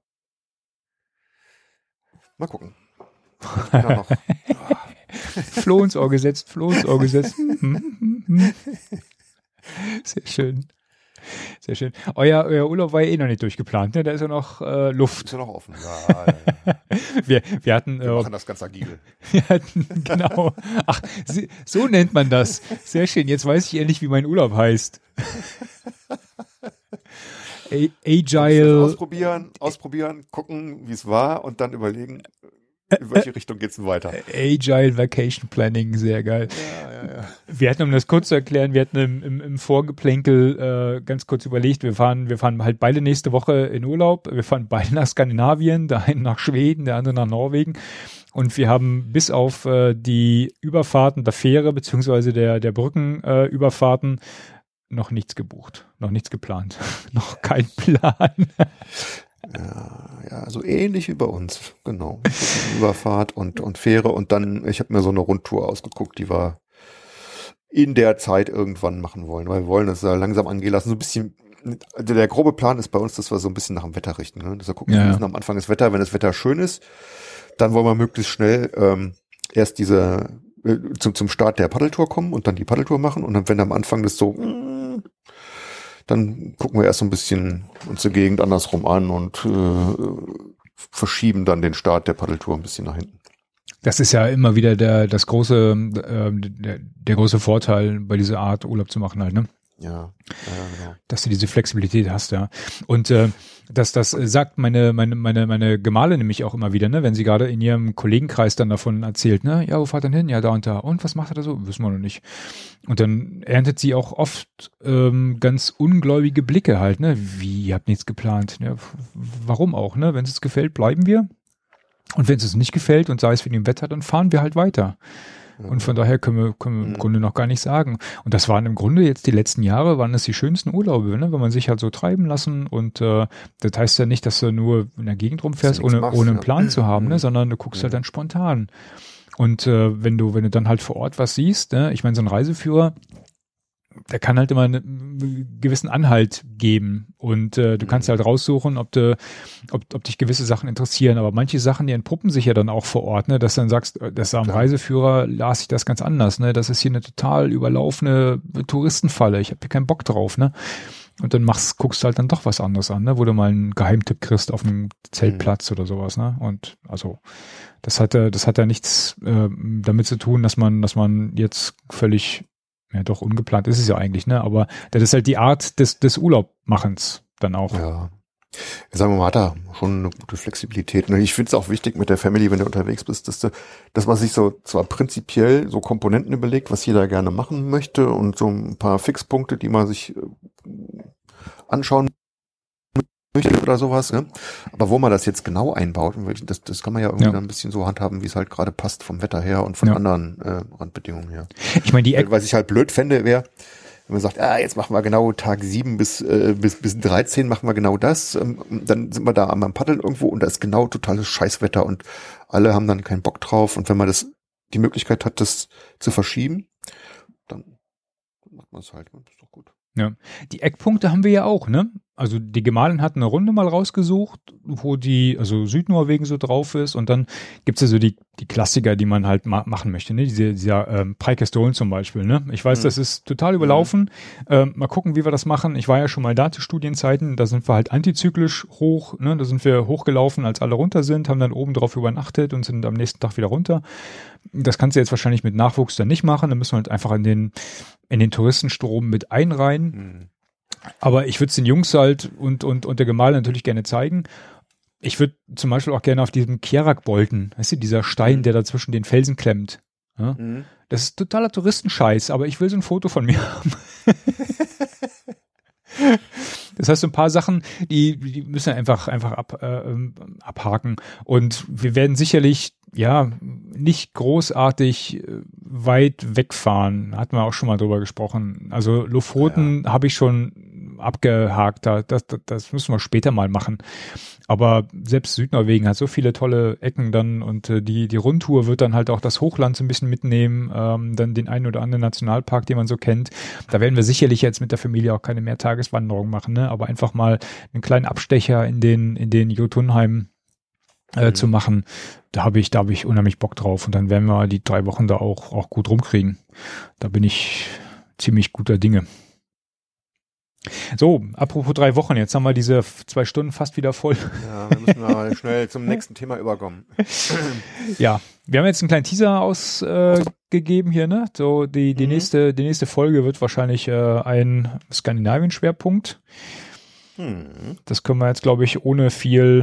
Mal gucken. Floh ins Ohr gesetzt. Sehr schön. Sehr schön. Euer Urlaub war ja eh noch nicht durchgeplant, ne? Da ist ja noch Luft. Ist ja noch offen. Ja. Wir hatten... Wir machen das ganz agil. Wir hatten, genau. Ach, so nennt man das. Sehr schön. Jetzt weiß ich endlich, wie mein Urlaub heißt. Agile. Ausprobieren, gucken, wie es war und dann überlegen, in welche Richtung geht's denn weiter. Agile Vacation Planning, sehr geil. Ja. Wir hatten, um das kurz zu erklären, wir hatten im Vorgeplänkel ganz kurz überlegt, wir fahren halt beide nächste Woche in Urlaub. Wir fahren beide nach Skandinavien, der eine nach Schweden, der andere nach Norwegen. Und wir haben bis auf die Überfahrten der Fähre beziehungsweise der Brückenüberfahrten noch nichts gebucht, noch nichts geplant, noch kein Plan. Ja, so ähnlich wie bei uns, genau. Überfahrt und Fähre und dann, ich habe mir so eine Rundtour ausgeguckt, die wir in der Zeit irgendwann machen wollen, weil wir wollen das langsam angehen lassen, so ein bisschen, der grobe Plan ist bei uns, dass wir so ein bisschen nach dem Wetter richten, ne? Dass wir gucken, wir müssen am Anfang das Wetter, wenn das Wetter schön ist, dann wollen wir möglichst schnell erst zum Start der Paddeltour kommen und dann die Paddeltour machen und dann, wenn am Anfang das so dann gucken wir erst so ein bisschen uns die Gegend andersrum an und verschieben dann den Start der Paddeltour ein bisschen nach hinten. Das ist ja immer wieder der große Vorteil bei dieser Art Urlaub zu machen halt, ne? Ja, genau. Dass du diese Flexibilität hast, ja. Und das sagt meine Gemahlin nämlich auch immer wieder, ne, wenn sie gerade in ihrem Kollegenkreis dann davon erzählt, ne, ja, wo fahrt ihr denn hin? Ja, da und da. Und was macht er da so? Wissen wir noch nicht. Und dann erntet sie auch oft ganz ungläubige Blicke halt, ne? Wie, ihr habt nichts geplant? Ja, warum auch, ne? Wenn es uns gefällt, bleiben wir. Und wenn es uns nicht gefällt und sei es wegen dem Wetter, dann fahren wir halt weiter. Und von daher können wir im Grunde noch gar nicht sagen. Und das waren im Grunde jetzt die letzten Jahre, waren das die schönsten Urlaube, ne? Wenn man sich halt so treiben lassen. Und das heißt ja nicht, dass du nur in der Gegend rumfährst, ohne einen Plan zu haben, ne? Sondern du guckst halt dann spontan. Und wenn du dann halt vor Ort was siehst, ne? Ich meine, so ein Reiseführer, der kann halt immer einen gewissen Anhalt geben und du kannst halt raussuchen, ob dich gewisse Sachen interessieren, aber manche Sachen, die entpuppen sich ja dann auch vor Ort, ne, dass du dann sagst, das am Reiseführer las ich das ganz anders, ne, das ist hier eine total überlaufene Touristenfalle, ich habe hier keinen Bock drauf, ne, und dann guckst du halt dann doch was anderes an, ne, wo du mal einen Geheimtipp kriegst auf einem Zeltplatz oder sowas, ne, und also das hat ja nichts damit zu tun, dass man jetzt völlig ja, doch ungeplant ist es ja eigentlich, ne? Aber das ist halt die Art des Urlaubmachens dann auch. Ja. Sagen wir mal, hat da schon eine gute Flexibilität. Und ich finde es auch wichtig mit der Family, wenn du unterwegs bist, dass man sich so zwar prinzipiell so Komponenten überlegt, was jeder gerne machen möchte und so ein paar Fixpunkte, die man sich anschauen möchte oder sowas, ne? Aber wo man das jetzt genau einbaut, das kann man ja irgendwie dann ein bisschen so handhaben, wie es halt gerade passt vom Wetter her und von anderen Randbedingungen her. Ich meine, was ich halt blöd fände, wäre, wenn man sagt, jetzt machen wir genau Tag 7 bis 13 machen wir genau das, dann sind wir da am Paddeln irgendwo und da ist genau totales Scheißwetter und alle haben dann keinen Bock drauf und wenn man die Möglichkeit hat, das zu verschieben, dann macht man es halt, das ist doch gut. Ja, die Eckpunkte haben wir ja auch, ne? Also die Gemahlin hat eine Runde mal rausgesucht, wo also Südnorwegen so drauf ist und dann gibt's ja so die Klassiker, die man halt machen möchte, ne? Dieser Preikestolen zum Beispiel, ne? Ich weiß, das ist total überlaufen. Mal gucken, wie wir das machen. Ich war ja schon mal da zu Studienzeiten, da sind wir halt antizyklisch hoch, ne? Da sind wir hochgelaufen, als alle runter sind, haben dann oben drauf übernachtet und sind am nächsten Tag wieder runter. Das kannst du jetzt wahrscheinlich mit Nachwuchs dann nicht machen, da müssen wir halt einfach in den Touristenstrom mit einreihen. Aber ich würde es den Jungs halt und der Gemahlin natürlich gerne zeigen. Ich würde zum Beispiel auch gerne auf diesem Kierak-Bolten, weißt du, dieser Stein, der da zwischen den Felsen klemmt. Ja? Das ist totaler Touristenscheiß, aber ich will so ein Foto von mir haben. Das heißt, so ein paar Sachen, die müssen wir einfach abhaken. Und wir werden sicherlich, nicht großartig weit wegfahren. Hatten wir auch schon mal drüber gesprochen. Also Lofoten habe ich schon abgehakt. Das müssen wir später mal machen. Aber selbst Südnorwegen hat so viele tolle Ecken dann und die Rundtour wird dann halt auch das Hochland so ein bisschen mitnehmen, dann den einen oder anderen Nationalpark, den man so kennt. Da werden wir sicherlich jetzt mit der Familie auch keine Mehrtageswanderung machen, ne? Aber einfach mal einen kleinen Abstecher in den Jotunheim zu machen. Da habe ich unheimlich Bock drauf und dann werden wir die 3 Wochen da auch gut rumkriegen. Da bin ich ziemlich guter Dinge. So, apropos 3 Wochen, jetzt haben wir diese 2 Stunden fast wieder voll. Ja, wir müssen mal schnell zum nächsten Thema überkommen. Ja, wir haben jetzt einen kleinen Teaser ausgegeben hier, ne? So, die nächste Folge wird wahrscheinlich ein Skandinavien-Schwerpunkt. Das können wir jetzt, glaube ich, ohne viel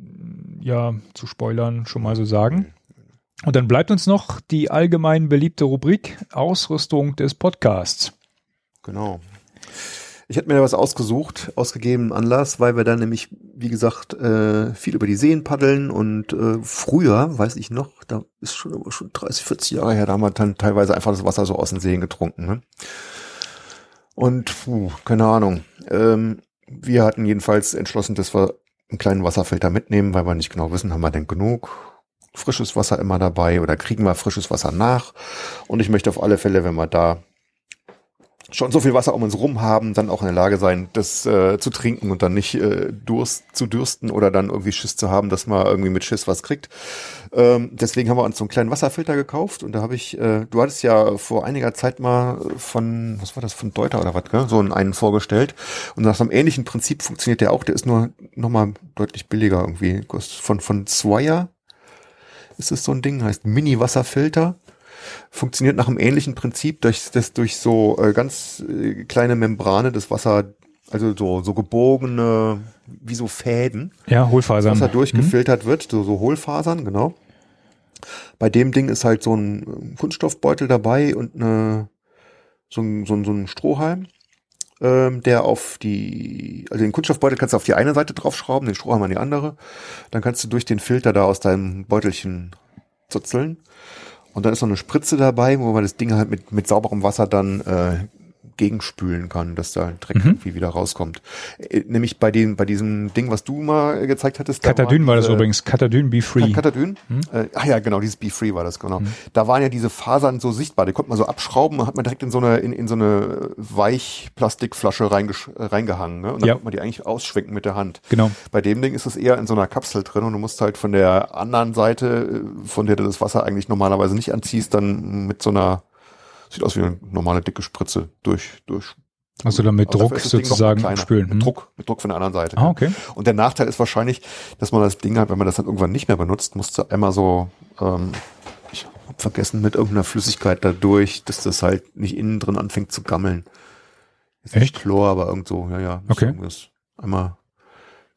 zu spoilern schon mal so sagen. Und dann bleibt uns noch die allgemein beliebte Rubrik Ausrüstung des Podcasts. Genau. Ich hätte mir was ausgegeben Anlass, weil wir dann nämlich, wie gesagt, viel über die Seen paddeln und früher, weiß ich noch, da ist schon 30, 40 Jahre her, da haben wir dann teilweise einfach das Wasser so aus den Seen getrunken. Ne? Und keine Ahnung. Wir hatten jedenfalls entschlossen, dass wir einen kleinen Wasserfilter mitnehmen, weil wir nicht genau wissen, haben wir denn genug frisches Wasser immer dabei oder kriegen wir frisches Wasser nach. Und ich möchte auf alle Fälle, wenn wir da schon so viel Wasser um uns rum haben, dann auch in der Lage sein, das zu trinken und dann nicht zu dürsten oder dann irgendwie Schiss zu haben, dass man irgendwie mit Schiss was kriegt. Deswegen haben wir uns so einen kleinen Wasserfilter gekauft und da habe ich, du hattest ja vor einiger Zeit mal von Deuter oder was, gell? So einen vorgestellt und nach so einem ähnlichen Prinzip funktioniert der auch, der ist nur nochmal deutlich billiger irgendwie, von Swire ist es so ein Ding, heißt Mini-Wasserfilter. Funktioniert nach einem ähnlichen Prinzip, durch so ganz kleine Membrane das Wasser, also so gebogene, wie so Fäden. Ja, Hohlfasern. Wasser durchgefiltert wird, so Hohlfasern, genau. Bei dem Ding ist halt so ein Kunststoffbeutel dabei und so ein Strohhalm, der also den Kunststoffbeutel kannst du auf die eine Seite draufschrauben, den Strohhalm an die andere. Dann kannst du durch den Filter da aus deinem Beutelchen zuzeln. Und dann ist noch eine Spritze dabei, wo man das Ding halt mit sauberem Wasser dann gegenspülen kann, dass da Dreck irgendwie wieder rauskommt. Nämlich bei diesem Ding, was du mal gezeigt hattest. Katadyn war das übrigens. Katadyn Be Free. Katadyn? Ja, genau, dieses Be Free war das, genau. Da waren ja diese Fasern so sichtbar, die konnte man so abschrauben und hat man direkt in so eine Weichplastikflasche reingehangen, ne? Und dann konnte man die eigentlich ausschwenken mit der Hand. Genau. Bei dem Ding ist es eher in so einer Kapsel drin und du musst halt von der anderen Seite, von der du das Wasser eigentlich normalerweise nicht anziehst, dann mit so einer, sieht aus wie eine normale dicke Spritze durch. Also dann mit Druck sozusagen spülen. Mit Druck von der anderen Seite. Ah, okay. Und der Nachteil ist wahrscheinlich, dass man das Ding halt, wenn man das dann irgendwann nicht mehr benutzt, musst du einmal so, ich hab vergessen, mit irgendeiner Flüssigkeit da durch, dass das halt nicht innen drin anfängt zu gammeln. Ist echt? Nicht Chlor, aber irgend so, ja. Okay. Einmal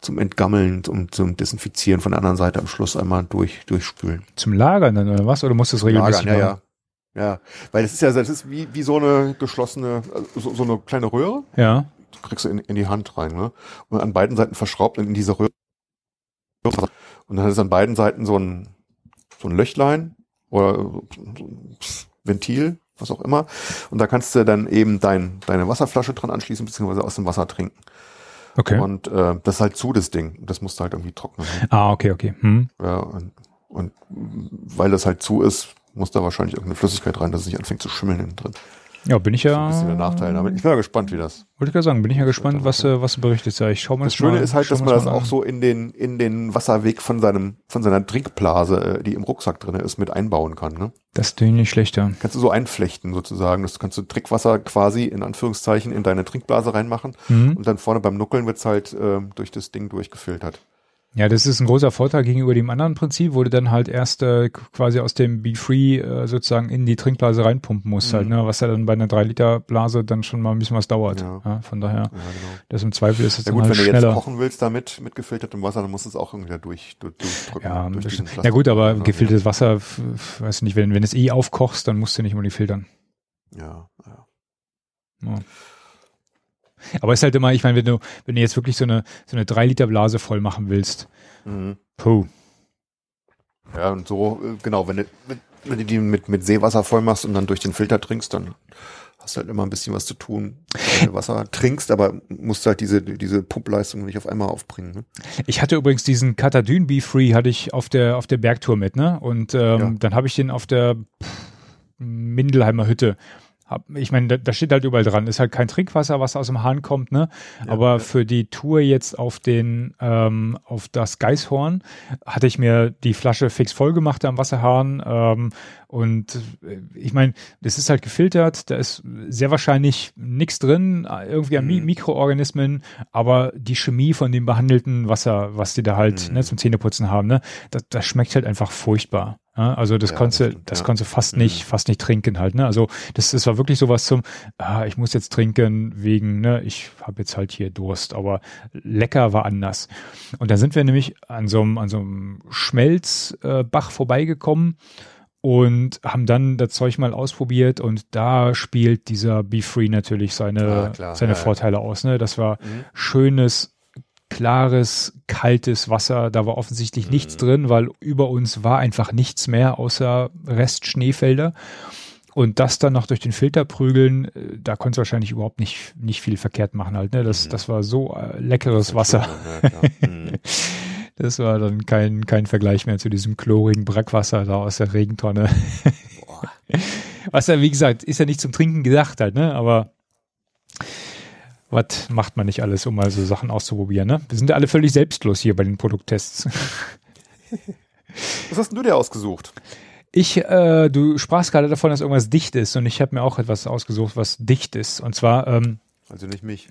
zum Entgammeln und zum Desinfizieren von der anderen Seite am Schluss einmal durchspülen. Zum Lagern dann oder was? Oder musst du es regelmäßig machen? Ja, weil das ist wie so eine geschlossene, so eine kleine Röhre. Ja. Du kriegst du in die Hand rein, ne? Und an beiden Seiten verschraubt in diese Röhre. Und dann ist an beiden Seiten so ein Löchlein oder so ein Ventil, was auch immer. Und da kannst du dann eben deine Wasserflasche dran anschließen, beziehungsweise aus dem Wasser trinken. Okay. Und das ist halt das Ding. Das musst du halt irgendwie trocknen. Okay. Ja, und weil das halt zu ist, muss da wahrscheinlich irgendeine Flüssigkeit rein, dass es nicht anfängt zu schimmeln innen drin. Ja, bin ich ja. Das ist ein bisschen der Nachteil damit. Ich bin ja gespannt, wie das. Wollte ich gerade sagen, bin ich ja gespannt, was du berichtest. Ja, ich schau mal. Das Schöne ist halt, dass man das auch so in den Wasserweg von seiner Trinkblase, die im Rucksack drin ist, mit einbauen kann, ne? Das ist nicht schlechter. Kannst du so einflechten sozusagen. Das kannst du Trinkwasser quasi in Anführungszeichen in deine Trinkblase reinmachen. Und dann vorne beim Nuckeln wird's halt durch das Ding durchgefiltert. Ja, das ist ein großer Vorteil gegenüber dem anderen Prinzip, wo du dann halt erst quasi aus dem Be Free sozusagen in die Trinkblase reinpumpen musst halt, ne, was ja dann bei einer 3-Liter-Blase dann schon mal ein bisschen was dauert. Ja, von daher, genau. Das im Zweifel ist es dann halt schneller. Wenn du jetzt kochen willst damit mit gefiltertem Wasser, dann musst du es auch irgendwie durchdrücken. Ja, na gut, aber gefiltertes Wasser, weiß nicht, wenn es aufkochst, dann musst du nicht unbedingt filtern. Ja. Aber es ist halt immer, ich meine, wenn du jetzt wirklich so eine 3-Liter-Blase voll machen willst, puh. Ja, und so, genau, wenn du die mit Seewasser voll machst und dann durch den Filter trinkst, dann hast du halt immer ein bisschen was zu tun, wenn du Wasser trinkst, aber musst halt diese Pumpleistung nicht auf einmal aufbringen. Ne? Ich hatte übrigens diesen Katadyn Be Free hatte ich auf der Bergtour mit, ne? Und dann habe ich den auf der Mindelheimer Hütte. Ich meine, da steht halt überall dran, ist halt kein Trinkwasser, was aus dem Hahn kommt, ne? Aber für die Tour jetzt auf das Geißhorn hatte ich mir die Flasche fix voll gemacht am Wasserhahn, und ich meine, das ist halt gefiltert, da ist sehr wahrscheinlich nichts drin, irgendwie an Mikroorganismen, aber die Chemie von dem behandelten Wasser, was die da halt zum Zähneputzen haben, ne, das schmeckt halt einfach furchtbar. Ja, also das konntest du fast nicht trinken halt, ne? Also das war wirklich sowas ich muss jetzt trinken wegen, ne, ich habe jetzt halt hier Durst, aber lecker war anders. Und da sind wir nämlich an so einem Schmelzbach vorbeigekommen und haben dann das Zeug mal ausprobiert und da spielt dieser Be Free natürlich seine Vorteile aus, ne? Das war schönes, klares, kaltes Wasser, da war offensichtlich nichts drin, weil über uns war einfach nichts mehr außer Restschneefelder. Und das dann noch durch den Filter prügeln, da konntest du wahrscheinlich überhaupt nicht viel verkehrt machen halt, ne? Das war so leckeres Wasser. Das war dann kein Vergleich mehr zu diesem chlorigen Brackwasser da aus der Regentonne. Was ja, wie gesagt, ist ja nicht zum Trinken gedacht halt, ne? Aber was macht man nicht alles, um mal so Sachen auszuprobieren, ne? Wir sind ja alle völlig selbstlos hier bei den Produkttests. Was hast denn du dir ausgesucht? Du sprachst gerade davon, dass irgendwas dicht ist und ich habe mir auch etwas ausgesucht, was dicht ist. Und zwar also nicht mich.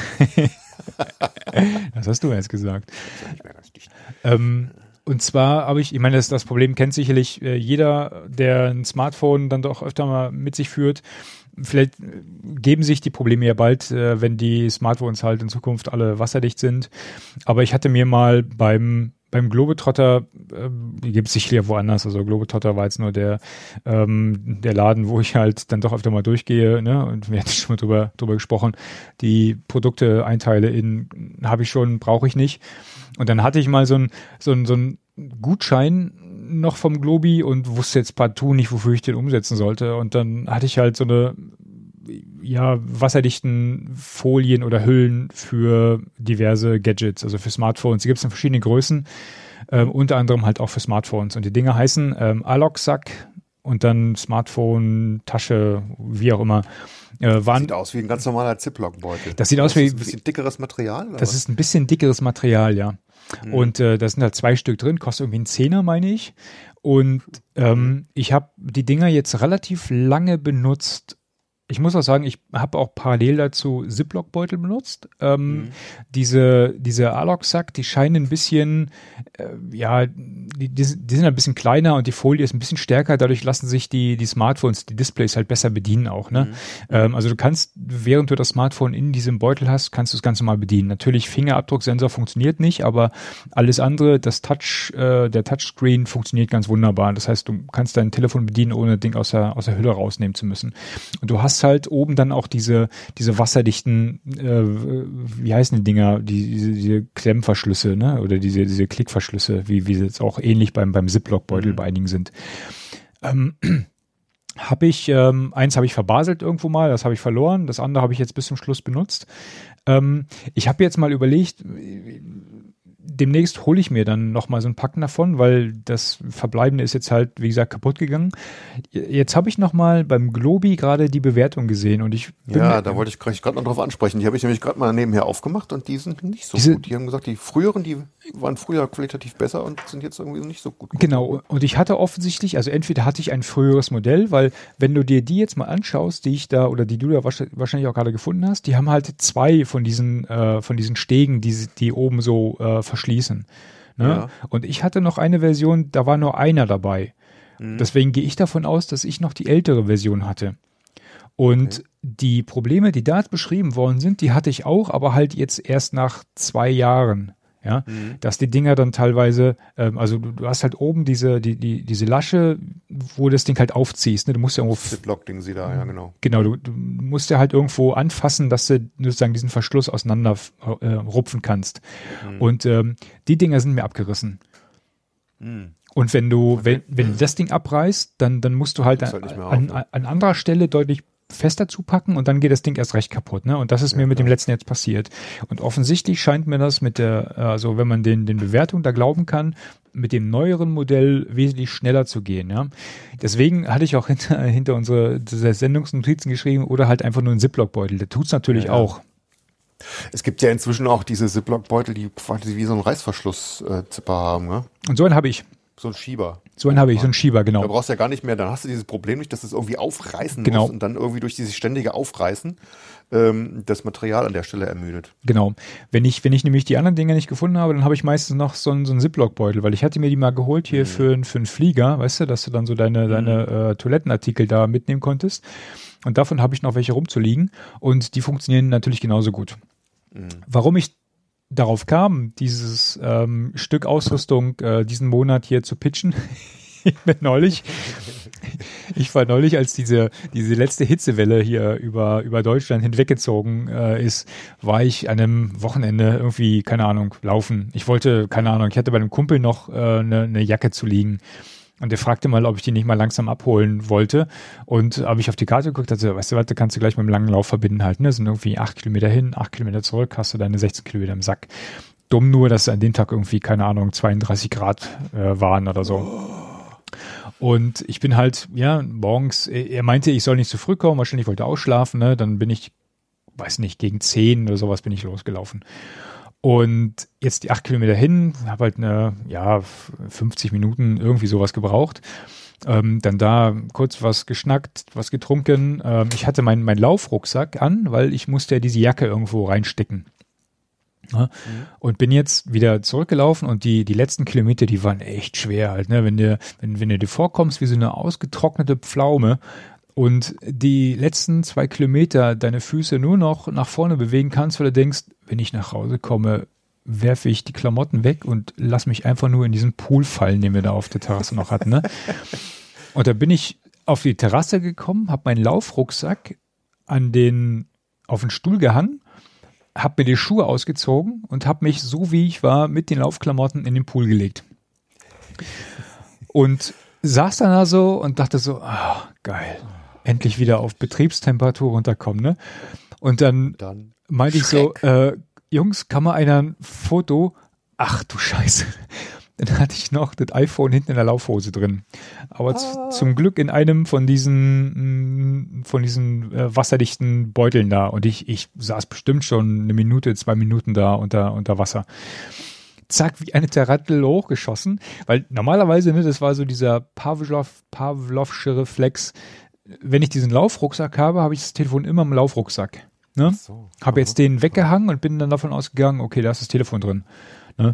Das hast du jetzt gesagt. Das ist ja nicht mehr ganz dicht. Und zwar habe ich meine, das Problem kennt sicherlich jeder, der ein Smartphone dann doch öfter mal mit sich führt. Vielleicht geben sich die Probleme ja bald, wenn die Smartphones halt in Zukunft alle wasserdicht sind. Aber ich hatte mir mal beim Globetrotter, die gibt es sicher woanders, also Globetrotter war jetzt nur der Laden, wo ich halt dann doch öfter mal durchgehe, ne? Und wir hatten schon mal drüber gesprochen, die Produkte einteile habe ich schon, brauche ich nicht. Und dann hatte ich mal so ein Gutschein noch vom Globi und wusste jetzt partout nicht, wofür ich den umsetzen sollte. Und dann hatte ich halt so eine wasserdichten Folien oder Hüllen für diverse Gadgets, also für Smartphones. Die gibt es in verschiedenen Größen, unter anderem halt auch für Smartphones. Und die Dinger heißen Alok-Sack und dann Smartphone, Tasche, wie auch immer. Sieht aus wie ein ganz normaler Ziploc-Beutel. Das sieht aus wie ein bisschen dickeres Material? Oder das ist ein bisschen dickeres Material, ja. Und da sind halt 2 Stück drin, kostet irgendwie einen Zehner, meine ich. Und ich habe die Dinger jetzt relativ lange benutzt, Ich muss auch sagen, ich habe auch parallel dazu Ziploc-Beutel benutzt. Diese Alok-Sack, die scheinen ein bisschen, die sind ein bisschen kleiner und die Folie ist ein bisschen stärker. Dadurch lassen sich die Smartphones, die Displays halt besser bedienen auch. Ne? Also du kannst, während du das Smartphone in diesem Beutel hast, kannst du das Ganze mal bedienen. Natürlich Fingerabdrucksensor funktioniert nicht, aber alles andere, der Touchscreen funktioniert ganz wunderbar. Das heißt, du kannst dein Telefon bedienen, ohne das Ding aus der Hülle rausnehmen zu müssen. Und du hast halt oben dann auch diese wasserdichten, wie heißen die Dinger, diese Klemmverschlüsse, ne? Oder diese Klickverschlüsse, wie sie jetzt auch ähnlich beim Ziploc-Beutel bei einigen sind. Eins habe ich verbaselt irgendwo mal, das habe ich verloren, das andere habe ich jetzt bis zum Schluss benutzt. Ich habe jetzt mal überlegt, demnächst hole ich mir dann nochmal so ein Packen davon, weil das Verbleibende ist jetzt halt, wie gesagt, kaputt gegangen. Jetzt habe ich nochmal beim Globi gerade die Bewertung gesehen und da wollte ich gerade noch drauf ansprechen. Die habe ich nämlich gerade mal nebenher aufgemacht und die sind nicht so gut. Die haben gesagt, die früheren, die waren früher qualitativ besser und sind jetzt irgendwie nicht so gut. Genau, und ich hatte offensichtlich, also entweder hatte ich ein früheres Modell, weil wenn du dir die jetzt mal anschaust, die ich da oder die du da wahrscheinlich auch gerade gefunden hast, die haben halt 2 von diesen Stegen, die oben so verschließen. Ne? Ja. Und ich hatte noch eine Version, da war nur einer dabei. Deswegen gehe ich davon aus, dass ich noch die ältere Version hatte. Und die Probleme, die da beschrieben worden sind, die hatte ich auch, aber halt jetzt erst nach 2 Jahren. Ja, dass die Dinger dann teilweise, also du hast halt oben diese Lasche, wo du das Ding halt aufziehst. Ne? Du musst ja irgendwo. Ziploc-Ding sie da, ja, genau. Genau, du musst ja halt irgendwo anfassen, dass du sozusagen diesen Verschluss auseinander rupfen kannst. Und die Dinger sind mir abgerissen. Und wenn du das Ding abreißt, dann musst du halt an anderer Stelle deutlich fester zupacken und dann geht das Ding erst recht kaputt, ne? Und das ist mir mit dem letzten jetzt passiert. Und offensichtlich scheint mir das also wenn man den Bewertungen da glauben kann, mit dem neueren Modell wesentlich schneller zu gehen, ja. Deswegen hatte ich auch hinter unsere Sendungsnotizen geschrieben oder halt einfach nur einen Ziploc-Beutel. Der tut's natürlich auch. Es gibt ja inzwischen auch diese Ziploc-Beutel, die quasi wie so einen Reißverschluss-Zipper haben, ne? Und so einen habe ich. So ein Schieber. So einen habe ich, so einen Schieber, genau. Da brauchst du ja gar nicht mehr, dann hast du dieses Problem nicht, dass du es irgendwie aufreißen musst und dann irgendwie durch dieses ständige Aufreißen das Material an der Stelle ermüdet. Genau. Wenn ich nämlich die anderen Dinge nicht gefunden habe, dann habe ich meistens noch so einen Ziploc-Beutel, weil ich hatte mir die mal geholt hier für einen Flieger, weißt du, dass du dann so deine Toilettenartikel da mitnehmen konntest. Und davon habe ich noch welche rumzuliegen und die funktionieren natürlich genauso gut. Warum ich darauf kam, dieses Stück Ausrüstung diesen Monat hier zu pitchen. Ich war neulich, als diese letzte Hitzewelle hier über Deutschland hinweggezogen ist, war ich an einem Wochenende irgendwie, keine Ahnung, laufen. Ich hatte bei einem Kumpel noch eine Jacke zu liegen. Und der fragte mal, ob ich die nicht mal langsam abholen wollte. Und habe ich auf die Karte geguckt, dachte, weißt du was, da kannst du gleich mit einem langen Lauf verbinden halt. Ne? Das sind irgendwie 8 Kilometer hin, 8 Kilometer zurück, hast du deine 16 Kilometer im Sack. Dumm nur, dass an dem Tag irgendwie, keine Ahnung, 32 Grad waren oder so. Und ich bin halt, morgens, er meinte, ich soll nicht zu früh kommen, wahrscheinlich wollte er ausschlafen, ne? Dann bin ich, weiß nicht, gegen 10 oder sowas bin ich losgelaufen. Und jetzt die 8 Kilometer hin, habe halt 50 Minuten irgendwie sowas gebraucht. Dann da kurz was geschnackt, was getrunken. Ich hatte meinen Laufrucksack an, weil ich musste ja diese Jacke irgendwo reinstecken. Ja, und bin jetzt wieder zurückgelaufen und die letzten Kilometer, die waren echt schwer halt, ne? Wenn du dir vorkommst wie so eine ausgetrocknete Pflaume und die letzten 2 Kilometer deine Füße nur noch nach vorne bewegen kannst, weil du denkst, wenn ich nach Hause komme, werfe ich die Klamotten weg und lass mich einfach nur in diesen Pool fallen, den wir da auf der Terrasse noch hatten, ne? Und da bin ich auf die Terrasse gekommen, habe meinen Laufrucksack auf den Stuhl gehangen, habe mir die Schuhe ausgezogen und habe mich, so wie ich war, mit den Laufklamotten in den Pool gelegt. Und saß dann da so und dachte so, geil, endlich wieder auf Betriebstemperatur runterkommen, ne? Und dann meinte ich so, Jungs, kann mal einer ein Foto? Ach du Scheiße. Dann hatte ich noch das iPhone hinten in der Laufhose drin. Aber zum Glück in einem von diesen wasserdichten Beuteln da. Und ich saß bestimmt schon 1 Minute, 2 Minuten da unter Wasser. Zack, wie eine Tarantel hochgeschossen. Weil normalerweise, ne, das war so dieser Pavlovsche Reflex, wenn ich diesen Laufrucksack habe, habe ich das Telefon immer im Laufrucksack. Ne? So. Habe jetzt den weggehangen und bin dann davon ausgegangen, okay, da ist das Telefon drin. Ne?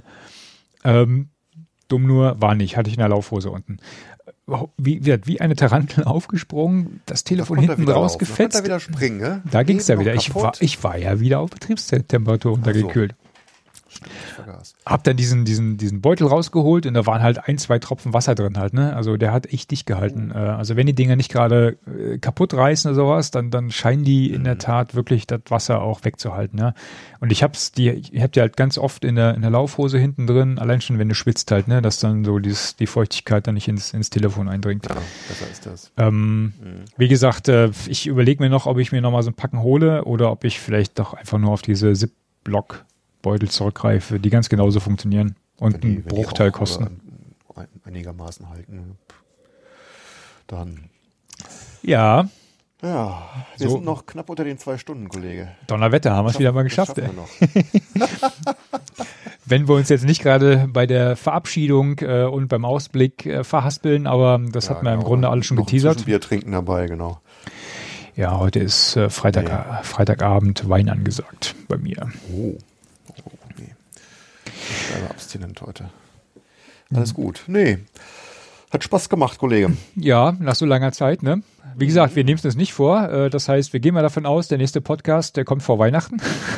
Dumm nur, war nicht, hatte ich in der Laufhose unten. Wie eine Tarantel aufgesprungen, das Telefon hinten rausgefetzt. Da wieder springen, ne? Da ging es ja wieder. Ich war ja wieder auf Betriebstemperatur runtergekühlt. Stimmt, ich vergaß. Hab dann diesen Beutel rausgeholt und da waren halt 1, 2 Tropfen Wasser drin halt, ne? Also der hat echt dicht gehalten. Also wenn die Dinger nicht gerade kaputt reißen oder sowas, dann scheinen die in der Tat wirklich das Wasser auch wegzuhalten, ja. Und ich hab die halt ganz oft in der Laufhose hinten drin, allein schon wenn du schwitzt halt, ne, dass dann so die Feuchtigkeit dann nicht ins Telefon eindringt. Ja, besser ist das. Wie gesagt, ich überlege mir noch, ob ich mir noch mal so ein Packen hole oder ob ich vielleicht doch einfach nur auf diese Zip-Block Beutel zurückgreife, die ganz genauso funktionieren und einen Bruchteil kosten. Einigermaßen halten. Dann. Ja. Ja, wir sind noch knapp unter den 2 Stunden, Kollege. Donnerwetter, haben wir es wieder mal geschafft. Das schaffen wir noch. Wenn wir uns jetzt nicht gerade bei der Verabschiedung und beim Ausblick verhaspeln, aber das hat man im Grunde alles schon geteasert. Ein Bier trinken dabei, genau. Ja, heute ist Freitagabend Wein angesagt bei mir. Oh, nee. Ich bleibe abstinent heute. Alles gut. Nee. Hat Spaß gemacht, Kollege. Ja, nach so langer Zeit, ne? Wie gesagt, wir nehmen es uns nicht vor. Das heißt, wir gehen mal davon aus, der nächste Podcast, der kommt vor Weihnachten.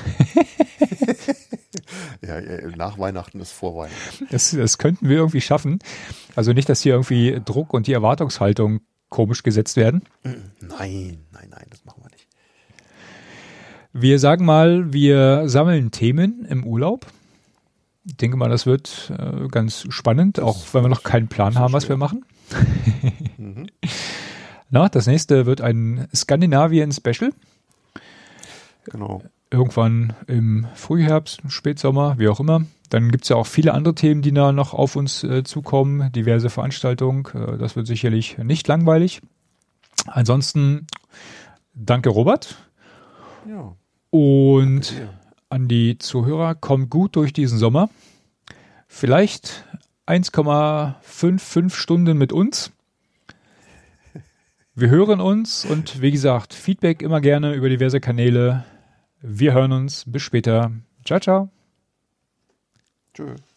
Ja, nach Weihnachten ist vor Weihnachten. Das könnten wir irgendwie schaffen. Also nicht, dass hier irgendwie Druck und die Erwartungshaltung komisch gesetzt werden. Nein, das machen wir nicht. Wir sagen mal, wir sammeln Themen im Urlaub. Ich denke mal, das wird ganz spannend, auch wenn wir noch keinen Plan haben, was wir machen. Na, das nächste wird ein Skandinavien-Special. Genau. Irgendwann im Frühherbst, Spätsommer, wie auch immer. Dann gibt es ja auch viele andere Themen, die da noch auf uns zukommen, diverse Veranstaltungen. Das wird sicherlich nicht langweilig. Ansonsten danke, Robert. Ja. Und an die Zuhörer, kommt gut durch diesen Sommer. Vielleicht 1,55 Stunden mit uns. Wir hören uns und wie gesagt, Feedback immer gerne über diverse Kanäle. Wir hören uns. Bis später. Ciao, ciao. Tschö.